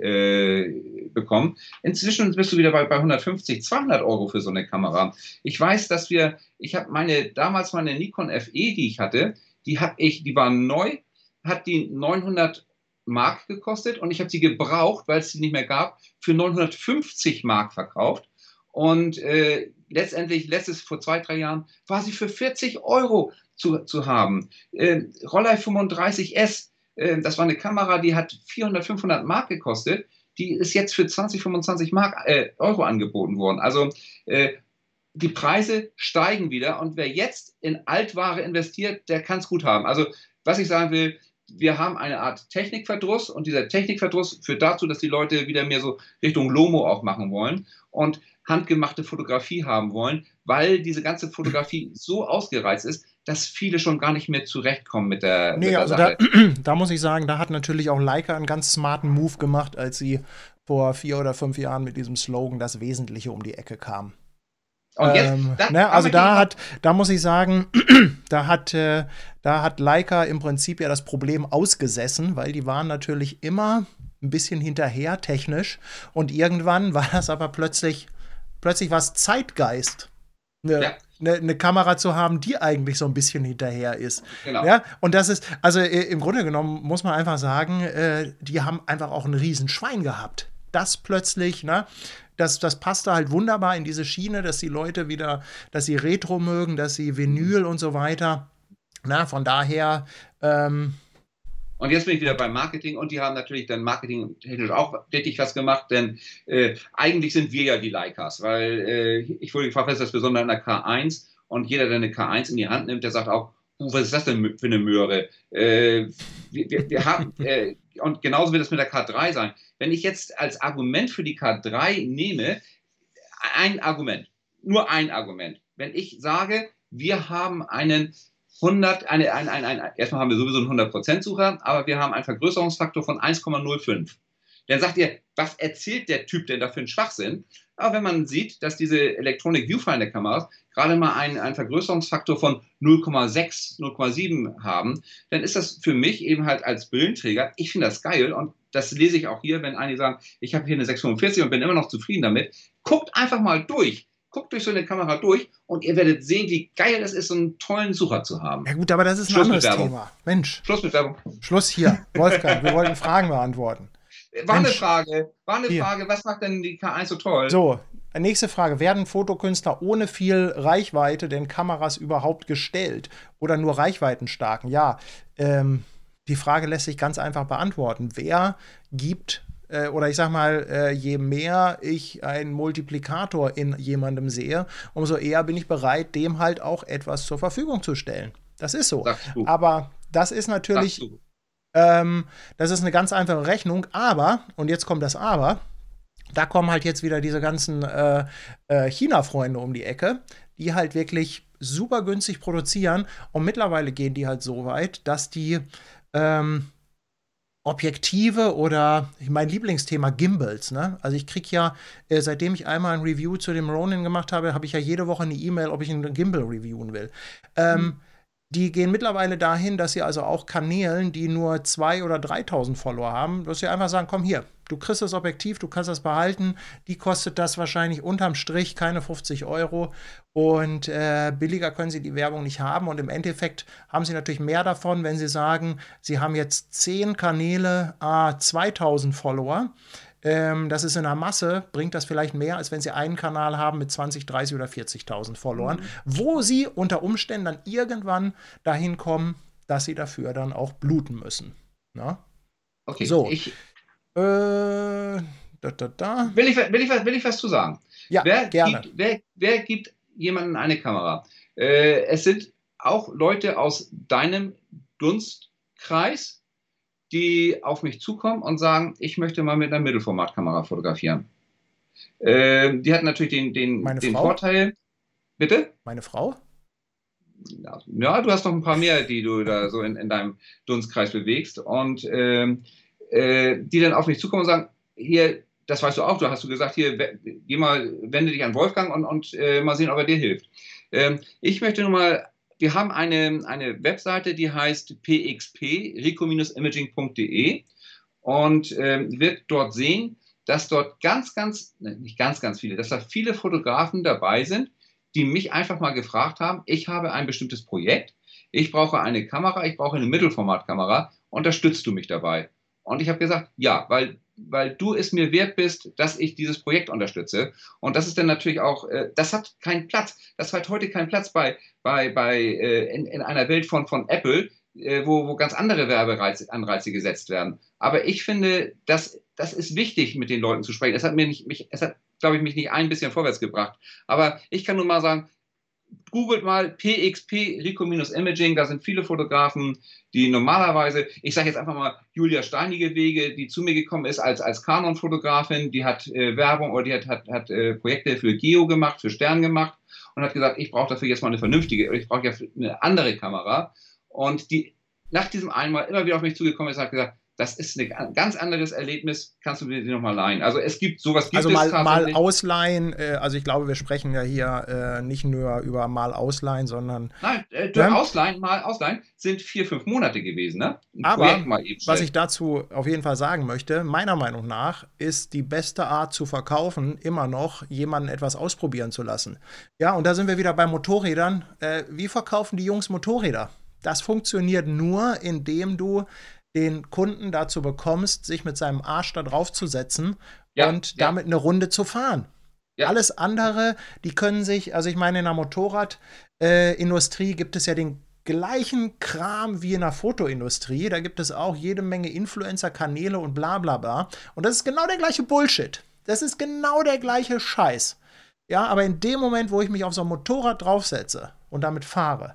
äh, bekommen. Inzwischen bist du wieder bei, bei hundertfünfzig, zweihundert Euro für so eine Kamera. Ich weiß, dass wir, ich habe meine, damals meine Nikon F E, die ich hatte, die habe ich, die war neu, hat die neunhundert Mark gekostet und ich habe sie gebraucht, weil es sie nicht mehr gab, für neunhundertfünfzig Mark verkauft. Und äh, letztendlich, letztes, vor zwei, drei Jahren, war sie für vierzig Euro zu, zu haben. Äh, Rollei fünfunddreißig S, äh, das war eine Kamera, die hat vierhundert, fünfhundert Mark gekostet. Die ist jetzt für zwanzig, fünfundzwanzig Mark, äh, Euro angeboten worden. Also äh, die Preise steigen wieder und wer jetzt in Altware investiert, der kann es gut haben. Also was ich sagen will, wir haben eine Art Technikverdruss und dieser Technikverdruss führt dazu, dass die Leute wieder mehr so Richtung Lomo auch machen wollen und handgemachte Fotografie haben wollen, weil diese ganze Fotografie so ausgereizt ist, dass viele schon gar nicht mehr zurechtkommen mit der, Nee, mit der also Sache. da, da muss ich sagen, da hat natürlich auch Leica einen ganz smarten Move gemacht, als sie vor vier oder fünf Jahren mit diesem Slogan das Wesentliche um die Ecke kam. Und jetzt, Ähm, das, ne, da also möchte ich da noch, hat, da muss ich sagen, da hat, äh, da hat Leica im Prinzip ja das Problem ausgesessen, weil die waren natürlich immer ein bisschen hinterher technisch und irgendwann war das aber plötzlich, plötzlich was Zeitgeist, eine, ja, eine, eine Kamera zu haben, die eigentlich so ein bisschen hinterher ist. genau. Ja, und das ist, also äh, im Grunde genommen muss man einfach sagen, äh, die haben einfach auch ein Riesenschwein gehabt. Das plötzlich, ne? Das, das passte halt wunderbar in diese Schiene, dass die Leute wieder, dass sie Retro mögen, dass sie Vinyl und so weiter. Na, von daher, ähm, Und jetzt bin ich wieder gut. beim Marketing und die haben natürlich dann marketingtechnisch auch richtig was gemacht, denn äh, eigentlich sind wir ja die Leicas, weil äh, ich wurde gefragt, was ist das Besondere an der K eins? Und jeder, der eine K eins in die Hand nimmt, der sagt auch, uh, was ist das denn für eine Möhre? Äh, wir, wir, wir haben, äh, und genauso wird es mit der K drei sein. Wenn ich jetzt als Argument für die K drei nehme, ein Argument, nur ein Argument. Wenn ich sage, wir haben einen hundert, eine, ein, ein, ein, erstmal haben wir sowieso einen hundert-Prozent-Sucher, aber wir haben einen Vergrößerungsfaktor von eins Komma null fünf. Dann sagt ihr, was erzählt der Typ denn da für einen Schwachsinn? Aber wenn man sieht, dass diese Electronic Viewfinder-Kameras gerade mal einen, einen Vergrößerungsfaktor von null Komma sechs, null Komma sieben haben, dann ist das für mich eben halt als Brillenträger, ich finde das geil und das lese ich auch hier, wenn einige sagen, ich habe hier eine sechs Komma fünfundvierzig und bin immer noch zufrieden damit. Guckt einfach mal durch. Guckt durch so eine Kamera durch und ihr werdet sehen, wie geil es ist, so einen tollen Sucher zu haben. Ja gut, aber das ist ein Schluss mit anderes Werbung. Thema. Mensch, Schluss mit Werbung. Schluss hier. Wolfgang, wir wollten Fragen beantworten. War eine Mensch, Frage, war eine hier. Frage, was macht denn die K eins so toll? So, nächste Frage. Werden Fotokünstler ohne viel Reichweite denn Kameras überhaupt gestellt? Oder nur reichweitenstarken? Ja, ähm, die Frage lässt sich ganz einfach beantworten. Wer gibt, äh, oder ich sag mal, äh, je mehr ich einen Multiplikator in jemandem sehe, umso eher bin ich bereit, dem halt auch etwas zur Verfügung zu stellen. Das ist so. Sagst du. Aber das ist natürlich, Sagst du. ähm, das ist eine ganz einfache Rechnung. Aber, und jetzt kommt das Aber, da kommen halt jetzt wieder diese ganzen äh, äh, China-Freunde um die Ecke, die halt wirklich super günstig produzieren. Und mittlerweile gehen die halt so weit, dass die ähm, Objektive oder mein Lieblingsthema Gimbals, ne? Also ich krieg ja, äh, seitdem ich einmal ein Review zu dem Ronin gemacht habe, habe ich ja jede Woche eine E-Mail, ob ich einen Gimbal reviewen will. Ähm, Hm. Die gehen mittlerweile dahin, dass sie also auch Kanälen, die nur zweitausend oder dreitausend Follower haben, dass sie einfach sagen, komm hier, du kriegst das Objektiv, du kannst das behalten, die kostet das wahrscheinlich unterm Strich keine fünfzig Euro und äh, billiger können sie die Werbung nicht haben und im Endeffekt haben sie natürlich mehr davon, wenn sie sagen, sie haben jetzt zehn Kanäle, ah, zweitausend Follower. Ähm, das ist in der Masse, bringt das vielleicht mehr, als wenn sie einen Kanal haben mit zwanzig, dreißig oder vierzigtausend Followern, Hm. wo sie unter Umständen dann irgendwann dahin kommen, dass sie dafür dann auch bluten müssen. Na? Okay, So, ich, äh, da, da, da. will, ich, will, ich, will ich was zu sagen? Ja, Wer gerne. gibt, wer, wer gibt jemandem eine Kamera? Äh, es sind auch Leute aus deinem Dunstkreis, die auf mich zukommen und sagen, ich möchte mal mit einer Mittelformatkamera fotografieren. Ähm, die hat natürlich den, den, Meine den Frau? Vorteil, bitte? Meine Frau? Ja, ja, du hast noch ein paar mehr, die du da so in, in deinem Dunstkreis bewegst und ähm, äh, die dann auf mich zukommen und sagen, hier, das weißt du auch, du hast du gesagt, hier, we- geh mal, wende dich an Wolfgang und, und äh, mal sehen, ob er dir hilft. Ähm, ich möchte nur mal, wir haben eine, eine Webseite, die heißt p x p, rico-imaging punkt de und ähm, wird dort sehen, dass dort ganz, ganz, ne, nicht ganz, ganz viele, dass da viele Fotografen dabei sind, die mich einfach mal gefragt haben, ich habe ein bestimmtes Projekt, ich brauche eine Kamera, ich brauche eine Mittelformatkamera, unterstützt du mich dabei? Und ich habe gesagt, ja, weil, weil du es mir wert bist, dass ich dieses Projekt unterstütze. Und das ist dann natürlich auch, äh, das hat keinen Platz, das hat heute keinen Platz bei, bei, bei äh, in, in einer Welt von, von Apple, äh, wo, wo ganz andere Werbeanreize gesetzt werden. Aber ich finde, das, das ist wichtig, mit den Leuten zu sprechen. Es hat mir nicht, mich, es hat, glaube ich, mich nicht ein bisschen vorwärts gebracht. Aber ich kann nur mal sagen, googelt mal P X P, Rico-Imaging, da sind viele Fotografen, die normalerweise, ich sage jetzt einfach mal Julia Steinige-Wege, die zu mir gekommen ist als, als Canon-Fotografin, die hat äh, Werbung oder die hat, hat, hat äh, Projekte für Geo gemacht, für Stern gemacht und hat gesagt, ich brauche dafür jetzt mal eine vernünftige, ich brauche ja eine andere Kamera. Und die nach diesem einmal immer wieder auf mich zugekommen ist und hat gesagt, das ist ein ganz anderes Erlebnis, kannst du mir die nochmal leihen. Also es gibt, sowas gibt Also es mal, mal tatsächlich. ausleihen, äh, also ich glaube, wir sprechen ja hier äh, nicht nur über mal ausleihen, sondern, Nein, äh, ne? ausleihen, mal ausleihen, sind vier, fünf Monate gewesen, ne? Ein Aber Projekt mal eben was ich schnell. dazu auf jeden Fall sagen möchte, meiner Meinung nach ist die beste Art zu verkaufen immer noch, jemanden etwas ausprobieren zu lassen. Ja, und da sind wir wieder bei Motorrädern. Äh, wie verkaufen die Jungs Motorräder? Das funktioniert nur, indem du den Kunden dazu bekommst, sich mit seinem Arsch da drauf zu setzen Ja, und ja, damit eine Runde zu fahren. ja. Alles andere, die können sich, also ich meine, in der Motorradindustrie äh, gibt es ja den gleichen Kram wie in der Fotoindustrie. Da gibt es auch jede Menge Influencer-Kanäle und bla bla bla. Und das ist genau der gleiche Bullshit. Das ist genau der gleiche Scheiß. Ja, aber in dem Moment, wo ich mich auf so ein Motorrad draufsetze und damit fahre,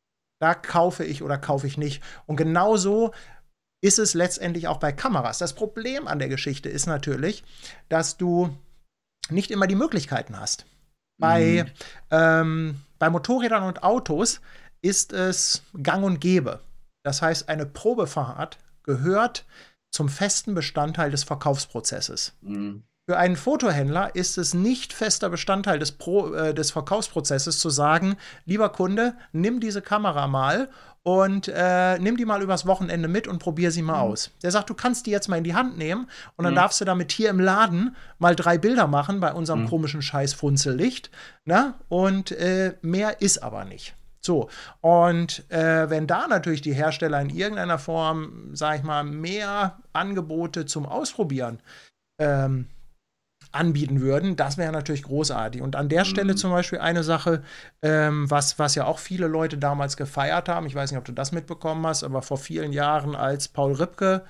da kaufe ich oder kaufe ich nicht. Und genauso ist es letztendlich auch bei Kameras. Das Problem an der Geschichte ist natürlich, dass du nicht immer die Möglichkeiten hast. Bei, Mhm. ähm, bei Motorrädern und Autos ist es gang und gäbe. Das heißt, eine Probefahrt gehört zum festen Bestandteil des Verkaufsprozesses. Mhm. Für einen Fotohändler ist es nicht fester Bestandteil des, Pro, äh, des Verkaufsprozesses zu sagen, lieber Kunde, nimm diese Kamera mal und äh, nimm die mal übers Wochenende mit und probier sie mal Mhm. aus. Der sagt, du kannst die jetzt mal in die Hand nehmen und dann Mhm. darfst du damit hier im Laden mal drei Bilder machen bei unserem Mhm. komischen Scheiß Funzellicht. Ne? Und äh, mehr ist aber nicht. So, und äh, wenn da natürlich die Hersteller in irgendeiner Form, sag ich mal, mehr Angebote zum Ausprobieren ähm, anbieten würden, das wäre natürlich großartig. Und an der Stelle Mhm. zum Beispiel eine Sache, ähm, was, was ja auch viele Leute damals gefeiert haben, ich weiß nicht, ob du das mitbekommen hast, aber vor vielen Jahren, als Paul Ripke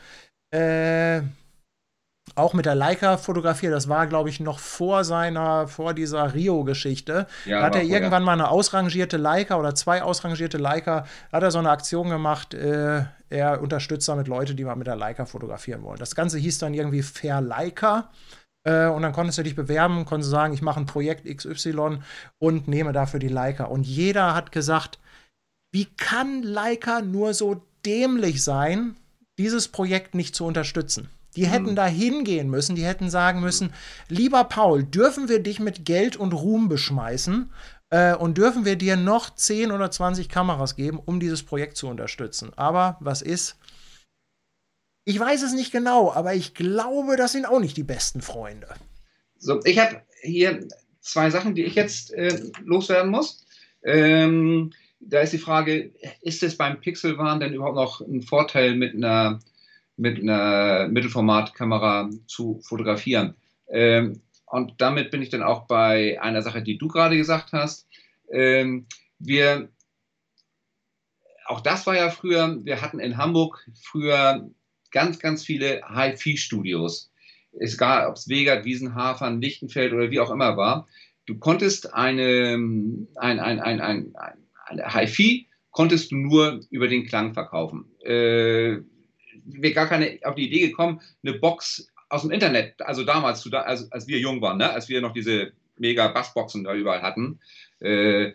äh, auch mit der Leica fotografiert, das war, glaube ich, noch vor seiner, vor dieser Rio-Geschichte. Da Ja, hat er war vorher. irgendwann mal eine ausrangierte Leica oder zwei ausrangierte Leica, hat er so eine Aktion gemacht, äh, er unterstützt damit Leute, die mal mit der Leica fotografieren wollen. Das Ganze hieß dann irgendwie Fair Leica. Äh, und dann konntest du dich bewerben, konntest sagen, ich mache ein Projekt X Y und nehme dafür die Leica. Und jeder hat gesagt, wie kann Leica nur so dämlich sein, dieses Projekt nicht zu unterstützen? Die hätten Mhm. da hingehen müssen, die hätten sagen Mhm. müssen, lieber Paul, dürfen wir dich mit Geld und Ruhm beschmeißen äh, und dürfen wir dir noch zehn oder zwanzig Kameras geben, um dieses Projekt zu unterstützen? Aber was ist? Ich weiß es nicht genau, aber ich glaube, das sind auch nicht die besten Freunde. So, ich habe hier zwei Sachen, die ich jetzt äh, loswerden muss. Ähm, da ist die Frage, ist es beim Pixelwahn denn überhaupt noch ein Vorteil, mit einer, mit einer Mittelformatkamera zu fotografieren? Ähm, und damit bin ich dann auch bei einer Sache, die du gerade gesagt hast. Ähm, wir, auch das war ja früher, wir hatten in Hamburg früher ganz, ganz viele Hi-Fi-Studios. Egal, ob es Wegert, Wiesenhafern, Lichtenfeld oder wie auch immer war. Du konntest eine, ein, ein, ein, ein, ein, eine Hi-Fi konntest du nur über den Klang verkaufen. Äh, wäre gar keine auf die Idee gekommen, eine Box aus dem Internet, also damals, als, als wir jung waren, ne? Als wir noch diese mega Bassboxen da überall hatten, äh,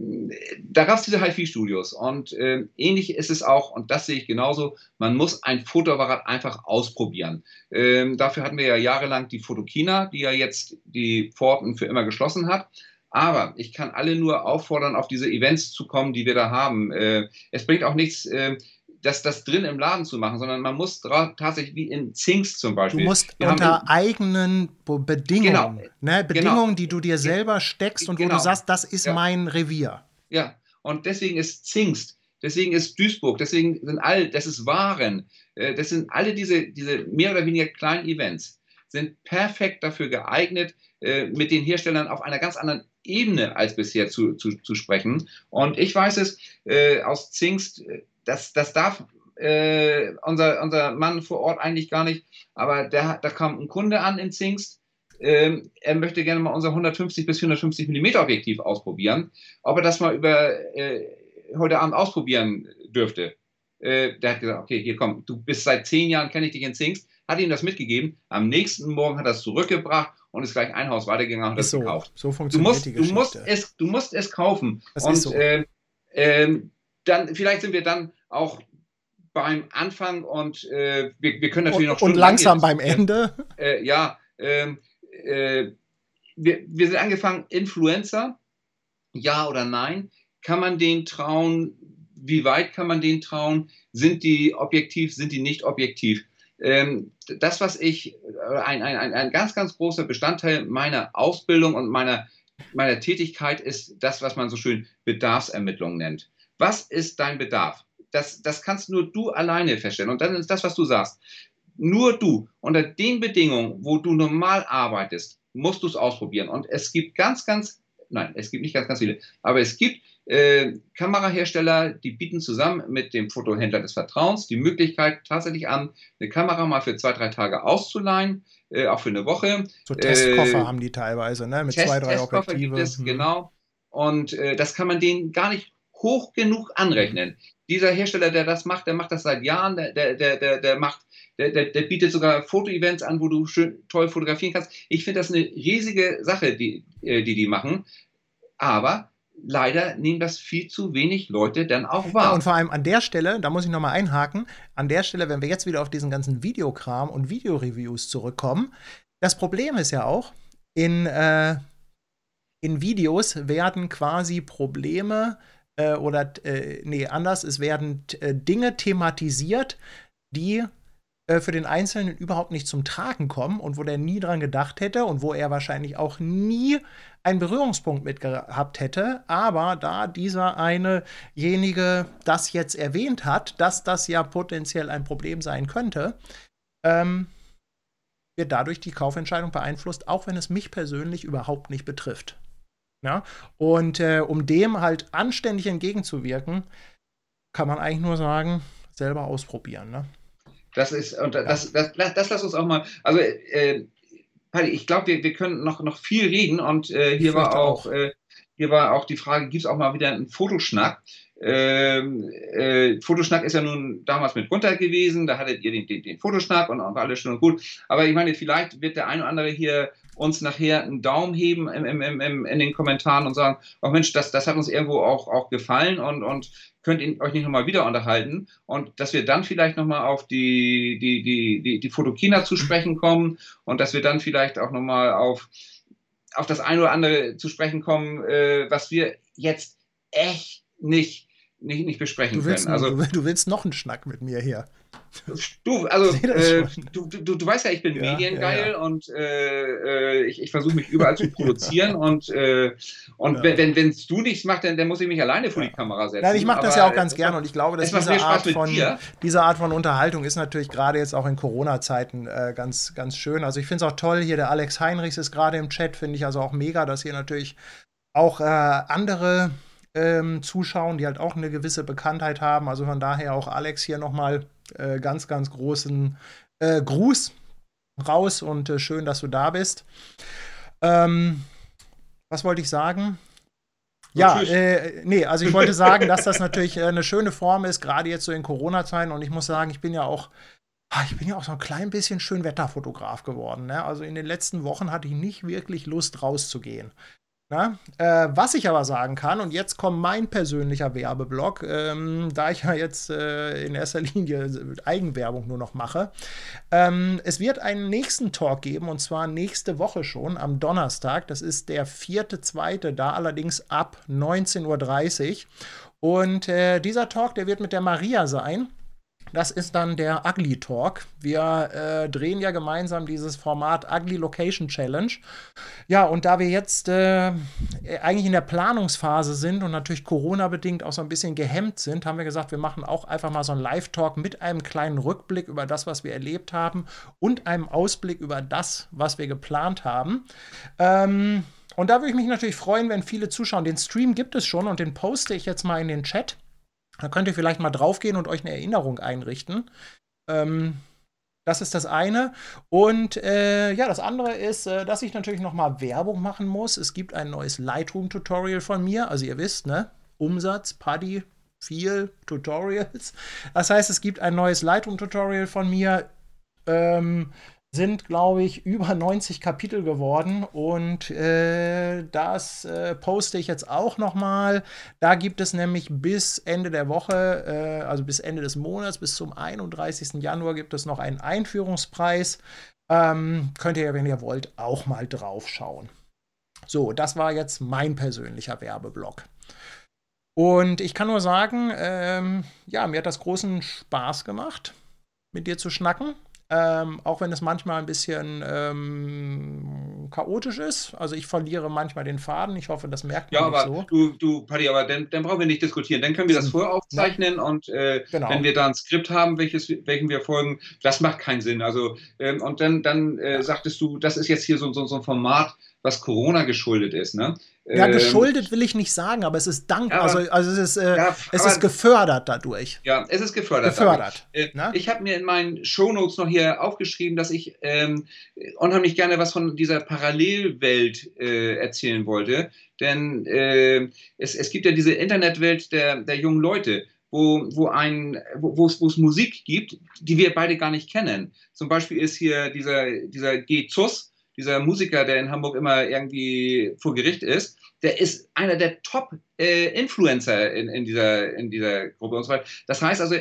da gab es diese Hi-Fi-Studios und äh, ähnlich ist es auch, und das sehe ich genauso, man muss ein Fotoapparat einfach ausprobieren. Ähm, dafür hatten wir ja jahrelang die Fotokina, die ja jetzt die Pforten für immer geschlossen hat. Aber ich kann alle nur auffordern, auf diese Events zu kommen, die wir da haben. Äh, es bringt auch nichts, äh, das, das drin im Laden zu machen, sondern man muss tatsächlich wie in Zinks zum Beispiel. Du musst wir unter in, eigenen Bedingungen, genau, ne, Bedingungen, genau, die du dir selber steckst und genau, wo du sagst, das ist ja, mein Revier. Ja, und deswegen ist Zingst, deswegen ist Duisburg, deswegen sind all, das ist Waren, äh, das sind alle diese, diese mehr oder weniger kleinen Events, sind perfekt dafür geeignet, äh, mit den Herstellern auf einer ganz anderen Ebene als bisher zu, zu, zu sprechen. Und ich weiß es äh, aus Zingst, das, das darf äh, unser, unser Mann vor Ort eigentlich gar nicht, aber der, da kam ein Kunde an in Zingst, ähm, er möchte gerne mal unser hundertfünfzig bis vierhundertfünfzig Millimeter Objektiv ausprobieren, ob er das mal über äh, heute Abend ausprobieren dürfte. Äh, der hat gesagt, okay, hier komm, du bist seit zehn Jahren, kenne ich dich in Zingst, hat ihm das mitgegeben, am nächsten Morgen hat er es zurückgebracht und ist gleich ein Haus weitergegangen und hat es so, gekauft. So Du funktioniert musst, die du, Geschichte. musst es, du musst es kaufen. Das und ist so. äh, äh, dann, vielleicht sind wir dann auch beim Anfang und äh, wir, wir können natürlich noch Und, und langsam beim Ende. Äh, ja, ähm, äh, wir, wir sind angefangen, Influencer, ja oder nein? Kann man denen trauen? Wie weit kann man denen trauen? Sind die objektiv, sind die nicht objektiv? Ähm, das, was ich, ein, ein, ein ganz, ganz großer Bestandteil meiner Ausbildung und meiner, meiner Tätigkeit ist das, was man so schön Bedarfsermittlung nennt. Was ist dein Bedarf? Das, das kannst nur du alleine feststellen. Und dann ist das, was du sagst. Nur du, unter den Bedingungen, wo du normal arbeitest, musst du es ausprobieren. Und es gibt ganz, ganz, nein, es gibt nicht ganz, ganz viele, aber es gibt äh, Kamerahersteller, die bieten zusammen mit dem Fotohändler des Vertrauens die Möglichkeit tatsächlich an, eine Kamera mal für zwei, drei Tage auszuleihen, äh, auch für eine Woche. So Testkoffer äh, haben die teilweise, ne? Mit Test, zwei, drei Testkoffer Objektive. gibt es, hm. genau. Und äh, das kann man denen gar nicht hoch genug anrechnen. Mhm. Dieser Hersteller, der das macht, der macht das seit Jahren, der, der, der, der macht, der, der, der bietet sogar Fotoevents an, wo du schön toll fotografieren kannst. Ich finde das eine riesige Sache, die, die die machen. Aber leider nehmen das viel zu wenig Leute dann auch wahr. Ja, und vor allem an der Stelle, da muss ich nochmal einhaken, an der Stelle, wenn wir jetzt wieder auf diesen ganzen Videokram und Videoreviews zurückkommen, das Problem ist ja auch, in, äh, in Videos werden quasi Probleme äh, oder, äh, nee, anders, es werden äh, Dinge thematisiert, die äh, für den Einzelnen überhaupt nicht zum Tragen kommen und wo der nie dran gedacht hätte und wo er wahrscheinlich auch nie einen Berührungspunkt mit gehabt hätte, aber da dieser einejenige das jetzt erwähnt hat, dass das ja potenziell ein Problem sein könnte, ähm, wird dadurch die Kaufentscheidung beeinflusst, auch wenn es mich persönlich überhaupt nicht betrifft. Ja? Und äh, um dem halt anständig entgegenzuwirken, kann man eigentlich nur sagen, selber ausprobieren. Ne? Das ist, und das, das, das, das lass uns auch mal, also äh, ich glaube, wir, wir können noch, noch viel reden und äh, hier war auch, auch. Äh, hier war auch die Frage, gibt es auch mal wieder einen Fotoschnack? Ähm, äh, Fotoschnack ist ja nun damals mit runter gewesen, da hattet ihr den, den, den Fotoschnack und auch alles schön und gut. Aber ich meine, vielleicht wird der ein oder andere hier uns nachher einen Daumen heben im, im, im, in den Kommentaren und sagen, oh Mensch, das, das hat uns irgendwo auch, auch gefallen und, und könnt ihr euch nicht nochmal wieder unterhalten und dass wir dann vielleicht nochmal auf die, die, die, die, die Fotokina zu sprechen kommen und dass wir dann vielleicht auch nochmal auf, auf das eine oder andere zu sprechen kommen, äh, was wir jetzt echt nicht Nicht, nicht besprechen du willst können. Also, du, du willst noch einen Schnack mit mir hier. Du, also äh, du, du, du weißt ja, ich bin ja, mediengeil ja, ja. und äh, ich, ich versuche mich überall zu produzieren und, äh, und ja. wenn es du nichts machst, dann, dann muss ich mich alleine vor ja. die Kamera setzen. Nein, ich mache das ja auch ganz gerne und ich glaube, dass diese Art, von, dir. diese Art von Unterhaltung ist natürlich gerade jetzt auch in Corona-Zeiten äh, ganz, ganz schön. Also ich finde es auch toll, hier der Alex Heinrichs ist gerade im Chat, finde ich also auch mega, dass hier natürlich auch äh, andere Ähm, zuschauen, die halt auch eine gewisse Bekanntheit haben. Also von daher auch Alex hier nochmal äh, ganz, ganz großen äh, Gruß raus und äh, schön, dass du da bist. Ähm, was wollte ich sagen? Ja, äh, nee, also ich wollte sagen, dass das natürlich äh, eine schöne Form ist, gerade jetzt so in Corona-Zeiten. Und ich muss sagen, ich bin ja auch Ah, ich bin ja auch so ein klein bisschen Schönwetterfotograf geworden. Ne? Also in den letzten Wochen hatte ich nicht wirklich Lust rauszugehen. Na, äh, was ich aber sagen kann, und jetzt kommt mein persönlicher Werbeblock, ähm, da ich ja jetzt äh, in erster Linie Eigenwerbung nur noch mache. Ähm, es wird einen nächsten Talk geben, und zwar nächste Woche schon, am Donnerstag. Das ist der vierte, zweite, da allerdings ab neunzehn Uhr dreißig. Und äh, dieser Talk, der wird mit der Maria sein. Das ist dann der Ugly Talk. Wir äh, drehen ja gemeinsam dieses Format Ugly Location Challenge. Ja, und da wir jetzt äh, eigentlich in der Planungsphase sind und natürlich Corona-bedingt auch so ein bisschen gehemmt sind, haben wir gesagt, wir machen auch einfach mal so einen Live-Talk mit einem kleinen Rückblick über das, was wir erlebt haben und einem Ausblick über das, was wir geplant haben. Ähm, und da würde ich mich natürlich freuen, wenn viele zuschauen. Den Stream gibt es schon und den poste ich jetzt mal in den Chat. Da könnt ihr vielleicht mal draufgehen und euch eine Erinnerung einrichten. Ähm, Das ist das eine. Und äh, ja, das andere ist, äh, dass ich natürlich noch mal Werbung machen muss. Es gibt ein neues Lightroom-Tutorial von mir. Also ihr wisst, ne? Umsatz, Paddy, viel Tutorials. Das heißt, es gibt ein neues Lightroom-Tutorial von mir. Ähm, sind, glaube ich, über neunzig Kapitel geworden und äh, das äh, poste ich jetzt auch noch mal. Da gibt es nämlich bis Ende der Woche, äh, also bis Ende des Monats, bis zum einunddreißigsten Januar gibt es noch einen Einführungspreis. Ähm, könnt ihr ja, wenn ihr wollt, auch mal drauf schauen. So, das war jetzt mein persönlicher Werbeblock. Und ich kann nur sagen, ähm, ja, mir hat das großen Spaß gemacht, mit dir zu schnacken. Ähm, auch wenn es manchmal ein bisschen ähm, chaotisch ist. Also ich verliere manchmal den Faden. Ich hoffe, das merkt Ja, man nicht aber so. du, du, Paddy, aber dann, dann brauchen wir nicht diskutieren. Dann können wir das vorher Ne? aufzeichnen und äh, wenn Genau. wir da ein Skript haben, welches, welchem wir folgen, das macht keinen Sinn. Also, ähm, und dann, dann äh, Ja. sagtest du, das ist jetzt hier so, so, so ein Format, was Corona geschuldet ist, ne? Ja, Ähm, geschuldet will ich nicht sagen, aber es ist dank, also, aber, also es ist, äh, ja, es ist aber gefördert dadurch. ja, es ist gefördert dadurch. Gefördert. Äh, Ne? Ich habe mir in meinen Shownotes noch hier aufgeschrieben, dass ich ähm, unheimlich gerne was von dieser Parallelwelt äh, erzählen wollte. Denn äh, es, es gibt ja diese Internetwelt der, der jungen Leute, wo, wo, ein, wo, wo, es, wo es Musik gibt, die wir beide gar nicht kennen. Zum Beispiel ist hier dieser, dieser G. Zus, dieser Musiker, der in Hamburg immer irgendwie vor Gericht ist, der ist einer der Top-Influencer äh, in, in, dieser, in dieser Gruppe und so weiter. Das heißt also,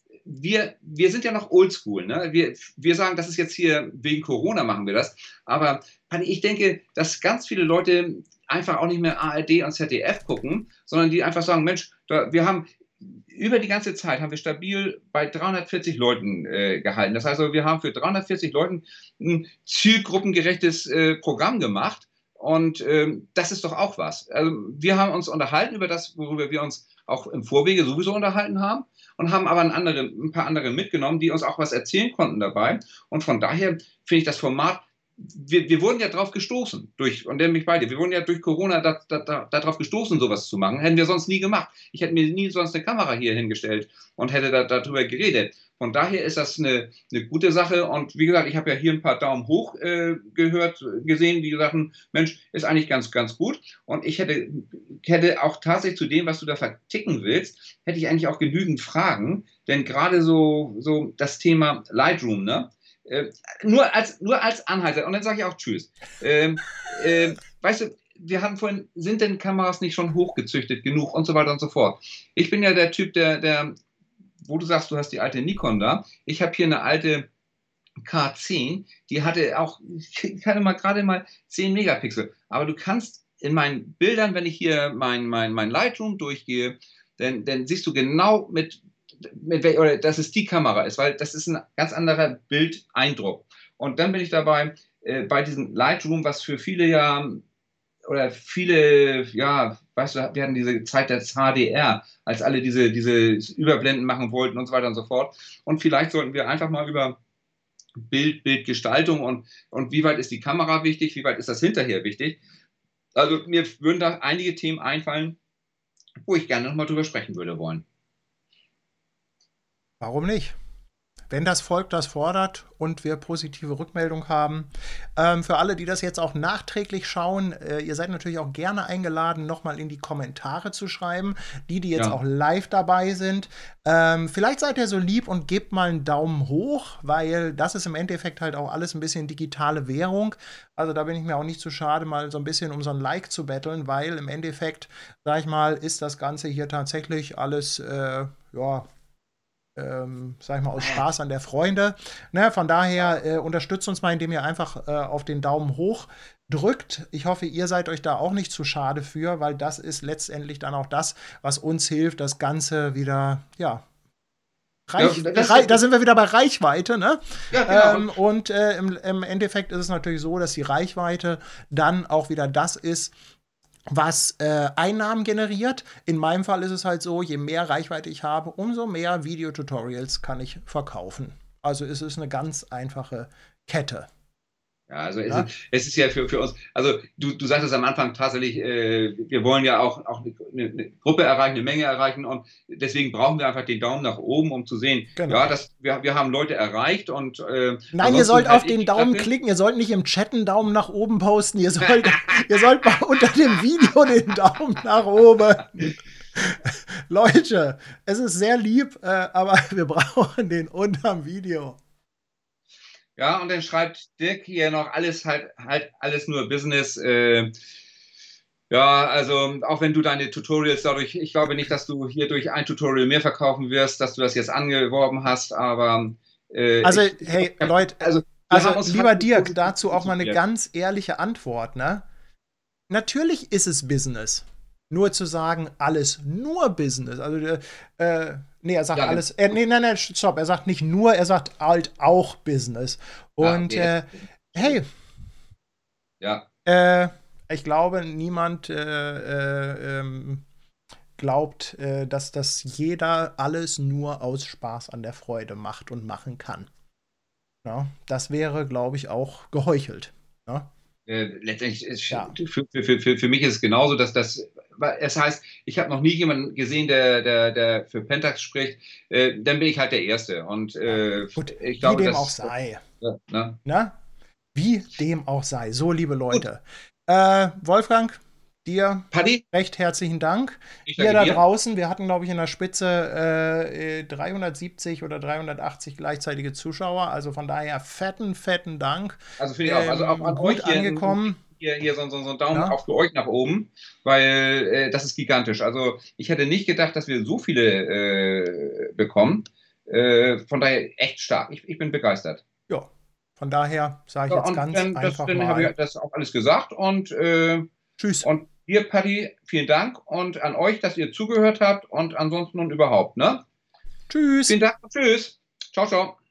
wir, wir sind ja noch oldschool. Ne? Wir, wir sagen, das ist jetzt hier wegen Corona machen wir das. Aber ich denke, dass ganz viele Leute einfach auch nicht mehr A R D und Z D F gucken, sondern die einfach sagen, Mensch, da, wir haben über die ganze Zeit haben wir stabil bei dreihundertvierzig Leuten äh, gehalten. Das heißt, also, wir haben für dreihundertvierzig Leuten ein zielgruppengerechtes äh, Programm gemacht. Und ähm, das ist doch auch was. Also, wir haben uns unterhalten über das, worüber wir uns auch im Vorwege sowieso unterhalten haben und haben aber ein, andere, ein paar andere mitgenommen, die uns auch was erzählen konnten dabei. Und von daher finde ich das Format, wir, wir wurden ja drauf gestoßen, durch, und nämlich bei dir, wir wurden ja durch Corona da, da, da, darauf gestoßen, sowas zu machen. Hätten wir sonst nie gemacht. Ich hätte mir nie sonst eine Kamera hier hingestellt und hätte da, darüber geredet. Von daher ist das eine, eine gute Sache. Und wie gesagt, ich habe ja hier ein paar Daumen hoch äh, gehört, gesehen, die sagten, Mensch, ist eigentlich ganz, ganz gut. Und ich hätte, hätte auch tatsächlich zu dem, was du da verticken willst, hätte ich eigentlich auch genügend Fragen. Denn gerade so, so das Thema Lightroom, ne? Äh, nur, als, nur als Anhalter. Und dann sage ich auch Tschüss. Ähm, äh, weißt du, wir hatten vorhin, sind denn Kameras nicht schon hochgezüchtet genug und so weiter und so fort. Ich bin ja der Typ, der, der wo du sagst, du hast die alte Nikon da. Ich habe hier eine alte K zehn, die hatte auch, ich hatte mal gerade mal zehn Megapixel. Aber du kannst in meinen Bildern, wenn ich hier mein, mein, mein Lightroom durchgehe, dann, dann siehst du genau mit, mit wel- oder dass es die Kamera ist, weil das ist ein ganz anderer Bildeindruck. Und dann bin ich dabei äh, bei diesem Lightroom, was für viele ja oder viele, ja, weißt du, wir hatten diese Zeit des H D R, als alle diese, diese Überblenden machen wollten und so weiter und so fort. Und vielleicht sollten wir einfach mal über Bild, Bildgestaltung und, und wie weit ist die Kamera wichtig, wie weit ist das hinterher wichtig. Also mir würden da einige Themen einfallen, wo ich gerne nochmal drüber sprechen würde wollen. Warum nicht? wenn das Volk das fordert und wir positive Rückmeldung haben. Ähm, für alle, die das jetzt auch nachträglich schauen, äh, ihr seid natürlich auch gerne eingeladen, nochmal in die Kommentare zu schreiben. Die, die jetzt Ja. auch live dabei sind. Ähm, vielleicht seid ihr so lieb und gebt mal einen Daumen hoch, weil das ist im Endeffekt halt auch alles ein bisschen digitale Währung. Also da bin ich mir auch nicht zu schade, mal so ein bisschen um so ein Like zu betteln, weil im Endeffekt, sag ich mal, ist das Ganze hier tatsächlich alles, äh, ja, ähm, sag ich mal, aus Spaß an der Freunde. Ne, von daher äh, unterstützt uns mal, indem ihr einfach äh, auf den Daumen hoch drückt. Ich hoffe, ihr seid euch da auch nicht zu schade für, weil das ist letztendlich dann auch das, was uns hilft, das Ganze wieder, ja, Reich, Ja, das, Reich, da das, sind wir wieder bei Reichweite, ne? ja, genau. Ähm, und äh, im, im Endeffekt ist es natürlich so, dass die Reichweite dann auch wieder das ist, was äh, Einnahmen generiert. In meinem Fall ist es halt so, je mehr Reichweite ich habe, umso mehr Videotutorials kann ich verkaufen. Also es ist eine ganz einfache Kette. Ja, also es Ja? ist, es ist ja für, für uns, also du, du sagtest am Anfang tatsächlich, äh, wir wollen ja auch, auch eine, eine Gruppe erreichen, eine Menge erreichen und deswegen brauchen wir einfach den Daumen nach oben, um zu sehen, ja, Genau. das, wir, wir haben Leute erreicht und äh, Nein, ihr ansonsten sollt auf halte ich den die Daumen Klappe. klicken, ihr sollt nicht im Chat einen Daumen nach oben posten, ihr sollt, ihr sollt mal unter dem Video den Daumen nach oben. Leute, es ist sehr lieb, äh, aber wir brauchen den unterm Video. Ja, und dann schreibt Dirk hier noch alles halt, halt alles nur Business. Äh, ja, also auch wenn du deine Tutorials dadurch, ich glaube nicht, dass du hier durch ein Tutorial mehr verkaufen wirst, dass du das jetzt angeworben hast, aber äh, Also, ich, hey, Leute, also wir also haben uns lieber halt Dirk, positiv dazu auch mal eine konzentriert. ganz ehrliche Antwort, ne? Natürlich ist es Business. Nur zu sagen, alles nur Business. Also, äh, nee, er sagt Ja, alles, äh, nee, nein, nein, stopp, er sagt nicht nur, er sagt halt auch Business. ah, Und, okay, äh, das, hey, ja. äh, ich glaube, niemand äh, äh, ähm, glaubt, äh, dass das jeder alles nur aus Spaß an der Freude macht und machen kann. Ja, das wäre, glaube ich, auch geheuchelt. Ja, Äh, letztendlich ist, ja. für, für, für, für mich ist es genauso, dass das, es heißt, ich habe noch nie jemanden gesehen, der, der, der für Pentax spricht, äh, dann bin ich halt der Erste. Und Ja. äh, Gut, ich wie glaube, dem auch dass, sei. ja, ne? Ne? Wie dem auch sei. So, liebe Gut, Leute. Äh, Wolfgang, dir Paddy, recht herzlichen Dank. ich Ihr danke da dir. draußen, wir hatten, glaube ich, in der Spitze äh, dreihundertsiebzig oder dreihundertachtzig gleichzeitige Zuschauer. Also von daher fetten, fetten Dank. Also finde ich auch. Also auch Ähm, an euch gut hier, angekommen. hier, hier so, so, so einen Daumen Ne? auch für euch nach oben, weil äh, das ist gigantisch. Also ich hätte nicht gedacht, dass wir so viele äh, bekommen. Äh, von daher echt stark. Ich, ich bin begeistert. Ja, von daher sage ich Ja, jetzt und ganz dann, das, einfach dann habe mal ich das auch alles gesagt und, äh, Tschüss. und dir, Paddy, vielen Dank und an euch, dass ihr zugehört habt und ansonsten und überhaupt, ne? Tschüss. Vielen Dank und tschüss. Ciao, ciao.